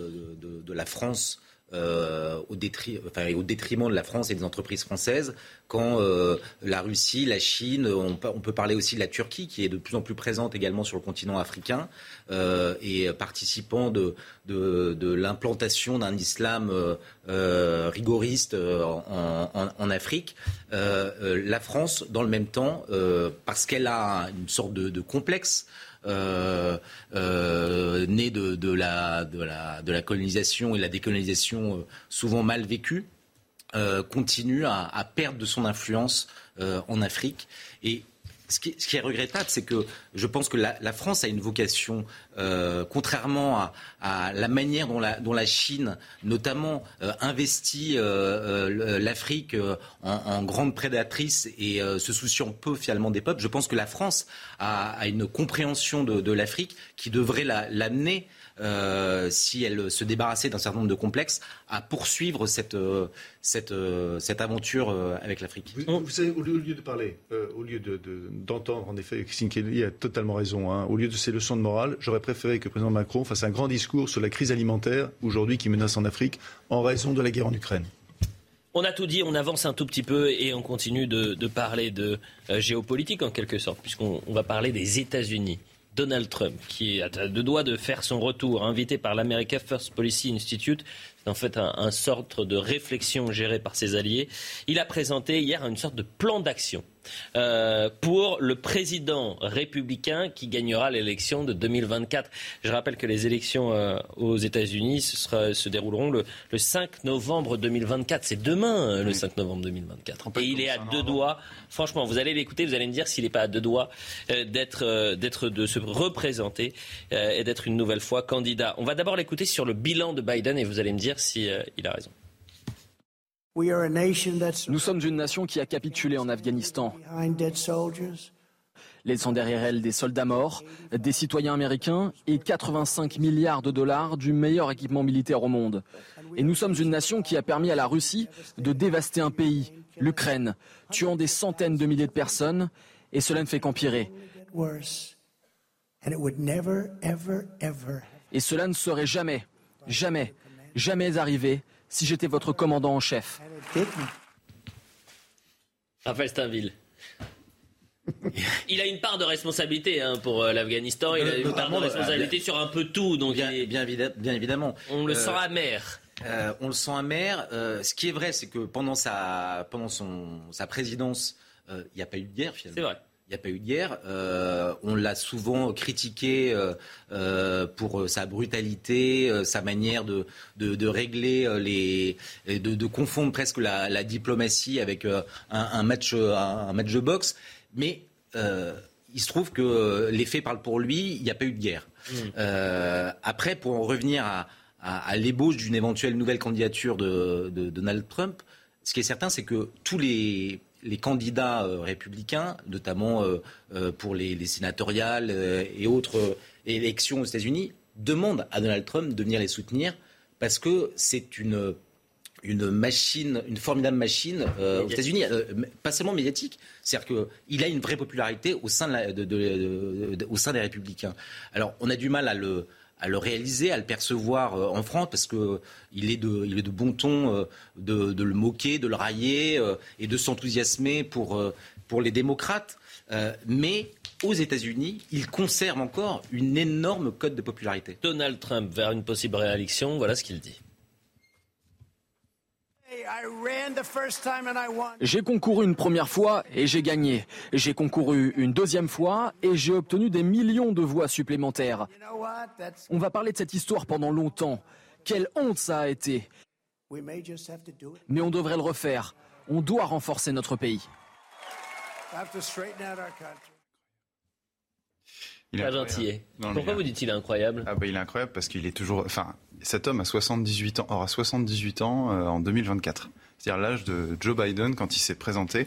de la France au détriment de la France et des entreprises françaises, quand la Russie, la Chine, on peut parler aussi de la Turquie qui est de plus en plus présente également sur le continent africain et participant de l'implantation d'un islam rigoriste en Afrique. La France, dans le même temps, parce qu'elle a une sorte de complexe né de la colonisation et la décolonisation souvent mal vécue, continue à perdre de son influence en Afrique. Et ce qui est regrettable, c'est que je pense que la France a une vocation, contrairement à la manière dont la Chine, notamment, investit l'Afrique en grande prédatrice et se souciant peu finalement des peuples. Je pense que la France a une compréhension de l'Afrique qui devrait l'amener, si elle se débarrassait d'un certain nombre de complexes, à poursuivre cette aventure avec l'Afrique. Vous savez, au lieu de parler, au lieu d'entendre, en effet, Christine Kelly a totalement raison, au lieu de ces leçons de morale, j'aurais préféré que le président Macron fasse un grand discours sur la crise alimentaire, aujourd'hui, qui menace en Afrique, en raison de la guerre en Ukraine. On a tout dit, on avance un tout petit peu et on continue de parler de géopolitique en quelque sorte, puisqu'on va parler des États-Unis. Donald Trump, qui est à deux doigts de faire son retour, invité par l'America First Policy Institute, c'est en fait un sorte de réflexion gérée par ses alliés. Il a présenté hier une sorte de plan d'action pour le président républicain qui gagnera l'élection de 2024. Je rappelle que les élections aux États-Unis se dérouleront le 5 novembre 2024. C'est demain, le 5 novembre 2024. Et il est à deux doigts. Franchement, vous allez l'écouter, vous allez me dire s'il n'est pas à deux doigts de se représenter et d'être une nouvelle fois candidat. On va d'abord l'écouter sur le bilan de Biden et vous allez me dire s'il a raison. Nous sommes une nation qui a capitulé en Afghanistan, laissant derrière elle des soldats morts, des citoyens américains et 85 milliards de dollars du meilleur équipement militaire au monde. Et nous sommes une nation qui a permis à la Russie de dévaster un pays, l'Ukraine, tuant des centaines de milliers de personnes, et cela ne fait qu'empirer. Et cela ne serait jamais arrivé si j'étais votre commandant en chef. Raphaël Steinville. Il a une part de responsabilité pour l'Afghanistan, il a une part de responsabilité sur un peu tout. Donc bien évidemment. On le sent amer. On le sent amer. Ce qui est vrai, c'est que pendant sa présidence, il n'y a pas eu de guerre finalement. C'est vrai. Il n'y a pas eu de guerre. On l'a souvent critiqué pour sa brutalité, sa manière de régler de confondre presque la diplomatie avec un match de boxe. Mais il se trouve que les faits parlent pour lui. Il n'y a pas eu de guerre. Après, pour en revenir à l'ébauche d'une éventuelle nouvelle candidature de Donald Trump, ce qui est certain, c'est que tous les candidats républicains, notamment pour les sénatoriales et autres élections aux États-Unis, demandent à Donald Trump de venir les soutenir parce que c'est une formidable machine aux États-Unis, pas seulement médiatique, c'est-à-dire qu'il a une vraie popularité au sein des républicains. Alors on a du mal à le réaliser, à le percevoir en France, parce qu'il est de bon ton de le moquer, de le railler et de s'enthousiasmer pour les démocrates. Mais aux États-Unis, il conserve encore une énorme cote de popularité. Donald Trump vers une possible réélection, voilà ce qu'il dit. J'ai concouru une première fois et j'ai gagné. J'ai concouru une deuxième fois et j'ai obtenu des millions de voix supplémentaires. On va parler de cette histoire pendant longtemps. Quelle honte ça a été. Mais on devrait le refaire. On doit renforcer notre pays. Il est gentil. Pourquoi vous dites-il incroyable ? Il est incroyable parce qu'il est toujours... Cet homme a 78 ans, aura 78 ans en 2024. C'est-à-dire l'âge de Joe Biden quand il s'est présenté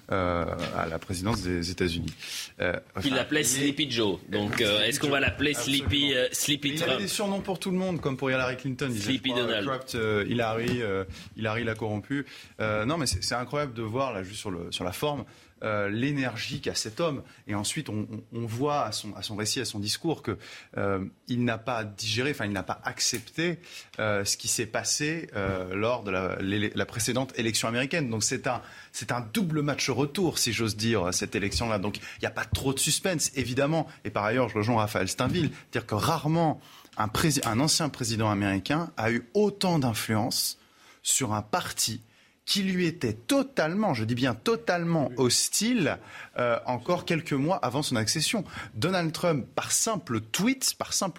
à la présidence des États-Unis. Il l'appelait Sleepy Joe. Donc est-ce qu'on va l'appeler Sleepy Trump ? Il avait des surnoms pour tout le monde, comme pour Hillary Clinton. Sleepy Donald. Corrupt, Hillary l'a corrompu. Non, mais c'est incroyable de voir, là, juste sur la forme, l'énergie qu'a cet homme. Et ensuite, on voit à son récit, à son discours, qu'il n'a pas digéré, il n'a pas accepté ce qui s'est passé lors de la précédente élection américaine. Donc c'est un double match retour, si j'ose dire, cette élection-là. Donc il n'y a pas trop de suspense, évidemment. Et par ailleurs, je rejoins Raphaël Steinville, dire que rarement un ancien président américain a eu autant d'influence sur un parti qui lui était totalement, je dis bien totalement hostile encore quelques mois avant son accession. Donald Trump, par simple tweet,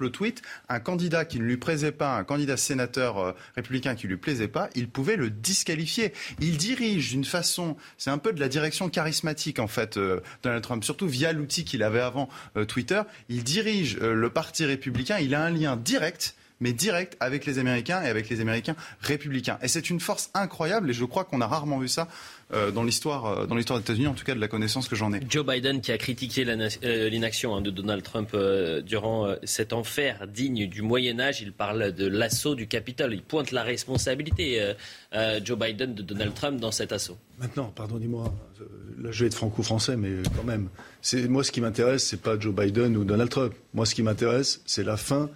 un candidat qui ne lui plaisait pas, un candidat sénateur républicain qui ne lui plaisait pas, il pouvait le disqualifier. Il dirige d'une façon, c'est un peu de la direction charismatique en fait, Donald Trump, surtout via l'outil qu'il avait avant Twitter. Il dirige le parti républicain, il a un lien direct avec les Américains et avec les Américains républicains. Et c'est une force incroyable et je crois qu'on a rarement vu ça dans l'histoire des États-Unis, en tout cas de la connaissance que j'en ai. Joe Biden qui a critiqué l'inaction de Donald Trump durant cet enfer digne du Moyen-Âge, il parle de l'assaut du Capitole. Il pointe la responsabilité, Joe Biden, de Donald Trump dans cet assaut. Maintenant, pardonnez-moi, là je vais être franco-français, mais quand même, moi ce qui m'intéresse, c'est pas Joe Biden ou Donald Trump. Moi ce qui m'intéresse, c'est la fin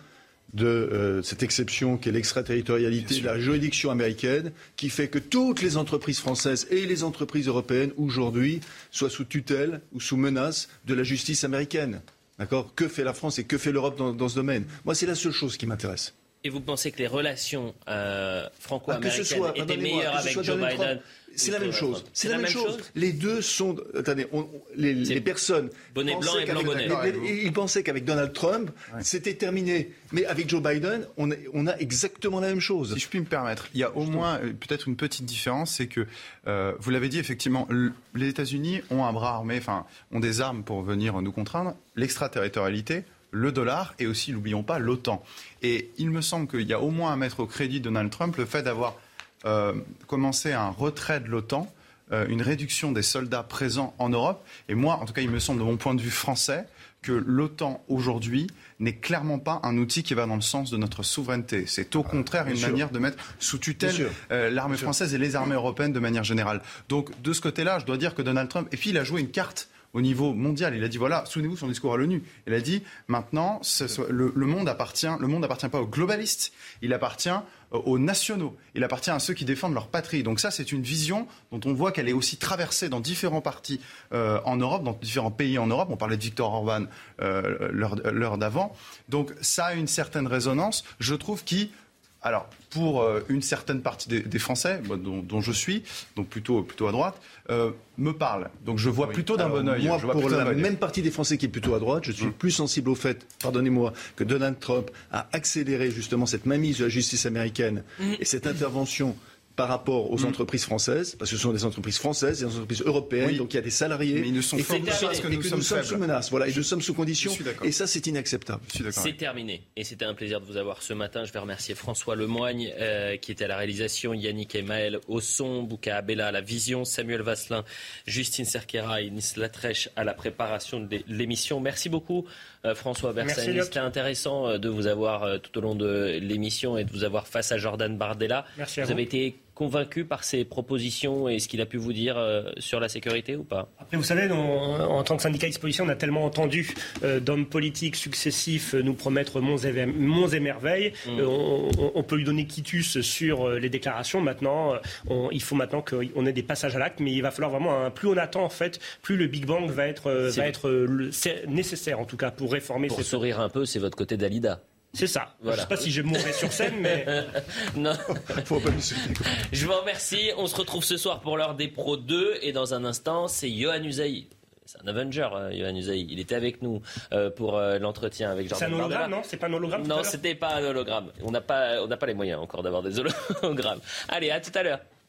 de cette exception qu'est l'extraterritorialité de la juridiction américaine, qui fait que toutes les entreprises françaises et les entreprises européennes aujourd'hui soient sous tutelle ou sous menace de la justice américaine. D'accord ? Que fait la France et que fait l'Europe dans ce domaine ? Moi, c'est la seule chose qui m'intéresse. Et vous pensez que les relations franco-américaines étaient meilleures avec Joe Biden ? C'est la même chose. C'est la même chose. Les deux sont. Attendez, les personnes. Bonnet blanc et blanc bonnet. Ils pensaient qu'avec Donald Trump, c'était terminé. Mais avec Joe Biden, on a exactement la même chose. Si je puis me permettre, il y a au moins peut-être une petite différence, c'est que vous l'avez dit effectivement, les États-Unis ont un bras armé, ont des armes pour venir nous contraindre. L'extraterritorialité, le dollar et aussi, n'oublions pas, l'OTAN. Et il me semble qu'il y a au moins à mettre au crédit de Donald Trump le fait d'avoir commencé un retrait de l'OTAN, une réduction des soldats présents en Europe. Et moi, en tout cas, il me semble, de mon point de vue français, que l'OTAN aujourd'hui n'est clairement pas un outil qui va dans le sens de notre souveraineté. C'est au contraire une manière de mettre sous tutelle l'armée française et les armées européennes de manière générale. Donc de ce côté-là, je dois dire que Donald Trump, et puis il a joué une carte au niveau mondial. Il a dit, voilà, souvenez-vous son discours à l'ONU. Il a dit, maintenant, le monde appartient pas aux globalistes, il appartient aux nationaux. Il appartient à ceux qui défendent leur patrie. Donc ça, c'est une vision dont on voit qu'elle est aussi traversée dans différents partis en Europe, dans différents pays en Europe. On parlait de Viktor Orban l'heure d'avant. Donc ça a une certaine résonance, je trouve, qui Alors, pour une certaine partie des Français, dont je suis, donc plutôt à droite, me parle. Donc je vois plutôt d'un bon œil. Moi, pour la même partie des Français qui est plutôt à droite, je suis plus sensible au fait, pardonnez-moi, que Donald Trump a accéléré justement cette mainmise de la justice américaine et cette intervention par rapport aux entreprises françaises, parce que ce sont des entreprises françaises et des entreprises européennes, donc il y a des salariés. Mais ils ne sont forts parce que nous sommes sous menace. Voilà, et nous sommes sous conditions. Et ça, c'est inacceptable. C'est terminé. Et c'était un plaisir de vous avoir ce matin. Je vais remercier François Lemoigne, qui était à la réalisation, Yannick et Maël au son, Bouka Abella à la vision, Samuel Vasselin, Justine Cerquera et Nice Latrèche à la préparation de l'émission. Merci beaucoup, François Bersani. C'était intéressant de vous avoir tout au long de l'émission et de vous avoir face à Jordan Bardella. Merci à vous. Vous avez été convaincu par ses propositions et ce qu'il a pu vous dire sur la sécurité ou pas? Après, vous savez, en tant que syndicaliste policier, on a tellement entendu d'hommes politiques successifs nous promettre monts et merveilles. On peut lui donner quitus sur les déclarations. Maintenant, il faut maintenant qu'on ait des passages à l'acte, mais il va falloir vraiment plus on attend, en fait, plus le Big Bang va être nécessaire, en tout cas, pour réformer. Pour sourire un peu, c'est votre côté Dalida. C'est ça. Voilà. Je ne sais pas si je mourrai sur scène, mais... Non. Faut pas m'insulter. Je vous remercie. On se retrouve ce soir pour l'heure des Pros 2. Et dans un instant, c'est Yohann Usaï. C'est un Avenger, Yohann Usaï. Il était avec nous pour l'entretien avec Jordan Bardella. C'est un hologramme, non? C'est pas un hologramme? Non, c'était pas un hologramme. On n'a pas les moyens encore d'avoir des hologrammes. Allez, à tout à l'heure.